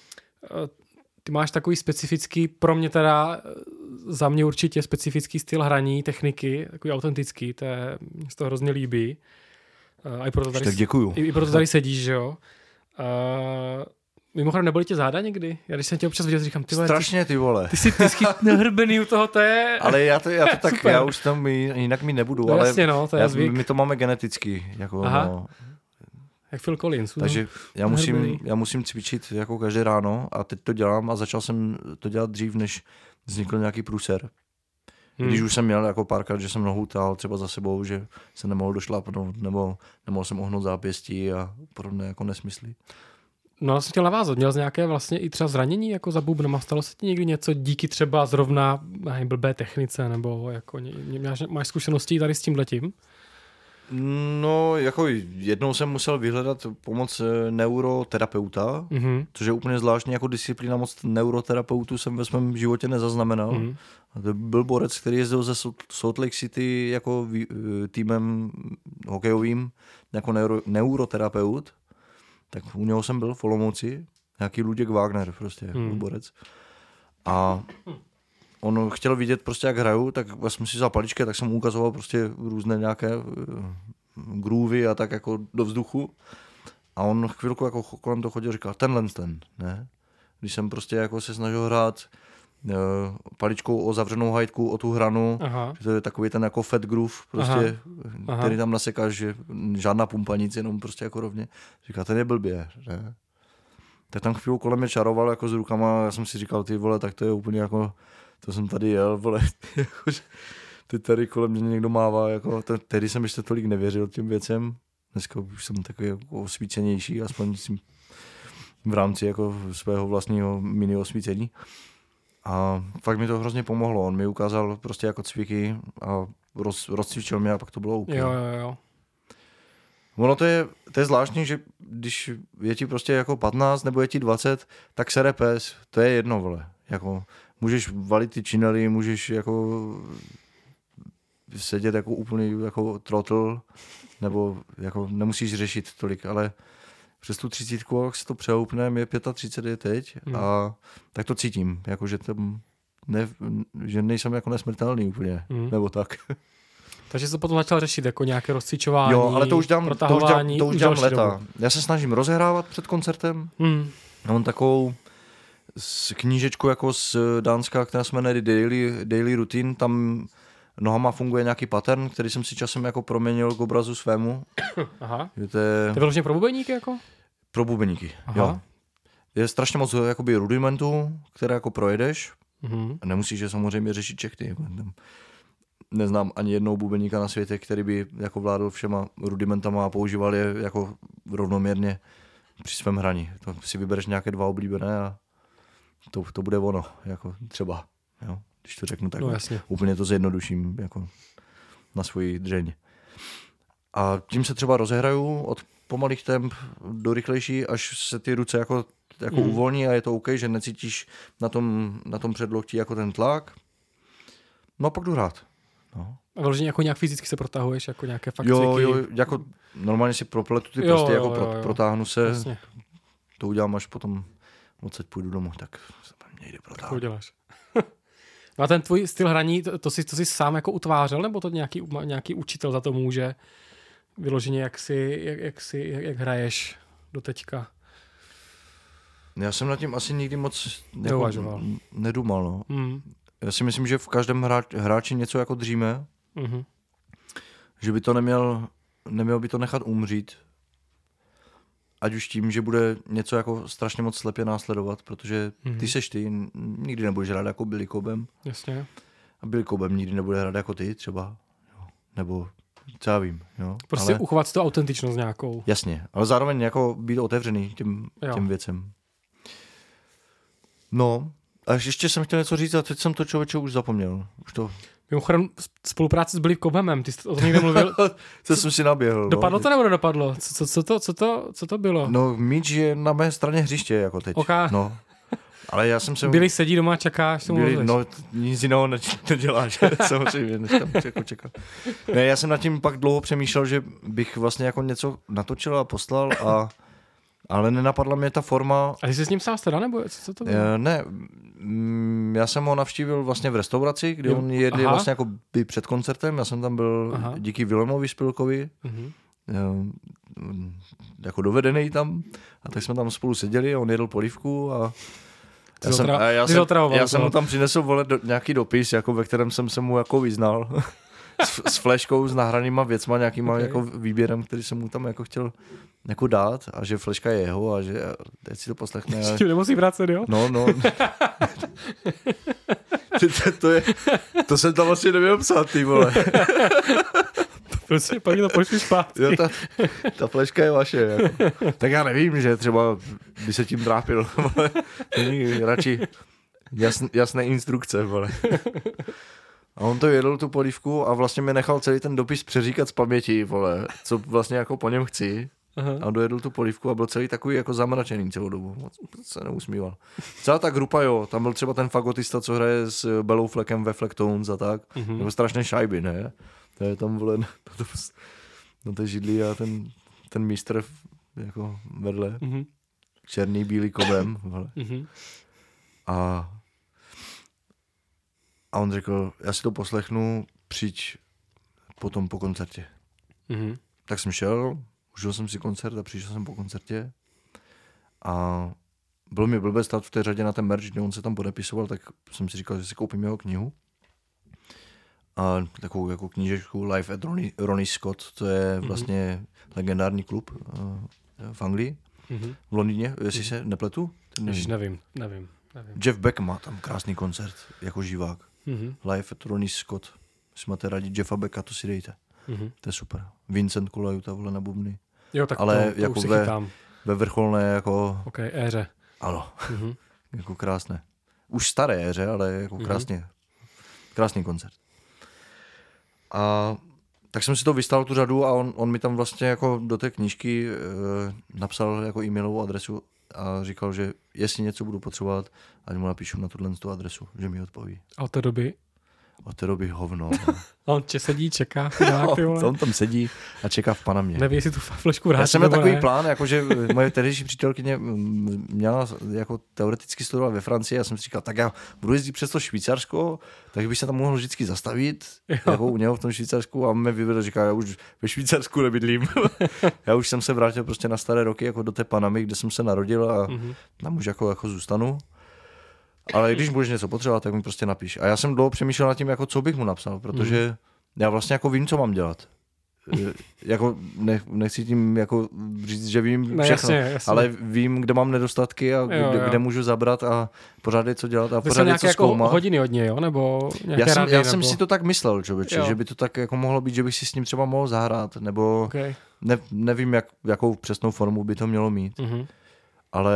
Ty máš takový specifický, pro mě teda, za mě určitě specifický styl hraní, techniky, takový autentický, mě se to hrozně líbí. A i proto tady,
tak děkuju.
I proto tady sedíš, že jo. Mimochodem, neboli tě záda někdy? Já když jsem tě občas viděl, říkám, ty vole.
Strašně, ty vole.
Ty jsi nahrbený u toho, to je...
Ale já to tak, super. Já už tam jinak mi nebudu,
no,
ale
jasně, no, to je zvyk.
My to máme geneticky, jako no.
Jak Phil Collins.
Takže já musím cvičit jako každé ráno a teď to dělám a začal jsem to dělat dřív, než vznikl nějaký průser. Když už jsem měl jako párkrát, že jsem nohu tahal třeba za sebou, že se nemohl došlápnout nebo nemohl jsem ohnout zápěstí a podobné jako nesmysly.
No, já jsem chtěl navázat. Měl jsi nějaké vlastně i třeba zranění jako za bubnama? Stalo se ti někdy něco díky třeba zrovna blbé technice nebo jako máš zkušenosti tady s tímhletím?
No, jako jednou jsem musel vyhledat pomoc neuroterapeuta, což je úplně zvláštní jako disciplína, moc neuroterapeutů jsem ve svém životě nezaznamenal. A to byl borec, který jezdil ze Salt Lake City jako týmem hokejovým jako neuroterapeut, tak u něho jsem byl v Olomouci, nějaký Luděk Wagner prostě, borec. A on chtěl vidět prostě, jak hraju, tak jsem si vzal paličky, tak jsem mu ukazoval prostě různé nějaké groovy a tak jako do vzduchu. A on chvilku jako kolem toho chodil, říkal, ten, ne? Když jsem prostě jako se snažil hrát paličkou o zavřenou hajtku, o tu hranu, že to je takový ten jako fat groove, prostě, který tam nasekáš, že žádná pumpa, nic, jenom prostě jako rovně. Říkal, ten je blbě, ne? Tak tam chvíli kolem mě čaroval jako s rukama, já jsem si říkal, ty vole, tak to je úplně jako, to jsem tady jel, vole, ty tady kolem mě někdo mává, jako, tehdy jsem ještě tolik nevěřil těm věcem, dneska už jsem takový jako osvícenější, aspoň v rámci jako svého vlastního mini osvícení. A fakt mi to hrozně pomohlo, on mi ukázal prostě jako cviky a rozcvičil mě a pak to bylo OK.
Jo.
Ono to je zvláštní, že když je ti prostě jako 15 nebo je ti 20, tak sere pes, to je jedno, vole. Jako, můžeš valit ty činely, můžeš jako sedět jako úplný jako trotl, nebo jako nemusíš řešit tolik, ale přes tu 30, jak se to přehoupne, mě 35 je teď a tak to cítím, jako že že nejsem jako nesmrtelný úplně, nebo tak.
Takže jsi to potom začal řešit jako nějaké rozcvičování,
jo, ale to už dělám leta.
Dobu.
Já se snažím rozehrávat před koncertem. Mám takovou knížečku jako z Dánska, která se jmenuje Daily Routine, tam nohama funguje nějaký pattern, který jsem si časem jako proměnil k obrazu svému.
Aha.
To je
vyloženě pro bubeníky jako?
Pro bubeníky, jo. Je strašně moc jakoby rudimentů, které jako projedeš. A nemusíš je samozřejmě řešit všechny. Neznám ani jednou bubeníka na světě, který by jako vládl všema rudimentama a používal je jako rovnoměrně při svém hraní. To si vybereš nějaké 2 oblíbené a to bude ono, jako třeba, jo. Když to řeknu tak, úplně to zjednoduším jako na svoji dřeň. A tím se třeba rozehraju od pomalých temp do rychlejší, až se ty ruce jako uvolní a je to OK, že necítíš na tom předloktí jako ten tlak. No a pak jdu hrát. No.
A vyloženě jako nějak fyzicky se protahuješ, jako nějaké fakt
jo,
cviky?
Jo, jako normálně si propletu ty prsty, jako protáhnu se. Jasně. To udělám, až potom odsaď půjdu domů, tak se mě jde protáhnout.
To uděláš. No a ten tvůj styl hraní, to jsi sám jako utvářel, nebo to nějaký učitel za to může? Vyloženě, jak hraješ do teďka?
Já jsem nad tím asi nikdy moc nedumal. No. Já si myslím, že v každém hráči něco jako dříme, že by to neměl by to nechat umřít, ať už tím, že bude něco jako strašně moc slepě následovat, protože ty seš ty, nikdy nebudeš hrát jako Billy Cobham.
Jasně.
A Billy Cobham nikdy nebude hrát jako ty třeba, jo. Nebo co já vím. Jo.
Prostě uchovat si tu autentičnost nějakou.
Jasně, ale zároveň jako být otevřený těm věcem. No, a ještě jsem chtěl něco říct a teď jsem to člověče už zapomněl. Už to...
Mimochodem spolupráce s Billy Cobhamem, ty jsi o tom někde mluvil.
To jsem si naběhl.
Dopadlo to nebo nedopadlo? Co to bylo?
No, míč je na mé straně hřiště, jako teď.
Okay.
No. Ale já jsem se...
Billy sedí doma a čeká, až se mu
no, nic jiného neděláš, samozřejmě, než tam jako čekat. Ne, já jsem nad tím pak dlouho přemýšlel, že bych vlastně jako něco natočil a poslal, ale nenapadla mě ta forma.
A jsi s ním sám teda, nebo co to bylo?
Ne, já jsem ho navštívil vlastně v restauraci, kde on jedli vlastně jako by před koncertem, já jsem tam byl díky Vilemovi Spilkovi, jako dovedený tam, a tak jsme tam spolu seděli a on jedl polívku a já jsem mu tam přinesl nějaký dopis, jako ve kterém jsem se mu jako vyznal s fleškou, s nahranýma věcma, nějakýma jako výběrem, který jsem mu tam jako chtěl jako dát a že fleška je jeho a že teď si to poslechne.
A... nemusí vracet, jo?
No. to jsem tam vlastně neměl psát, ty vole.
Prostě pak to pošli zpátky.
Jo, ta fleška je vaše. Jako. Tak já nevím, že třeba by se tím trápil. Radši jasné instrukce. Vole. A on to jedl, tu polívku, a vlastně mi nechal celý ten dopis přeříkat z paměti, vole, co vlastně jako po něm chci. Aha. A dojedl tu polívku a byl celý takový jako zamračený celou dobu. Moc se neusmíval. Celá ta grupa, jo, tam byl třeba ten fagotista, co hraje s Belou Fleckem ve Flecktones a tak. Nebo strašné šajby, ne? To je tam, vole, na té židli a ten mistr jako vedle. Černý, bílý Cobham, vole. A on řekl, já si to poslechnu, přijď potom po koncertě. Tak jsem šel, užil jsem si koncert a přišel jsem po koncertě a bylo mi blbé stát v té řadě na ten merch, kde on se tam podepisoval, tak jsem si říkal, že si koupím jeho knihu. A takovou jako knížečku Live at Ronnie Scott, to je vlastně legendární klub v Anglii, v Londýně, jestli se nepletu.
Nevím.
Jeff Beck má tam krásný koncert jako živák. Live at Ronnie Scott. Když máte rádi Jeffa Becka, to si dejte. To je super. Vincent Kulajuta, vole, na bubny.
Jo, tak
ale
to
jako
už si chytám.
Ve vrcholné jako...
éře.
Ano. Jako krásné. Už staré éře, ale jako krásný koncert. A tak jsem si to vystál tu řadu a on mi tam vlastně jako do té knížky napsal jako e-mailovou adresu a říkal, že jestli něco budu potřebovat, ať mu napíšu na tuhle adresu, že mi odpoví.
A od té doby?
Od té doby hovno.
A on sedí, čeká.
On tam sedí a čeká v Panamě.
Neví, jestli tu flešku vrátí.
Já jsem měl takový plán, jakože moje tehdejší přítelkyně měla jako teoreticky studovat ve Francii. Já jsem si říkal, tak já budu jezdit přes to Švýcarsko, tak bych se tam mohl vždycky zastavit, jako u něho v tom Švýcarsku, a mě vyvedl, říká, já už ve Švýcarsku nebydlím. Já už jsem se vrátil prostě na staré roky jako do té Panamy, kde jsem se narodil a tam už jako zůstanu. Ale když budeš něco potřebovat, tak mi prostě napiš. A já jsem dlouho přemýšlel nad tím, jako co bych mu napsal, protože já vlastně jako vím, co mám dělat. Jako nechci tím jako říct, že vím všechno, jasně. Ale vím, kde mám nedostatky a kde můžu zabrat a pořád je co dělat a pořád je co zkoumat.
Jako hodiny od něj, jo? Nebo
já jsem si to tak myslel, člověče, že by to tak jako mohlo být, že bych si s ním třeba mohl zahrát, nebo nevím, jakou přesnou formu by to mělo mít. Ale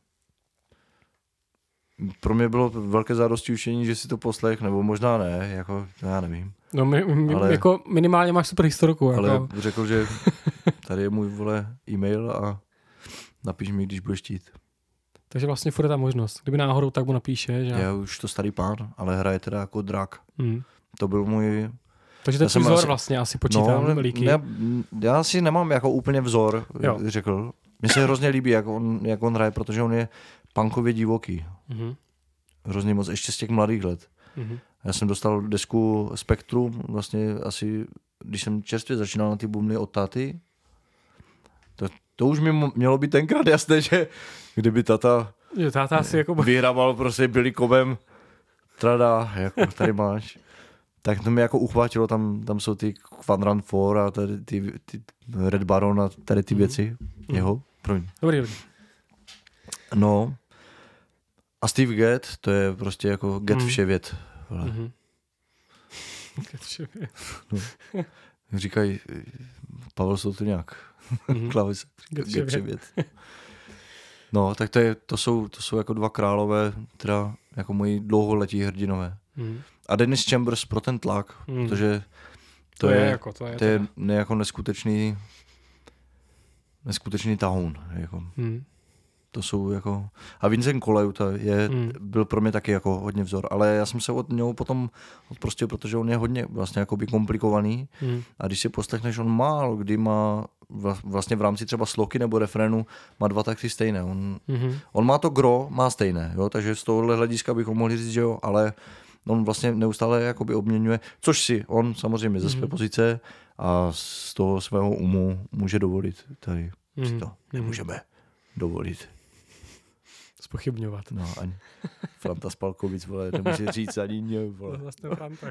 pro mě bylo velké zadostiučinění, že si to poslech, nebo možná ne, jako já nevím.
No ale, jako minimálně máš super historiku.
Ale
jako.
Řekl, že tady je můj e-mail a napiš mi, když budeš chtít.
Takže vlastně furt je ta možnost. Kdyby náhodou, tak mu napíše. Že?
Já už to starý pán, ale hraje teda jako drak. To byl můj...
Takže ten vzor vlastně asi počítám veliký.
Já si nemám jako úplně vzor, řekl. Mně se hrozně líbí, jak on hraje, protože on je punkově divoký. Hrozně moc, ještě z těch mladých let. Já jsem dostal desku Spektrum, vlastně asi, když jsem čerstvě začínal na ty bubny od táty, to už mi mělo být tenkrát jasné, že kdyby táta
si jako
vyhrával prostě Billy Cobham, trada, jako tady máš, tak to mi jako uchvátilo, tam jsou ty Quadrant 4 a tady ty Red Baron a tady ty věci jeho.
Dobrý.
No. A Steve Gadd, to je prostě jako Gadd vševěd.
Gadd vševěd.
No. Říkají Pavel Soutrňák. Klavis. Gadd vševěd. No, tak to jsou jako dva králové, teda jako moji dlouholetí hrdinové. A Dennis Chambers pro ten tlak, protože to je jako neskutečný tahoun. Jako. To jsou jako... A Vincent Colaiuta byl pro mě taky jako hodně vzor, ale já jsem se od něho potom odprostil, protože on je hodně vlastně jakoby komplikovaný a když si poslechneš, on málo kdy má vlastně v rámci třeba sloky nebo refrénu má dva takty stejné. On má to gro, má stejné, jo? Takže z tohohle hlediska bychom mohli říct, že jo, ale on vlastně neustále jakoby obměňuje, což si on samozřejmě ze své pozice a z toho svého umu může dovolit. Tady si to nemůžeme dovolit.
Zpochybňovat.
No, ani Franta Spalkovic, vole, nemůže říct ani mě, vole.
Vlastně Franta.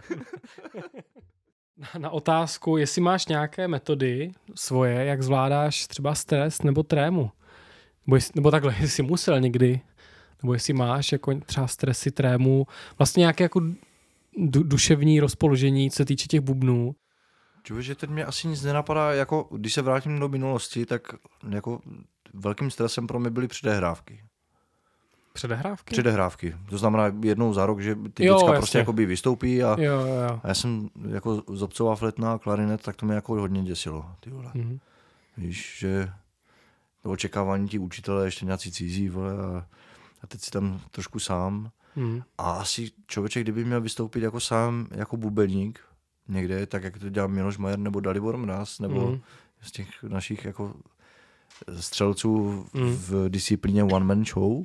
Na otázku, jestli máš nějaké metody svoje, jak zvládáš třeba stres nebo trému. Nebo takhle, jestli musel někdy, nebo jestli máš jako třeba stresy, trému, vlastně nějaké jako duševní rozpoložení, co se týče těch bubnů.
Že teď mě asi nic nenapadá, jako když se vrátím do minulosti, tak jako velkým stresem pro mě byly předehrávky. Předehrávky. To znamená jednou za rok, že ty děcka prostě jakoby vystoupí a já jsem jako zobcová fletna, klarinet, tak to mě jako hodně děsilo. Ty vole. Víš, že to očekávání ti učitelé ještě nějací cizí, vole, a teď si tam trošku sám. A asi člověk, kdyby měl vystoupit jako sám, jako bubeník někde, tak jak to dělá Miloš Majer nebo Dalibor Mraz, nebo z těch našich jako střelců v disciplíně one man show,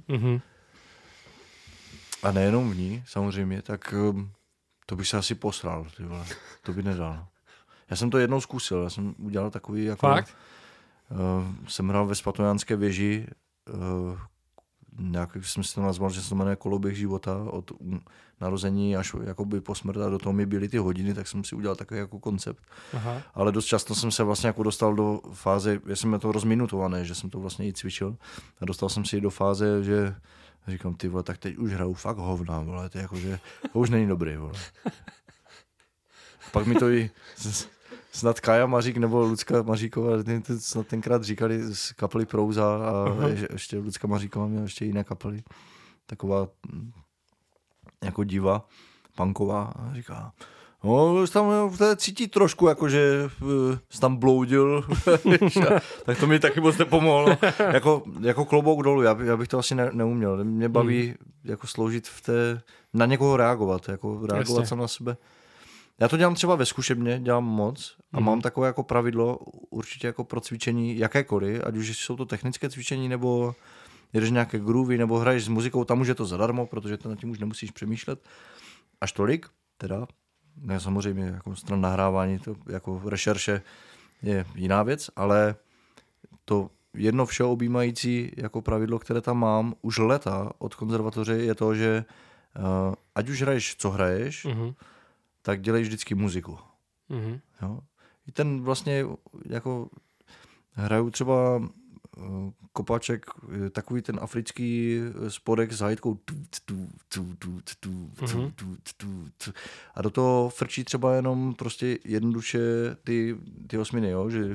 a nejenom v ní, samozřejmě, tak to bych se asi posral, ty vole. To by nedal. Já jsem to jednou zkusil, já jsem udělal takový jako...
Fakt?
Jsem hrál ve Svatojánské věži, nějak jsem si to nazval, že se to jmenuje Koloběh života, od narození až jakoby po smrt a do toho mi byly ty hodiny, tak jsem si udělal takový jako koncept. Aha. Ale dost často jsem se vlastně jako dostal do fáze, já jsem to rozminutované, že jsem to vlastně i cvičil a dostal jsem si do fáze, že říkám, ty vole, tak teď už hraju fakt hovna, vole, to je jako, že to už není dobrý, vole. Pak mi to i snad Kája Mařík nebo Lucka Maříková snad tenkrát říkali z kapely Prouza a ještě Lucka Maříková měla ještě jiné kapely. Taková jako diva, punková a říká, no, tam cítí trošku, jakože jsi tam bloudil, tak to mi taky moc nepomohlo. Jako klobouk dolů, já bych to asi neuměl. Mě baví jako sloužit na někoho reagovat, jako reagovat sám na sebe. Já to dělám třeba ve zkušebně, dělám moc a mám takové jako pravidlo určitě jako pro cvičení jakékoliv, ať už jsou to technické cvičení, nebo jedeš nějaké groovy, nebo hraješ s muzikou, tam už je to zadarmo, protože to nad tím už nemusíš přemýšlet. Až tolik, teda. Ne, samozřejmě jako stran nahrávání, to jako rešerše je jiná věc, ale to jedno všeobjímající jako pravidlo, které tam mám už leta od konzervatoře, je to, že ať už hraješ, co hraješ, tak dělej vždycky muziku. Jo? I ten vlastně jako hraju třeba kopáček, takový ten africký spodek s hajtkou a do toho frčí třeba jenom prostě jednoduše ty osminy, jo, že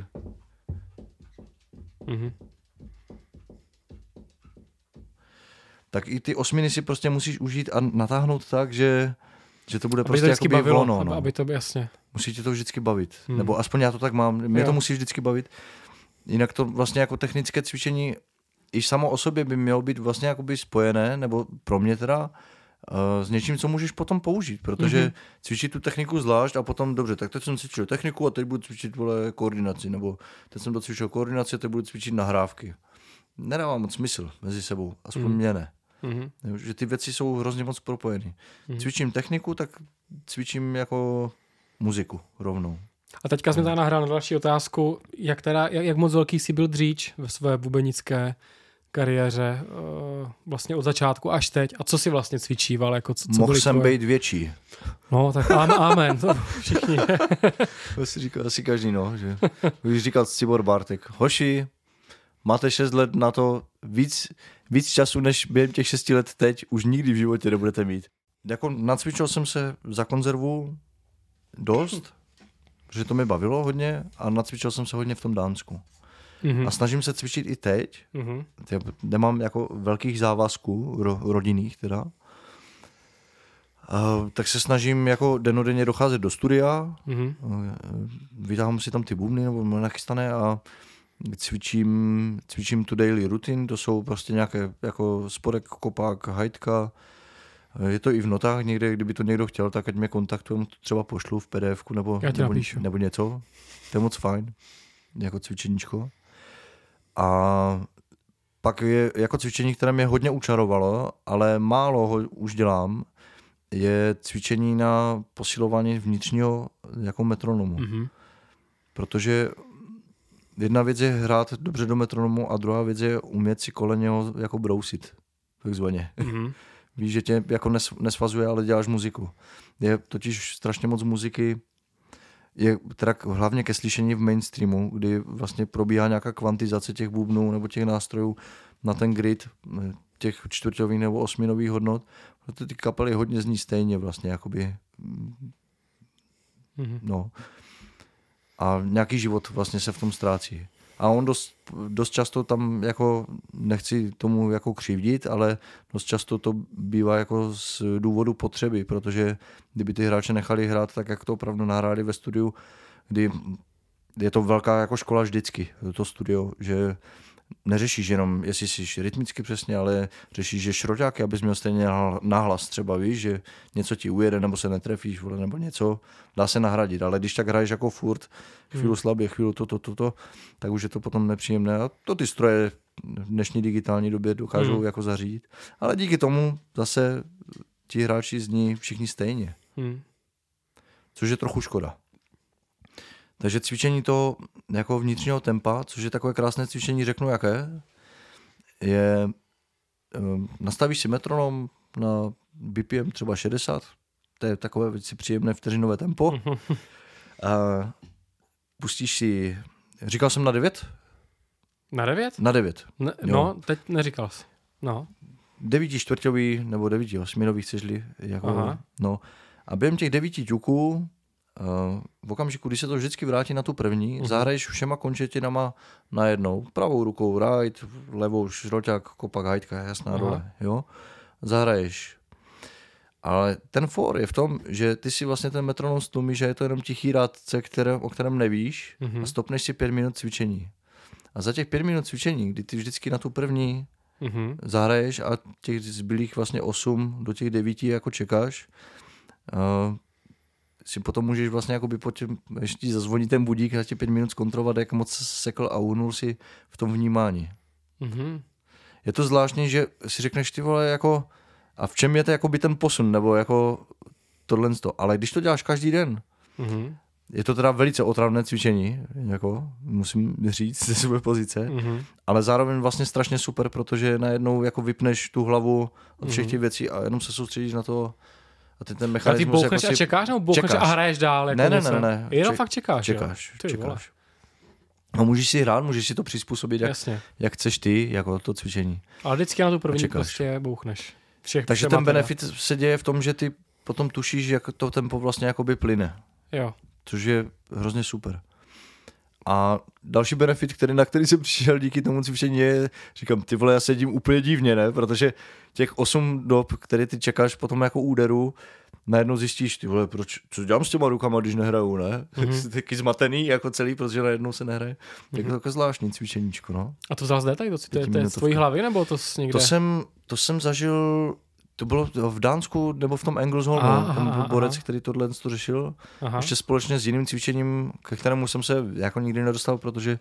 tak i ty osminy si prostě musíš užít a natáhnout tak, že to bude prostě jako bavilo, no.
Aby to jasně.
Musí tě to vždycky bavit. Nebo aspoň já to tak mám. Mě to musí vždycky bavit. Jinak to vlastně jako technické cvičení i samo o sobě by mělo být vlastně jakoby spojené, nebo pro mě teda, s něčím, co můžeš potom použít, protože cvičit tu techniku zvlášť a potom, dobře, tak teď jsem cvičil techniku a teď budu cvičit koordinaci, nebo teď jsem docvičil koordinaci a teď budu cvičit nahrávky. Nedává moc smysl mezi sebou, aspoň mě ne. Že ty věci jsou hrozně moc propojené. Cvičím techniku, tak cvičím jako muziku rovnou.
A teďka jsme tady nahrál na další otázku, jak moc velký jsi byl dříč ve své bubenické kariéře, vlastně od začátku až teď, a co jsi vlastně cvičíval? Jako co
mohl jsem být větší.
No, tak amen, to všichni.
To si říkal asi každý, no, že už říkal Cibor Bartek, hoši, máte 6 let na to, víc času, než během těch 6 let teď, už nikdy v životě nebudete mít. Jako nacvičil jsem se za konzervu dost, protože to mi bavilo hodně a nacvičil jsem se hodně v tom Dánsku. a snažím se cvičit i teď. Nemám jako velkých závazků rodinných teda. Tak se snažím jako dennodenně docházet do studia, vytáhám si tam ty bubny nebo nachystané a cvičím tu daily routine, to jsou prostě nějaké jako spodek, kopák, hajtka. Je to i v notách někde, kdyby to někdo chtěl, tak ať mě kontaktuje, třeba pošlu v PDF-ku nebo něco. To je moc fajn, jako cvičeníčko. A pak je jako cvičení, které mě hodně učarovalo, ale málo ho už dělám, je cvičení na posilování vnitřního jako metronomu. Protože jedna věc je hrát dobře do metronomu a druhá věc je umět si kolem jako brousit, takzvaně. Víš, že tě jako nesvazuje, ale děláš muziku. Je totiž strašně moc muziky, je teda hlavně ke slyšení v mainstreamu, kdy vlastně probíhá nějaká kvantizace těch bubnů nebo těch nástrojů na ten grid těch čtvrťových nebo osminových hodnot, protože ty kapely hodně zní stejně vlastně, jakoby no. A nějaký život vlastně se v tom ztrácí. A on dost často tam jako, nechci tomu jako křivdit, ale dost často to bývá jako z důvodu potřeby, protože kdyby ty hráče nechali hrát tak, jak to opravdu nahráli ve studiu, kdy je to velká jako škola vždycky, to studio, že neřešíš jenom, jestli jsi rytmicky přesně, ale řešíš, že šroťáky, abys měl stejně nahlas třeba, víš, že něco ti ujede, nebo se netrefíš, nebo něco, dá se nahradit, ale když tak hraješ jako furt, chvíli slabě, chvíli to, tak už je to potom nepříjemné a to ty stroje v dnešní digitální době dokážou jako zařídit, ale díky tomu zase ti hráči zní všichni stejně, což je trochu škoda. Takže cvičení to jako vnitřního tempa, což je takové krásné cvičení, řeknu jaké, je nastavíš si metronom na BPM třeba 60, to je takové věci příjemné vteřinové tempo. Pustíš si, říkal jsem na 9?
Na 9?
Na 9.
No, teď neříkal jsi. No.
9 čtvrťový nebo 9 osminový chceš-li. Jako, no. A během těch 9 ťuků v okamžiku, když se to vždycky vrátí na tu první, zahraješ všema končetinama najednou. Pravou rukou right, levou šroťák, kopak, hajtka, jasná dole. Jo? Zahraješ. Ale ten for je v tom, že ty si vlastně ten metronom stlumíš, že je to jenom tichý rádce, o kterém nevíš a stopneš si 5 minut cvičení. A za těch 5 minut cvičení, kdy ty vždycky na tu první zahraješ a těch zbylých vlastně 8 do těch 9 jako čekáš, si potom můžeš vlastně jakoby ještě zazvoní ten budík a tě 5 minut zkontrolovat, jak moc sekl a uhnul si v tom vnímání. Je to zvláštní, že si řekneš ty vole jako a v čem je to jakoby ten posun, nebo jako tohle, ale když to děláš každý den, je to teda velice otravné cvičení, jako musím říct ze své pozice, ale zároveň vlastně strašně super, protože najednou jako vypneš tu hlavu od všech těch věcí a jenom se soustředíš na to. A ty ten mechanismus...
A ty bouchneš jako a čekáš, nebo bouchneš a hraješ dál? Jako
ne.
Jenom fakt čekáš.
Čekáš. No můžeš si hrát, můžeš si to přizpůsobit, jak chceš ty, jako to cvičení.
Ale vždycky na tu první prostě bouchneš.
Takže ten benefit se děje v tom, že ty potom tušíš, jak to tempo vlastně jakoby plyne.
Jo.
Což je hrozně super. A další benefit, na který jsem přišel díky tomu cvičení je, říkám, ty vole, já sedím úplně divně, ne? Protože těch 8 dob, které ty čekáš potom jako úderu, najednou zjistíš, ty vole, co dělám s těma rukama, když nehraju, ne? Jsi taky zmatený jako celý, protože najednou se nehraje. Tak to je takové zvláštní cvičeníčko, no.
A to vzal zde tak? To je z tvojí hlavy, nebo to někde?
To jsem zažil... To bylo v Dánsku nebo v tom Anglesholmu, tam byl borec, který tohle to řešil. Ještě společně s jiným cvičením, ke kterému jsem se jako nikdy nedostal, protože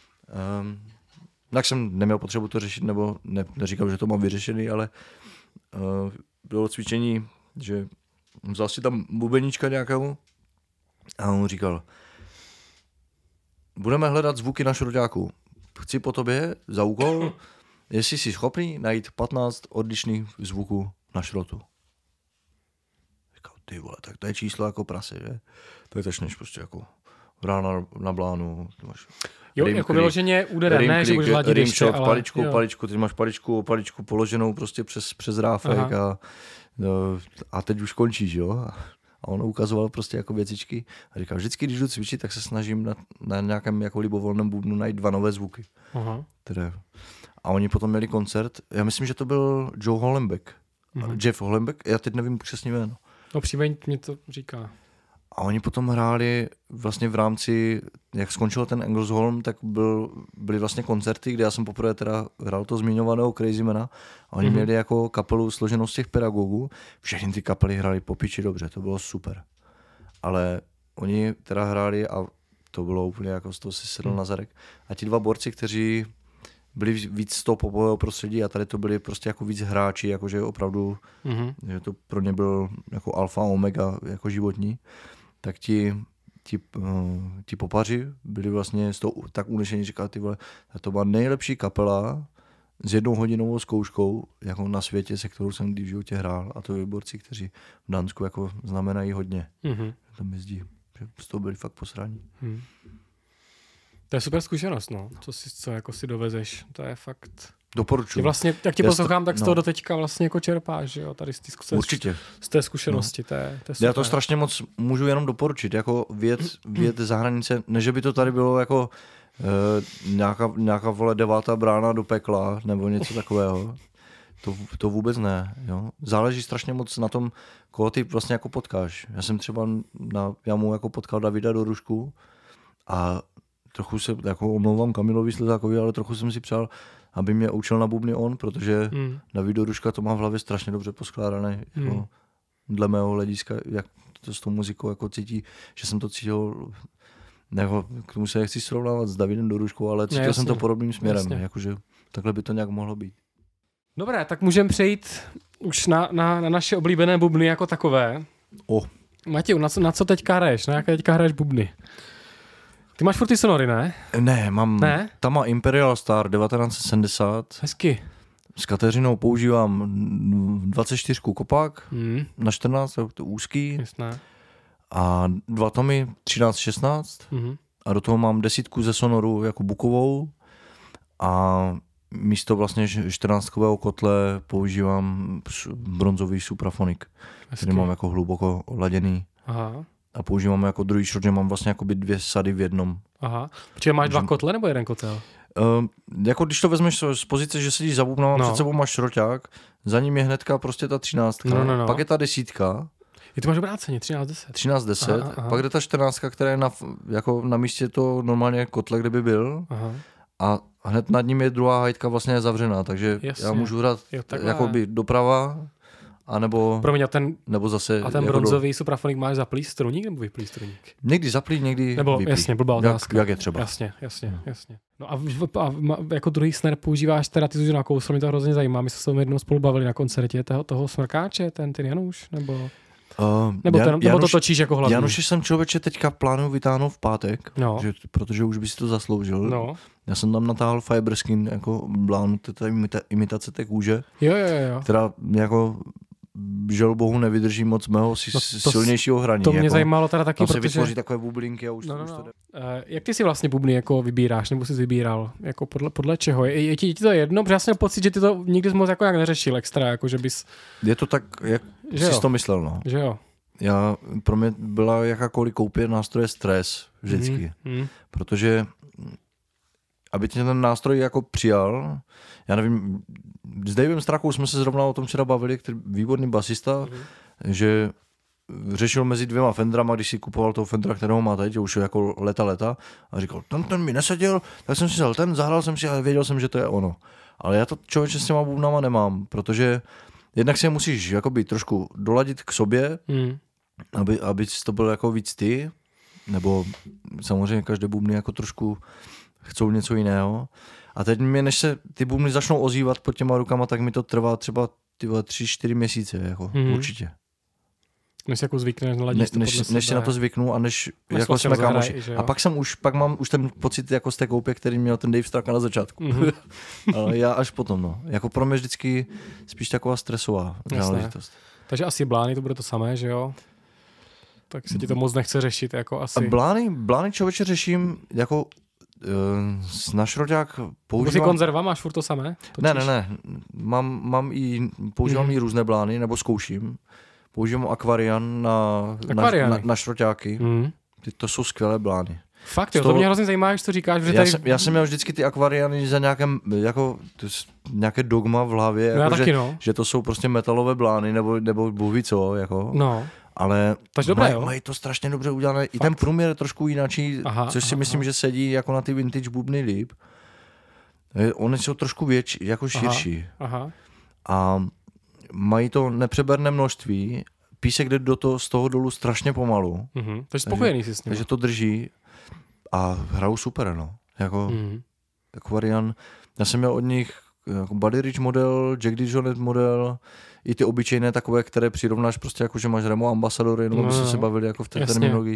tak jsem neměl potřebu to řešit, nebo neříkal, že to mám vyřešený, ale bylo cvičení, že vzal si tam bubeníčka nějakou a on říkal, budeme hledat zvuky na šroťáku. Chci po tobě za úkol, jestli jsi schopný najít 15 odlišných zvuků na šrotu. Říkal, ty vole, tak to je číslo jako prase, že? To je než prostě jako rána na blánu.
Jo, jako vyloženě úderem, ne, že budeš hladit ještě, ale...
paličku, ty máš paličku položenou prostě přes ráfek a teď už končíš, jo? A on ukazoval prostě jako věcičky a říkal, vždycky, když jdu cvičit, tak se snažím na nějakém jako libovolném bubnu najít 2 nové zvuky.
Aha.
A oni potom měli koncert, já myslím, že to byl Joe Hollenbeck. Jeff Hollenbeck, já teď nevím přesně jméno.
No příjmení mě to říká.
A oni potom hráli vlastně v rámci, jak skončil ten Engelsholm, tak byly vlastně koncerty, kde já jsem poprvé teda hrál to zmiňovaného Crazymana a oni měli jako kapelu složenou z těch pedagogů. Všechny ty kapely hráli po piči dobře, to bylo super. Ale oni teda hráli a to bylo úplně jako z toho si sedl na zadek. A ti 2 borci, kteří byli víc z toho popového prostředí a tady to byli prostě jako víc hráči, jakože opravdu, že to pro ně byl jako alfa omega jako životní, tak ti popaři byli vlastně z toho tak unešení, říkali, ty vole, to byla nejlepší kapela s 1hodinovou zkouškou jako na světě, se kterou jsem kdy v životě hrál, a to byli borci, kteří v Dánsku jako znamenají hodně. To mi zdí, že z toho byli fakt posraní.
To je super zkušenost, no. Co jako si dovezeš, to je fakt...
Doporučuji.
Vlastně, jak tě poslouchám, tak z toho doteďka vlastně jako čerpáš, že jo, tady
určitě.
Z té zkušenosti, to je super.
Já to strašně moc můžu jenom doporučit, jako věc za hranice, ne, že by to tady bylo jako nějaká vole 9. brána do pekla, nebo něco takového. To vůbec ne, jo. Záleží strašně moc na tom, koho ty vlastně jako potkáš. Já jsem třeba já mu jako potkal Davida Dorušku a trochu se jako omlouvám Kamilovi Slezákovi, ale trochu jsem si přál, aby mě učil na bubny on, protože David Doruška to má v hlavě strašně dobře poskládané, jako dle mého hlediska, jak to s tou muzikou jako cítí, že jsem to cítil, jako, k tomu se nechci srovnávat s Davidem Doruškou, ale cítil jsem to podobným směrem, jakože takhle by to nějak mohlo být.
Dobré, tak můžeme přejít už na naše oblíbené bubny jako takové. Matěj, na co teďka hraješ? Na jaké teďka hraješ bubny? Ty máš furt ty sonory, ne?
Ne, tam má Imperial Star 1970.
Hezky.
S Kateřinou používám 24 kopák na 14, to úzký.
Jasné.
A 2 tomy 13-16. A do toho mám 10 ze sonoru jako bukovou. A místo vlastně 14kového kotle používám bronzový suprafonik, který mám jako hluboko laděný.
Aha.
A používám jako druhý šrot, že mám vlastně jako 2 sady v jednom.
Aha. Počkej, máš 2 kotle nebo 1 kotel?
Jako když to vezmeš z pozice, že sedíš za bubnem, před sebou máš šroťák, za ním je hnedka prostě ta 13, pak je ta 10.
Je to máš obráceně, 13-10.
13-10, pak jde ta 14, která je jako na místě to normálně kotle, kde by byl. Aha. A hned nad ním je druhá hajtka vlastně zavřená, takže já můžu hrát jakoby doprava, nebo zase...
A ten jako bronzový suprafonik máš zaplý struník nebo vyplý struník?
Někdy zaplý, někdy
nebo,
vyplý.
Jasně, blbá otázka.
Jak je třeba.
Jasně. No a jako druhý snare používáš teda, ty jsi nakousl, mě to hrozně zajímá. My jsme se jednou spolu bavili na koncertě toho smrkáče, ten Januš, nebo... Nebo to točíš jako hlavní?
Januši jsem člověče teďka plánuju vytáhnout v pátek, protože už by si to zasloužil.
No.
Já jsem tam natáhl Fiberskin jako blánu, to je imitace té kůže,
jo.
která jako žel bohu nevydrží moc mého silnějšího hraní.
To mě jako, zajímalo teda taky,
protože... Tam se vytvoří takové bublinky a už to jde.
Jak ty si vlastně bubny jako vybíráš, nebo jsi vybíral? Jako podle čeho? Je ti to jedno? Protože já jsem měl pocit, že ty to nikdy moc jako jak neřešil extra, jako že bys...
Je to tak, jak jsi to myslel, no.
Že jo.
Pro mě byla jakákoliv koupě nástroje stres vždycky. Protože aby tě ten nástroj jako přijal, já nevím, s Davem Strakou jsme se zrovna o tom včera bavili, který výborný basista, že řešil mezi 2 Fendrama, když si kupoval toho Fendra, kterého má teď, už jako leta, a říkal, ten mi neseděl, tak jsem si vzal ten, zahrál jsem si a věděl jsem, že to je ono. Ale já to člověče s těma bubnama nemám, protože jednak si je musíš jakoby trošku doladit k sobě, aby to byl jako víc ty, nebo samozřejmě každé bubny jako trošku chcou něco jiného. A teď než se ty bubny začnou ozývat pod těma rukama, tak mi to trvá třeba 3-4 měsíce, jako určitě.
Než se jako zvykneš, naladíš
než si na to zvyknu a než jako jsme kámoši. A pak mám už ten pocit jako z té koupě, který měl ten Dave Straka na začátku. Ale já až potom, no. Jako pro mě vždycky spíš taková stresová záležitost.
Takže asi blány to bude to samé, že jo? Tak se ti to moc nechce řešit, jako asi.
Blány člověče řeším jako na šroťák používám...
Jako konzerva máš furt to samé?
Ne. Používám i různé blány, nebo zkouším. používám Aquarian na šroťáky. To jsou skvělé blány.
Fakt jo, to mě hrozně zajímá, když to říkáš. Že
já jsem měl vždycky ty Aquariany za nějaké dogma v hlavě, jako, že to jsou prostě metalové blány, nebo bůh ví co, jako.
No.
Ale mají to strašně dobře udělané. Fakt? I ten průměr je trošku jináčí, což si myslím, že sedí jako na ty vintage bubny líp. Oni jsou trošku větší, jako širší. A mají to nepřeberné množství. Písek jde z toho dolů strašně pomalu.
Takže spokojený jsi s ním.
Takže to drží a hrajou super, no. Jako Aquarian. Já jsem měl od nich jako Buddy Rich model, Jack DeJohnette model, i ty obyčejné takové, které přirovnáš prostě jako, že máš Remo Ambassadory, jenom aby se bavili jako v té terminologii.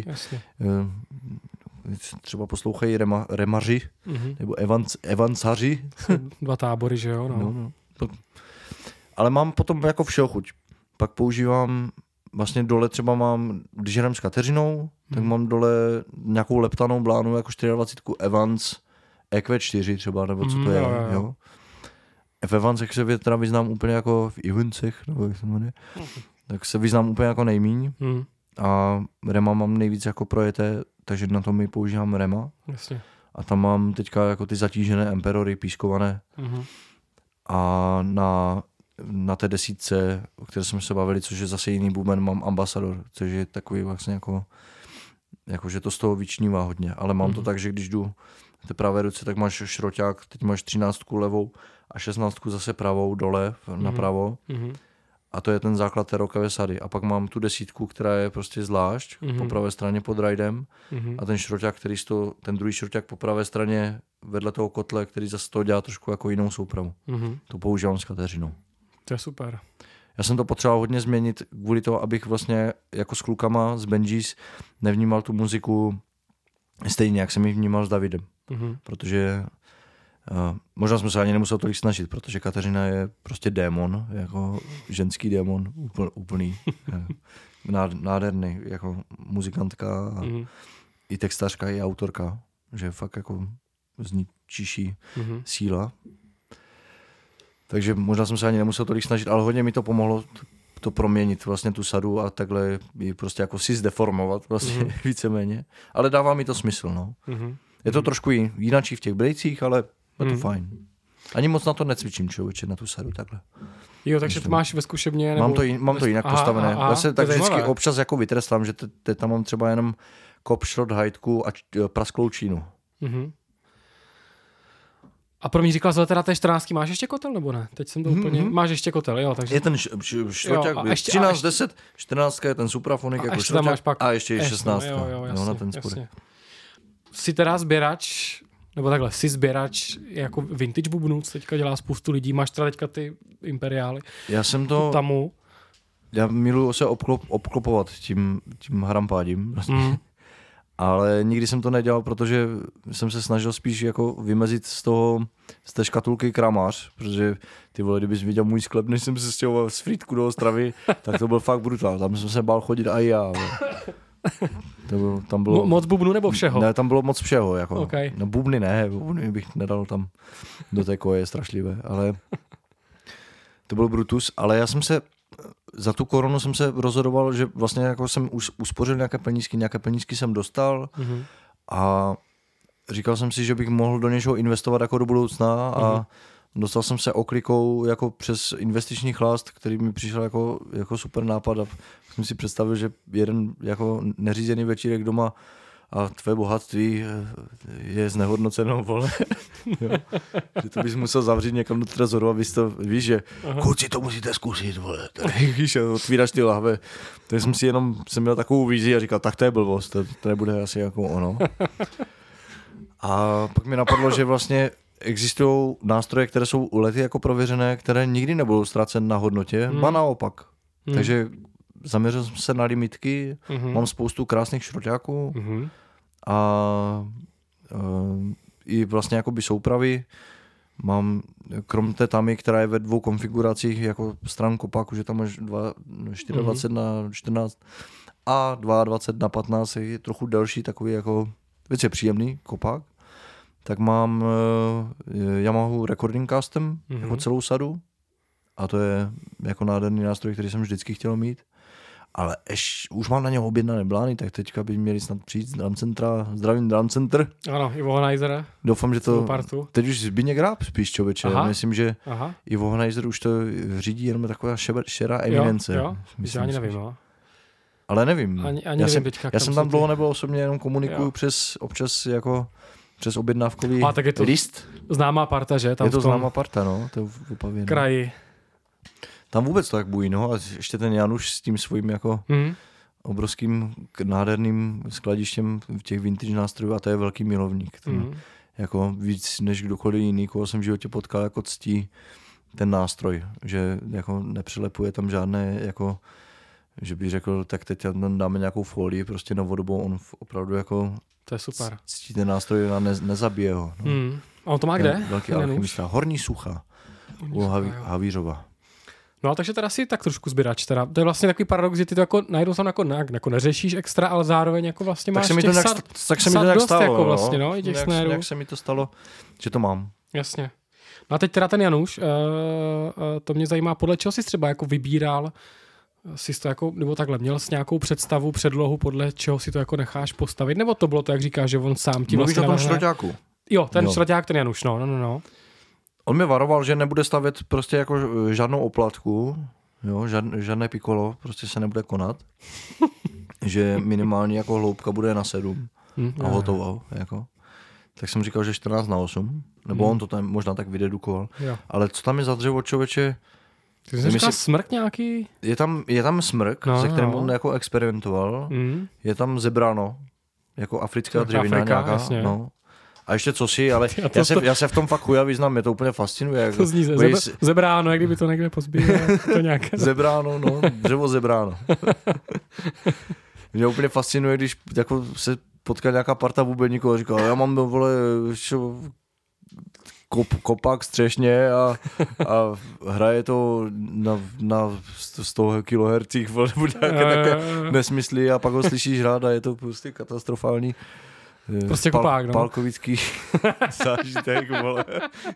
Třeba poslouchají remaři, nebo evansaři.
Dva tábory, že jo?
No. Ale mám potom jako všeho chuť. Pak používám vlastně dole třeba mám, když hrám s Kateřinou, tak mám dole nějakou leptanou blánu jako 24 Evans EQ4 třeba, nebo co to je. Jo. V Evansech se teda vyznám úplně jako v Evansech, nebo jak se jmenuje, tak se vyznám úplně jako nejmíň. A Rema mám nejvíc jako projeté, takže na to mi používám Rema.
Jasně.
A tam mám teďka jako ty zatížené Emperory, pískované. A na té desítce, o které jsme se bavili, což je zase jiný buben, mám Ambassador, což je takový vlastně jako že to z toho vyčnívá hodně. Ale mám to tak, že když jdu v té pravé ruce, tak máš šroťák, teď máš 13 levou a 16 zase pravou dole, napravo. A to je ten základ té rockové sady. A pak mám tu desítku, která je prostě zvlášť po pravé straně pod ridem. A ten šroťák, ten druhý šroťák po pravé straně vedle toho kotle, který zase to dělá trošku jako jinou soupravu. To používám s Kateřinou.
To je super.
Já jsem to potřeboval hodně změnit kvůli toho, abych vlastně jako s klukama z Benjis nevnímal tu muziku stejně, jak jsem ji vnímal s Davidem. Protože možná jsme se ani nemuseli tolik snažit, protože Kateřina je prostě démon, jako ženský démon, úplný, nádherný, jako muzikantka a i textařka, i autorka, že fakt jako z ní čiší síla. Takže možná jsem se ani nemusel tolik snažit, ale hodně mi to pomohlo to proměnit vlastně tu sadu a takhle ji prostě jako si zdeformovat vlastně víceméně. Ale dává mi to smysl, no. Je to trošku jináčí v těch brejcích, ale je to fajn. Ani moc na to necvičím, člověče, na tu sadu takhle.
Jo, takže to máš ve zkušebně? Nebo...
Mám to jinak postavené. Já se tak vždycky občas jako vytrestám, že tam mám třeba jenom kop, šrot, hajtku a prasklou čínu.
A pro mě říkal, že teda té 14 máš ještě kotel, nebo ne? Teď jsem to úplně... Máš ještě kotel, jo. Takže...
Je ten šroťák, 13, 10, 14 je ten suprafonik jako šroťák a ještě je 16.
Jo, jasně,
na ten spodek.
Jsi teda sběrač, nebo takhle, jsi sběrač jako vintage bubnů, teďka dělá spoustu lidí, máš teda teďka ty imperiály.
Já jsem to...
Tamu.
Já miluji se obklopovat tím hrampádím. Ale nikdy jsem to nedělal, protože jsem se snažil spíš jako vymezit z té škatulky kramář, protože ty vole, kdybys viděl můj sklep, než jsem se stěhoval z Frýdku do Ostravy, tak to byl fakt brutál. Tam jsem se bál chodit a já. Tam bylo
moc bubnu nebo všeho?
Ne, tam bylo moc všeho. Jako.
Okay.
No bubny bych nedal tam do té koje, strašlivé, ale to byl brutus, ale já jsem se za tu korunu jsem se rozhodoval, že vlastně jako jsem uspořil nějaké penízky jsem dostal a říkal jsem si, že bych mohl do něčeho investovat jako do budoucna a dostal jsem se oklikou jako přes investiční chlast, který mi přišel jako super nápad a jsem si představil, že jeden jako neřízený večírek doma a tvé bohatství je znehodnoceno, vole. Že to bys musel zavřít někam do trezoru, abys to, víš, že kluci to musíte zkusit, vole. Víš, otvíráš ty lahve. Tak jsem měl takovou vizi a říkal, tak to je blbost, to nebude asi jako ono. A pak mi napadlo, že vlastně existují nástroje, které jsou u lety jako prověřené, které nikdy nebudou ztracen na hodnotě, ba naopak. Takže zaměřil jsem se na limitky, mám spoustu krásných šroťáků a i vlastně jakoby soupravy. Mám krom té tamy, která je ve 2 konfiguracích jako stran kopáku, že tam máš 24 na 14 a 22 na 15, je trochu delší, takový jako věc příjemný kopák. Tak mám Yamaha Recording Custom jako celou sadu a to je jako nádherný nástroj, který jsem vždycky chtěl mít. ale už mám na něho objednané blány, tak teďka by měli snad přijít z Drumcentra. Zdravím Drumcenter.
Ano, Ivo Honajzer.
Doufám, že to... Teď už Zbigněk Ráb spíš, člověče. Myslím, že Ivo Honajzer už to řídí jenom taková šera eminence.
Jo, já ani nevím, no.
Ale nevím.
Ani
já jsem tam dlouho nebyl osobně, jenom komunikuju občas jako přes objednávkový
tak je to
list.
Známá parta, že? Tam
je to známá parta, no. To v Opavě.
Kraji.
Tam vůbec to tak bují, no. A ještě ten Januš s tím svým jako obrovským nádherným skladištěm v těch vintage nástrojů a to je velký milovník. Jako víc než kdokoliv jiný, koho jsem v životě potkal, jako ctí ten nástroj, že jako nepřilepuje tam žádné jako, že bych řekl, tak teď dáme nějakou folii prostě novodobou, on opravdu jako
to je super.
Ctí ten nástroj a nezabije ho. No.
A on to má kde?
Velký alchymista. Horní Sucha u Havířova.
No, takže teda si tak trošku sběrač. Teda. To je vlastně takový paradox, že ty to jako najednou tam jako neřešíš extra, ale zároveň jako vlastně máš těch
tak se mi to nějak stalo.
Jako vlastně, no,
nějak se mi to stalo, že to mám.
Jasně. No a teď teda ten Januš, to mě zajímá, podle čeho jsi třeba jako vybíral, jsi to jako, nebo takhle, měl jsi nějakou představu, předlohu, podle čeho si to jako necháš postavit, nebo to bylo to, jak říkáš, že on sám ti
vlastně
navrhne?
Mluvíš o tom Šroťáku?
Jo, ten Šroťák, ten Januš, no.
On mi varoval, že nebude stavět prostě jako žádnou oplatku, jo, žádné pikolo, prostě se nebude konat, že minimálně jako hloubka bude na 7 a hotovo, jako. Tak jsem říkal, že 14/8, nebo on to tam možná tak vydedukoval, ale co tam je za dřevo, člověče?
Ty jsi říkal smrk nějaký?
Je tam smrk, se kterým on jako experimentoval, je tam zebrano, jako africká dřevina nějaká,
jasně.
No. A ještě cosi, ale já se v tom fakt chuja vyznám, mě to úplně fascinuje. Jako,
to zní zebráno, jak kdyby to někde pozbíral. To nějaké.
Zebráno, no, dřevo zebráno. Mě úplně fascinuje, když jako se potká nějaká parta bubeníků a říká, já mám kopák střešně a hraje to na 100 kHz nebo nějaké nesmysly a pak ho slyšíš hrát a je to prostě katastrofální.
Prostě kopák, no.
Palkovický zážitek, vole.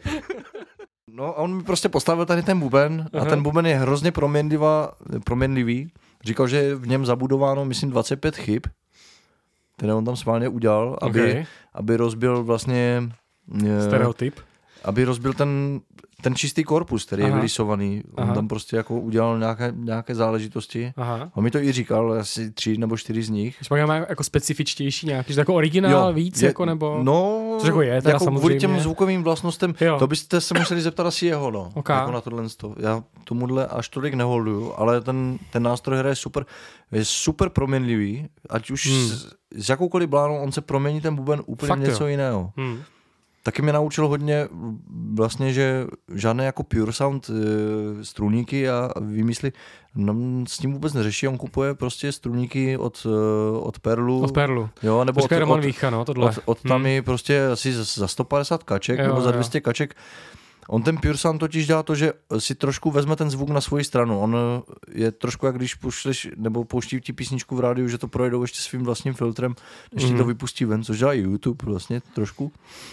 No a on mi prostě postavil tady ten buben a ten buben je hrozně proměnlivý. Říkal, že je v něm zabudováno, myslím, 25 chyb, které on tam schválně udělal, aby rozbil vlastně...
Stereotyp.
Aby rozbil ten čistý korpus, který je vylisovaný. On tam prostě jako udělal nějaké záležitosti. On mi to i říkal, asi 3 nebo 4 z nich.
Když máme jako specifičtější nějaký, že jako originál víc, jako nebo...
No,
což jako je, teda
jako
samozřejmě.
Kvůli těm zvukovým vlastnostem, to byste se museli zeptat asi jeho, no. Jako na tohle. Já tomuhle až tolik neholduju, ale ten nástroj hraje super, je super proměnlivý, ať už s jakoukoliv blánou, on se promění ten buben úplně fakt něco jiného. Taky mě naučil hodně vlastně, že žádné jako Pure Sound struníky a výmysly s tím vůbec neřeší, on kupuje prostě struníky od Perlu.
Od Perlu.
Jo, nebo
od
Tamy prostě asi za 150 kaček nebo za 200 kaček. On ten Pure Sound totiž dělá to, že si trošku vezme ten zvuk na svoji stranu. On je trošku jak když pušleš, nebo pouští ti písničku v rádiu, že to projedou ještě svým vlastním filtrem, než ti to vypustí ven, což dělá i YouTube vlastně trošku.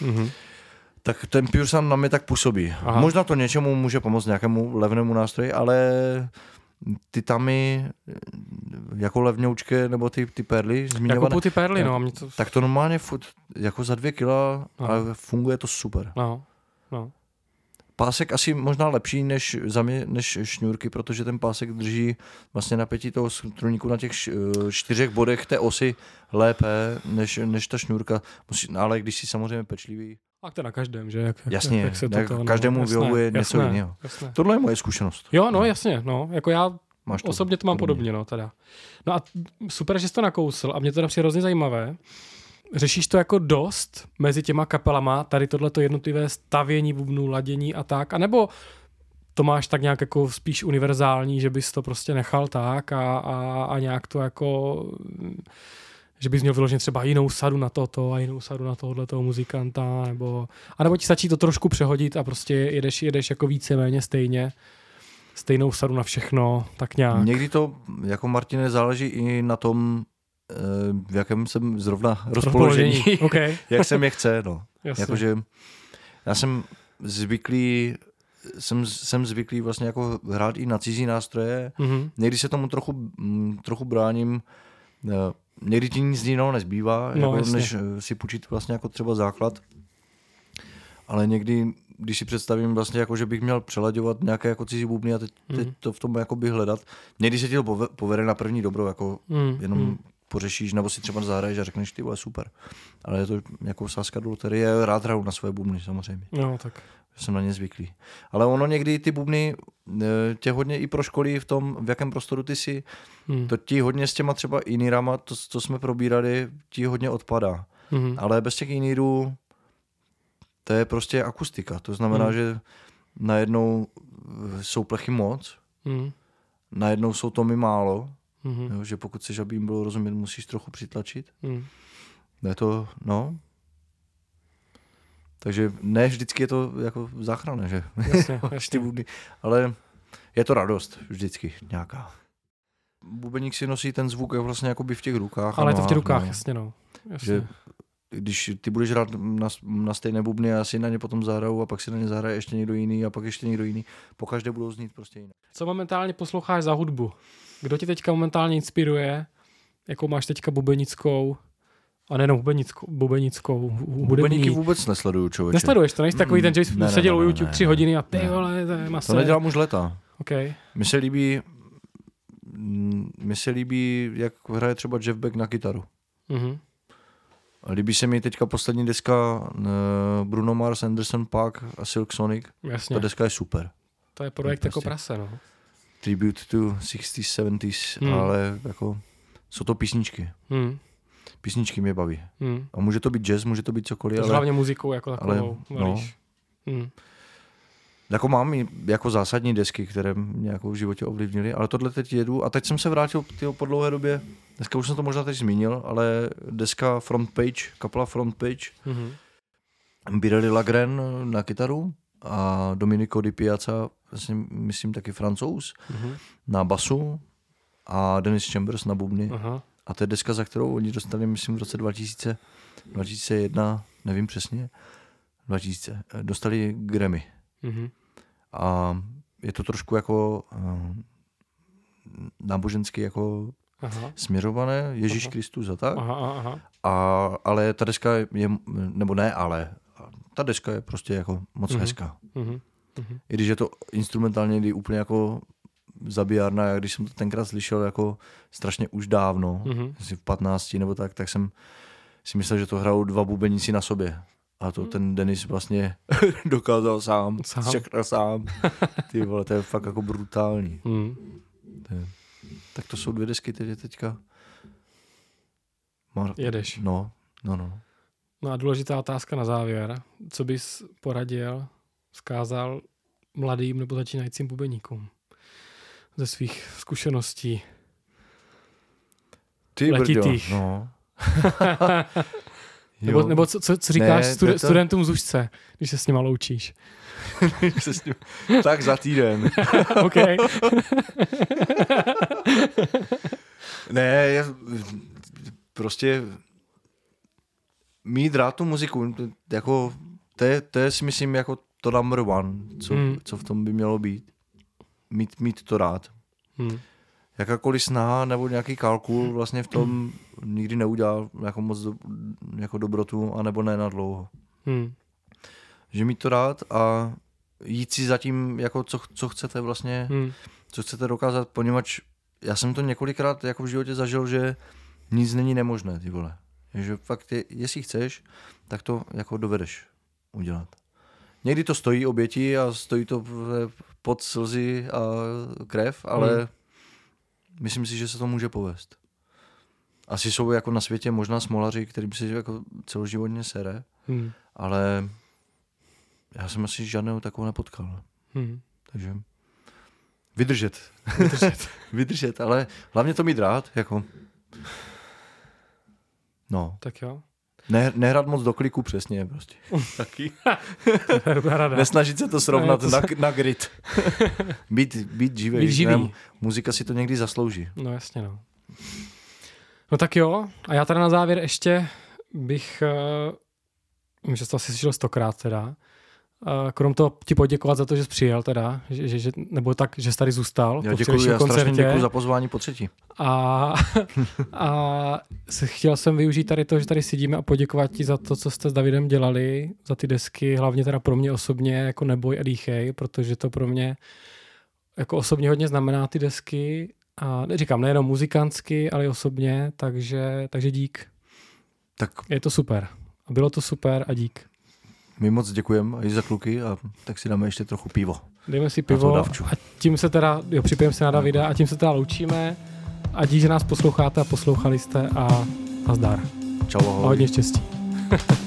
Tak ten Pure Sound na mě tak působí. Možná to něčemu může pomoct nějakému levnému nástroji, ale ty Tamy jako levňoučké, nebo ty perly zmiňované.
Jako ty perly, no. Mě to...
Tak to normálně jako za 2 kila a funguje to super.
No.
Pásek asi možná lepší než šňůrky, protože ten pásek drží vlastně napětí toho struníku na těch 4 bodech té osy lépe než ta šňůrka. Ale když si samozřejmě pečlivý.
A to na každém, že?
Jasně, každému vyhovuje něco jiného. Tohle je moje zkušenost.
Jo, no jasně, no. Jako já osobně to mám podobně, no teda. No a super, že jsi to nakousl a mě to přijde hrozně zajímavé. Řešíš to jako dost mezi těma kapelama, tady tohleto jednotlivé stavění bubnů, ladění a tak, anebo to máš tak nějak jako spíš univerzální, že bys to prostě nechal tak a nějak to jako, že bys měl vyloženě třeba jinou sadu na toto a jinou sadu na tohoto muzikanta, nebo ti stačí to trošku přehodit a prostě jedeš jako víceméně stejnou sadu na všechno, tak nějak.
Někdy to, jako Martine, záleží i na tom, v jakém jsem zrovna rozpoložení,
okay.
Jak se mě chce, no. Jakože já jsem zvyklý jsem zvyklý vlastně jako hrát i na cizí nástroje. Někdy se tomu trochu bráním. Někdy ti nic jiného nezbývá, než si půjčit vlastně jako třeba základ. Ale někdy, když si představím vlastně jako, že bych měl přelaďovat nějaké jako cizí bubny a teď to v tom jakoby hledat. Někdy se ti to povede na první dobro, jako jenom pořešíš, nebo si třeba zahraješ a řekneš, ty vole, super. Ale je to jako sázka do loterie, rád hraju na své bubny samozřejmě.
No, tak.
Jsem na ně zvyklý. Ale ono někdy ty bubny tě hodně i pro školy v tom, v jakém prostoru ty jsi, to ti hodně s těma třeba inírama, to, co jsme probírali, ti hodně odpadá. Ale bez těch inírů to je prostě akustika. To znamená, že najednou jsou plechy moc, najednou jsou tomy málo, jo, že pokud chceš, aby jim bylo rozumět, musíš trochu přitlačit. Je to, no. Takže ne vždycky je to jako záchrana, že?
Jasně.
Ale je to radost vždycky nějaká. Bubeník si nosí ten zvuk vlastně jakoby v těch rukách.
Ale je to v těch rukách, jasně, no. Jasně.
Že když ty budeš hrát na stejné bubny a si na ně potom zahrajou a pak si na ně zahraje ještě někdo jiný a pak ještě někdo jiný, pokaždé budou znít prostě jinak.
Co momentálně posloucháš za hudbu? Kdo ti teďka momentálně inspiruje? Jakou máš teďka bubenickou? A nejenom bubenickou.
Bubeníky vůbec nesleduju, člověče.
Nesleduješ to? Nejsi takový ten, že jsi seděl u YouTube 3 hodiny a ty vole, to je mase.
To nedělám už leta.
Okay.
Mně se líbí, jak hraje třeba Jeff Beck na kytaru. Líbí se mi teďka poslední deska Bruno Mars, Anderson .Paak a Silk Sonic.
Jasně.
Ta deska je super.
To je projekt jako prase, no.
Tribute to 60s, 70s, ale jako jsou to písničky. Písničky mě baví. A může to být jazz, může to být cokoliv.
Ale hlavně muzikou jako takovou.
No. Jako mám i jako zásadní desky, které mě jako v životě ovlivnily, ale tohle teď jedu. A teď jsem se vrátil po dlouhé době, dneska už jsem to možná teď zmínil, ale deska Front Page, kapela Front Page, Birelli Lagren na kytaru a Domenico Di Piazza, myslím taky Francouz, na basu a Dennis Chambers na bubny. A to je deska, za kterou oni dostali, myslím, v roce 2001, nevím přesně, 2000, dostali Grammy. A je to trošku jako nábožensky jako směřované, Ježíš Kristus a tak. Ale ta deska je, nebo ne, ale ta deska je prostě jako moc hezká. I když je to instrumentálně úplně jako zabijárna, já když jsem to tenkrát slyšel jako strašně už dávno, v 15 nebo tak jsem si myslel, že to hrajou dva bubeníci na sobě. A to ten Denis vlastně dokázal sám. Ty vole, to je fakt jako brutální. Tak to jsou 2 desky teďka.
Jedeš.
No.
No a důležitá otázka na závěr. Co bys poradil, vzkázal mladým nebo začínajícím bubeníkům ze svých zkušeností?
Ty
letitých.
Brďo, no.
Nebo co říkáš studentům z Úžce, když se s nima loučíš?
Tak za týden.
OK.
Ne, prostě mít rád tu muziku, jako, to je si myslím jako to number one, co v tom by mělo být. Mít to rád. Jakákoliv snaha nebo nějaký kalkul vlastně v tom nikdy neudělal jako moc jako dobrotu, anebo ne na dlouho. Že mít to rád a jít si za tím, jako co chcete vlastně, co chcete dokázat, poněvadž já jsem to několikrát jako v životě zažil, že nic není nemožné, ty vole. Že fakt, jestli chceš, tak to jako dovedeš udělat. Někdy to stojí oběti a stojí to pod slzy a krev, ale myslím si, že se to může povést. Asi jsou jako na světě možná smolaři, kterým se jako celoživotně sere, ale já jsem asi žádného takového nepotkal. Takže vydržet, ale hlavně to mít rád, jako. No.
Tak jo.
Nehrát moc do kliku, přesně, prostě. Taky. Nesnažit se to srovnat na grid. Být živý. Muzika si to někdy zaslouží.
No jasně, no. No tak jo, a já teda na závěr ještě bych, vím, že to asi slyšel 100krát teda, krom toho ti poděkovat za to, že jsi přijel teda, že nebo tak, že jsi tady zůstal
Já
po
děkuji,
včerejším koncertě.
strašně děkuji za pozvání po třetí.
A chtěl jsem využít tady to, že tady sedíme a poděkovat ti za to, co jste s Davidem dělali, za ty desky, hlavně teda pro mě osobně, jako Neboj a dýchej, protože to pro mě jako osobně hodně znamená ty desky a říkám nejenom muzikantsky, ale i osobně, takže dík.
Tak
je to super. A bylo to super a dík.
My moc děkujeme i za kluky a tak si dáme ještě trochu pivo.
Dejme si pivo a tím se teda, připijeme se na Davida a tím se teda loučíme a dík, že nás posloucháte a poslouchali jste a zdar.
Čau, ahoj.
A hodně štěstí.